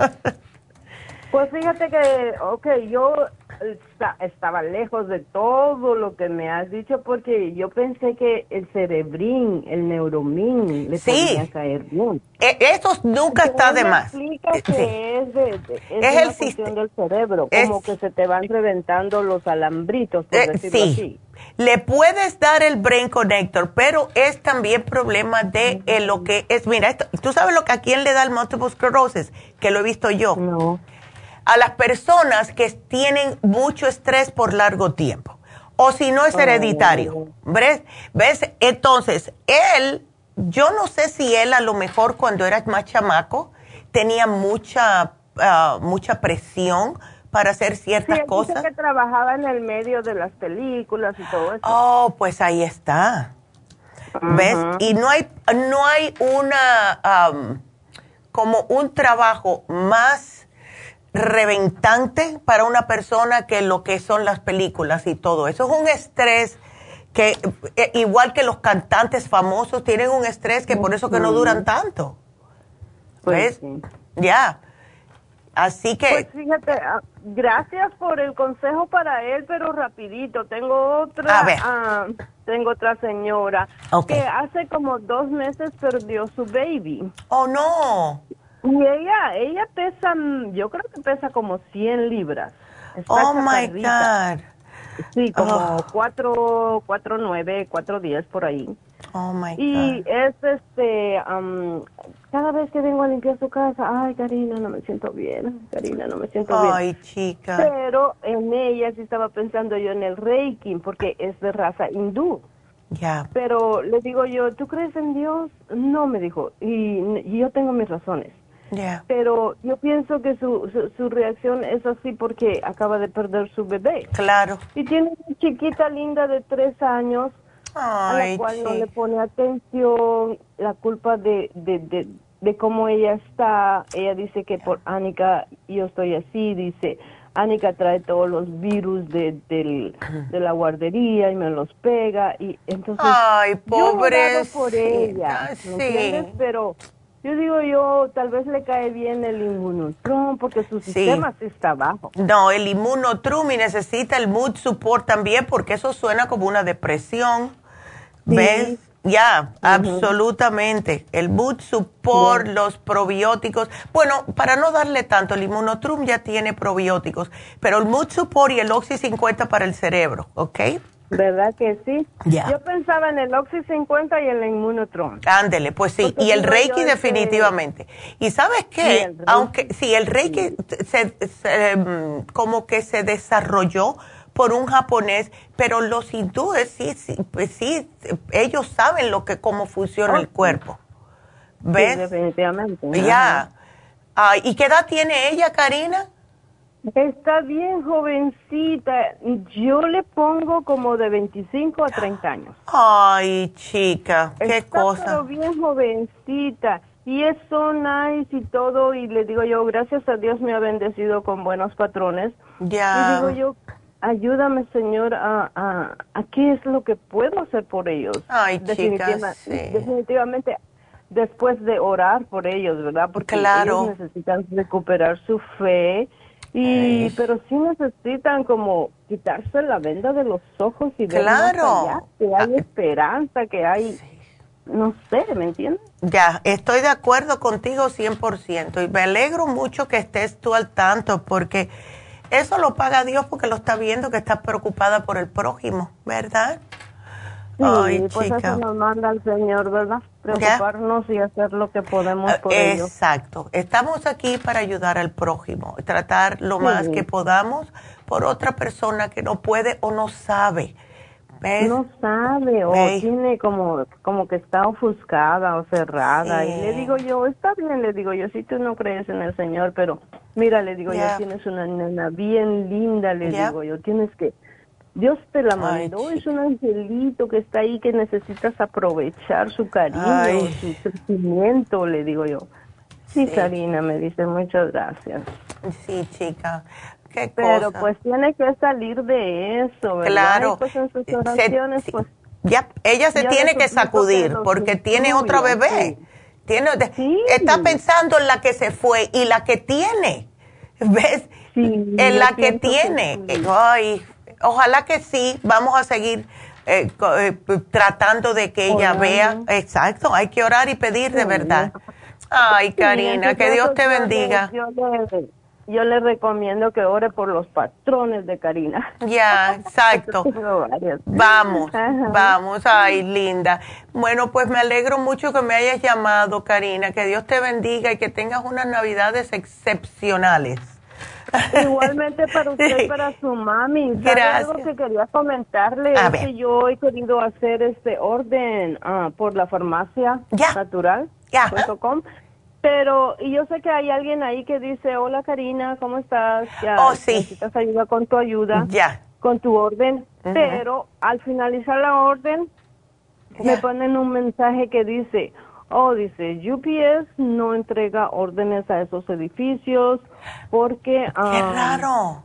Pues fíjate que, ok, yo está, estaba lejos de todo lo que me has dicho porque yo pensé que el cerebrín, el neuromín, le sí. podía caer bien. Eh, eso nunca Pero está de me más. explica que sí. es, de, de, es, es una el cuestión del cerebro, como es, que se te van reventando los alambritos, por eh, decirlo sí. así. Le puedes dar el Brain Connector, pero es también problema de uh-huh. eh, lo que es, mira, esto, tú sabes lo que a quién le da el multiple sclerosis, que lo he visto yo. No. A las personas que tienen mucho estrés por largo tiempo, o si no es hereditario, oh. ¿ves? ¿Ves? Entonces, él, yo no sé si él a lo mejor cuando era más chamaco tenía mucha, uh, mucha presión para hacer ciertas sí, cosas. Sí, que trabajaba en el medio de las películas y todo eso. Oh, pues ahí está. Uh-huh. ¿Ves? Y no hay, no hay una, um, como un trabajo más reventante para una persona que lo que son las películas y todo. Eso es un estrés que, eh, igual que los cantantes famosos, tienen un estrés que por eso que no duran tanto. ¿Ves? Pues sí. Ya. Así que... Pues fíjate, gracias por el consejo para él, pero rapidito. Tengo otra... A ver. Uh, tengo otra señora okay. que hace como dos meses perdió su baby. Oh, no. Y ella, ella pesa, yo creo que pesa como cien libras. Está oh, my chaparrita. God. Sí, como oh. cuatro, cuatro, nueve, cuatro, diez por ahí. Oh, my y God. es este, um, cada vez que vengo a limpiar su casa, ay, Karina, no me siento bien, Karina, no me siento bien. Ay, chica. Pero en ella sí estaba pensando yo en el Reiki, porque es de raza hindú. Ya. Yeah. Pero le digo yo, ¿tú crees en Dios? No, me dijo, y, y yo tengo mis razones. Yeah. Pero yo pienso que su, su, su reacción es así porque acaba de perder su bebé. Claro. Y tiene una chiquita linda de tres años, ay, a la cual sí. no le pone atención, la culpa de, de, de, de cómo ella está. Ella dice que por Anika yo estoy así, dice, Anika trae todos los virus de, de, de la guardería y me los pega. Y entonces, ay, pobre. Yo por ella, sí. ¿me entiendes? Pero yo digo yo, tal vez le cae bien el Immunotrum porque su sí. sistema sí está bajo. No, el Immunotrum y necesita el Mood Support también porque eso suena como una depresión. Sí. ¿Ves? Ya, uh-huh. absolutamente. El Mood Support, yeah. los probióticos. Bueno, para no darle tanto, el Immunotrum ya tiene probióticos, pero el Mood Support y el Oxy cincuenta para el cerebro, ¿ok? ¿Verdad que sí? Yeah. Yo pensaba en el Oxy cincuenta y el Inmunotron. Ándele, pues sí. Porque y el Reiki definitivamente. Que... Y ¿sabes qué? Sí, aunque sí, el Reiki sí. Se, se, um, como que se desarrolló por un japonés, pero los hindúes sí, sí, pues sí, ellos saben lo que cómo funciona oh, el cuerpo. ¿Ves? Sí, definitivamente. Ya. Ah, ¿y qué edad tiene ella, Karina? Está bien jovencita. Yo le pongo como de veinticinco a treinta años. Ay, chica, qué Está cosa. Pero bien jovencita. Y es so nice y todo. Y le digo yo, gracias a Dios me ha bendecido con buenos patrones. Ya. Y digo yo, ayúdame, Señor, a, a, a qué es lo que puedo hacer por ellos. Ay, Definitiva, chicas, sí. Definitivamente, después de orar por ellos, ¿verdad? Porque claro. ellos necesitan recuperar su fe. Y Ay. Pero sí necesitan como quitarse la venda de los ojos y ver claro. más allá, que hay ah. esperanza, que hay, sí. no sé, ¿me entiendes? Ya, estoy de acuerdo contigo cien por ciento y me alegro mucho que estés tú al tanto porque eso lo paga Dios porque lo está viendo que estás preocupada por el prójimo, ¿verdad? Sí, Ay, pues chica. Eso nos manda el Señor, ¿verdad? Preocuparnos ¿Ya? Y hacer lo que podemos por ellos. Exacto. Estamos aquí para ayudar al prójimo, tratar lo sí. más que podamos por otra persona que no puede o no sabe. ¿Ves? No sabe o ¿Ves? Tiene como como que está ofuscada o cerrada. Sí. Y le digo yo, está bien, le digo yo, si tú no crees en el Señor, pero mira, le digo yeah. yo, tienes una nena bien linda, le yeah. digo yo, tienes que... Dios te la mandó, Ay, es un angelito que está ahí que necesitas aprovechar su cariño, Ay. Su crecimiento, le digo yo. Sí, sí, Karina, me dice, muchas gracias. Sí, chica, qué Pero cosa. pues tiene que salir de eso, ¿verdad? Claro. Y pues en sus oraciones, se, pues... Ya, ella se tiene que sacudir porque tiene otra bebé. Sí. Tiene, sí. Está pensando en la que se fue y la que tiene, ¿ves? Sí, en la que tiene. Que sí. Ay, ojalá que sí, vamos a seguir eh, eh, tratando de que ella Orando. Vea. Exacto, hay que orar y pedir de verdad. Ay, Karina, sí, que Dios te bendiga. Yo le, yo le recomiendo que ore por los patrones de Karina. Ya, exacto. Vamos, Ajá. vamos. Ay, linda. Bueno, pues me alegro mucho que me hayas llamado, Karina. Que Dios te bendiga y que tengas unas navidades excepcionales. Igualmente para usted, sí. Para su mami. ¿Sabe Gracias. Algo que quería comentarle a es ver. Que yo he querido hacer este orden uh, por la farmacia ya. natural punto com, pero y yo sé que hay alguien ahí que dice, hola Karina, ¿cómo estás? Ya, oh, sí. Necesitas ayuda con tu ayuda, ya. con tu orden, uh-huh. Pero al finalizar la orden ya. Me ponen un mensaje que dice, oh, dice, U P S no entrega órdenes a esos edificios porque... ¡Qué um, raro!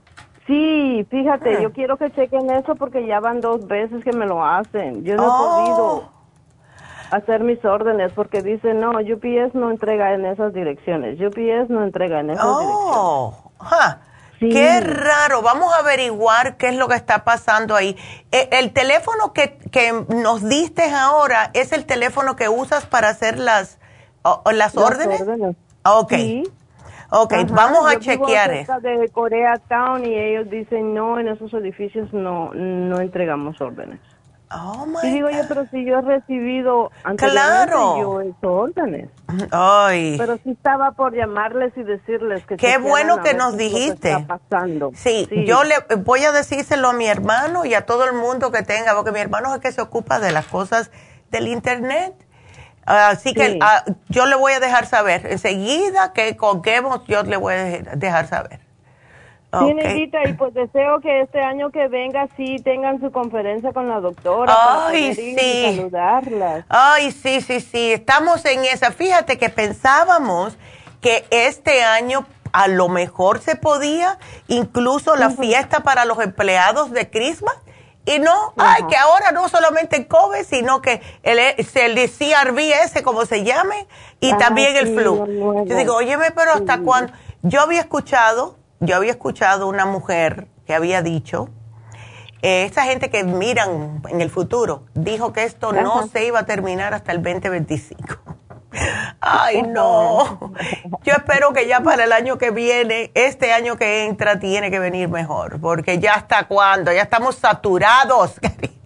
Sí, fíjate, hmm. yo quiero que chequen eso porque ya van dos veces que me lo hacen. Yo no oh. he podido hacer mis órdenes porque dicen, no, U P S no entrega en esas direcciones. U P S no entrega en esas oh. direcciones. Huh. Sí. Qué raro, vamos a averiguar qué es lo que está pasando ahí. El, el teléfono que, que nos diste ahora es el teléfono que usas para hacer las, o, las, las órdenes. órdenes. Ok, sí. Ok, Ajá, vamos a yo chequear eso. De Koreatown y ellos dicen no, en esos edificios no, no entregamos órdenes. Oh, my Y digo God. yo, pero si yo he recibido anteriormente Claro. yo esos órdenes. Ay. Pero sí estaba por llamarles y decirles que... Qué se bueno quedan a que ver nos qué es lo que dijiste. está pasando. Sí, Sí. yo le voy a decírselo a mi hermano y a todo el mundo que tenga, porque mi hermano es el que se ocupa de las cosas del internet. Así que Sí. uh, yo le voy a dejar saber enseguida que colguemos, yo le voy a dejar saber. Sí, Okay. Neidita, y pues deseo que este año que venga sí tengan su conferencia con la doctora Ay, para poder ir sí. y saludarlas. Ay, sí, sí, sí, estamos en esa. Fíjate que pensábamos que este año a lo mejor se podía, incluso la uh-huh. fiesta para los empleados de Christmas. Y no, uh-huh. ay, que ahora no solamente el COVID, sino que el, el C R V ese, como se llame, y ah, también sí, el flu. Yo digo, óyeme, pero ¿hasta sí. cuándo? Yo había escuchado, yo había escuchado una mujer que había dicho, eh, esa gente que miran en el futuro, dijo que esto uh-huh. no se iba a terminar hasta el veinte veinticinco. Ay, no. Yo espero que ya para el año que viene, este año que entra, tiene que venir mejor, porque ya hasta cuándo, ya estamos saturados.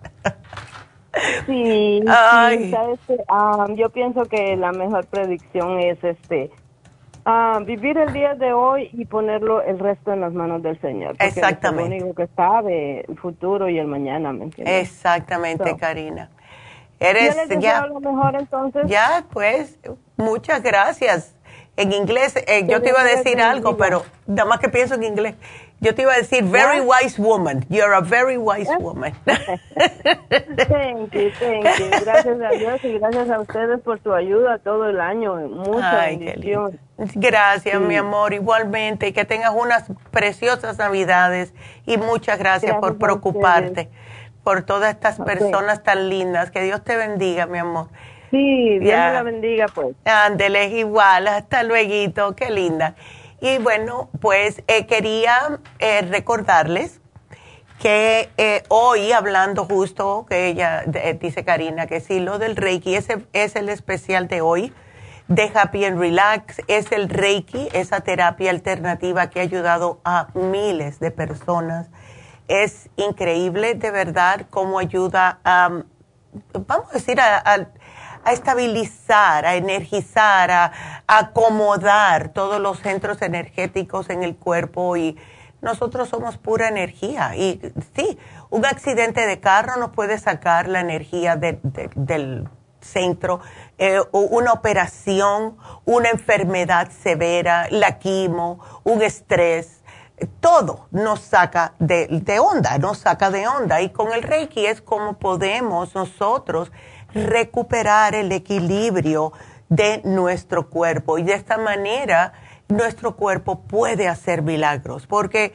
Sí, Ay. sí, sabes que, um, yo pienso que la mejor predicción es este uh, vivir el día de hoy y ponerlo el resto en las manos del Señor. Exactamente. Es lo único que sabe el futuro y el mañana, ¿me entiendes? Exactamente, so. Karina. Eres, yo les deseo ya, lo mejor entonces. Ya, pues, muchas gracias. En inglés, eh, yo te iba a decir algo, pero nada más que pienso en inglés. Yo te iba a decir, very wise woman. You're a very wise woman. Thank you, thank you. Gracias a Dios y gracias a ustedes por su ayuda todo el año. Mucha Ay, bendición. Gracias, sí. mi amor, igualmente. Y que tengas unas preciosas Navidades. Y muchas gracias, gracias por preocuparte por todas estas personas okay. tan lindas. Que Dios te bendiga, mi amor. Sí, Dios me la bendiga, pues. Ándele, igual. Hasta luego. Qué linda. Y bueno, pues eh, quería eh, recordarles que eh, hoy, hablando justo, que ella de, dice Karina, que sí, lo del Reiki, ese es el especial de hoy, de Happy and Relax, es el Reiki, esa terapia alternativa que ha ayudado a miles de personas. Es increíble, de verdad, cómo ayuda a, vamos a decir, a... a a estabilizar, a energizar, a, a acomodar todos los centros energéticos en el cuerpo y nosotros somos pura energía. Y sí, un accidente de carro nos puede sacar la energía de, de, del centro, eh, una operación, una enfermedad severa, la quimo, un estrés, todo nos saca de, de onda, nos saca de onda. Y con el Reiki es como podemos nosotros recuperar el equilibrio de nuestro cuerpo y de esta manera nuestro cuerpo puede hacer milagros porque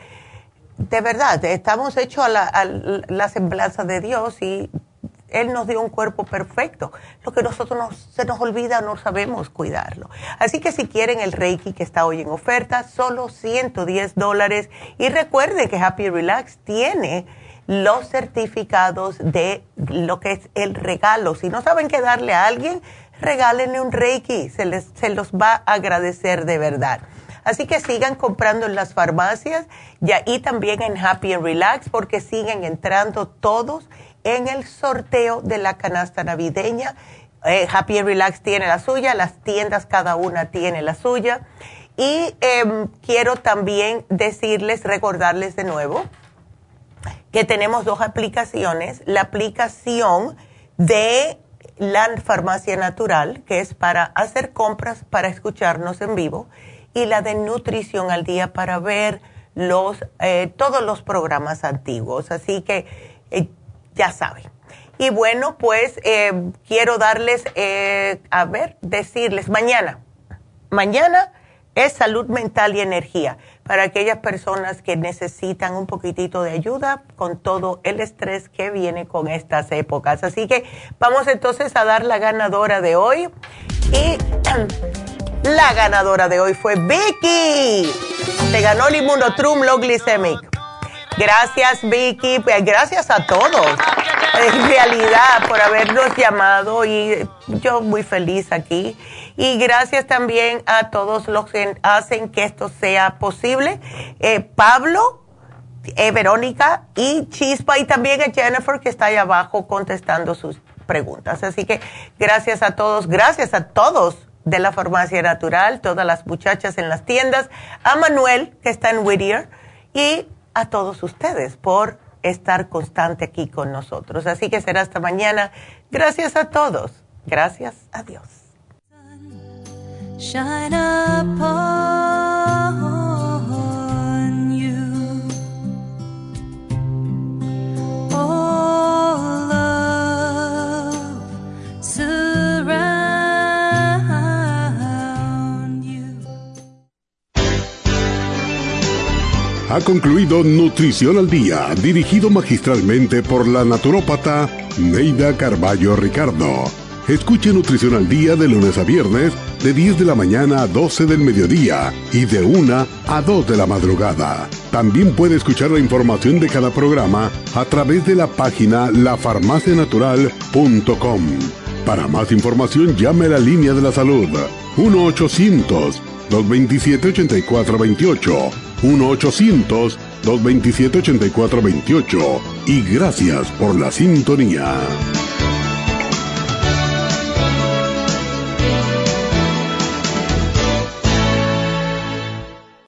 de verdad estamos hechos a la, a la semblanza de Dios y Él nos dio un cuerpo perfecto, lo que nosotros nos, se nos olvida, no sabemos cuidarlo. Así que si quieren el Reiki que está hoy en oferta, solo ciento diez dólares y recuerden que Happy Relax tiene los certificados de lo que es el regalo. Si no saben qué darle a alguien, regálenle un Reiki, se, les, se los va a agradecer de verdad. Así que sigan comprando en las farmacias ya, y también en Happy and Relax porque siguen entrando todos en el sorteo de la canasta navideña. Eh, Happy and Relax tiene la suya, las tiendas cada una tiene la suya. Y eh, quiero también decirles, recordarles de nuevo, que tenemos dos aplicaciones, la aplicación de la Farmacia Natural, que es para hacer compras, para escucharnos en vivo, y la de Nutrición al Día para ver los eh, todos los programas antiguos. Así que eh, ya saben. Y bueno, pues eh, quiero darles, eh, a ver, decirles, mañana, mañana es salud mental y energía para aquellas personas que necesitan un poquitito de ayuda con todo el estrés que viene con estas épocas. Así que vamos entonces a dar la ganadora de hoy. Y la ganadora de hoy fue Vicky. Se ganó el Immunotrum Low Glycemic. Gracias, Vicky. Gracias a todos, en realidad, por habernos llamado y yo muy feliz aquí. Y gracias también a todos los que hacen que esto sea posible. Eh, Pablo, eh, Verónica y Chispa, y también a Jennifer, que está ahí abajo contestando sus preguntas. Así que gracias a todos, gracias a todos de la Farmacia Natural, todas las muchachas en las tiendas, a Manuel, que está en Whittier, y a todos ustedes por estar constante aquí con nosotros. Así que será hasta mañana. Gracias a todos. Gracias a Dios. Shine upon you. Oh, love, surround you. Ha concluido Nutrición al Día, dirigido magistralmente por la naturópata Neida Carballo Ricardo. Escuche Nutrición al Día de lunes a viernes de diez de la mañana a doce del mediodía y de una a dos de la madrugada. También puede escuchar la información de cada programa a través de la página la farmacia natural punto com. Para más información llame a la línea de la salud uno ochocientos, dos veintisiete, ochenta y cuatro veintiocho, uno ochocientos, dos veintisiete, ochenta y cuatro veintiocho, y gracias por la sintonía.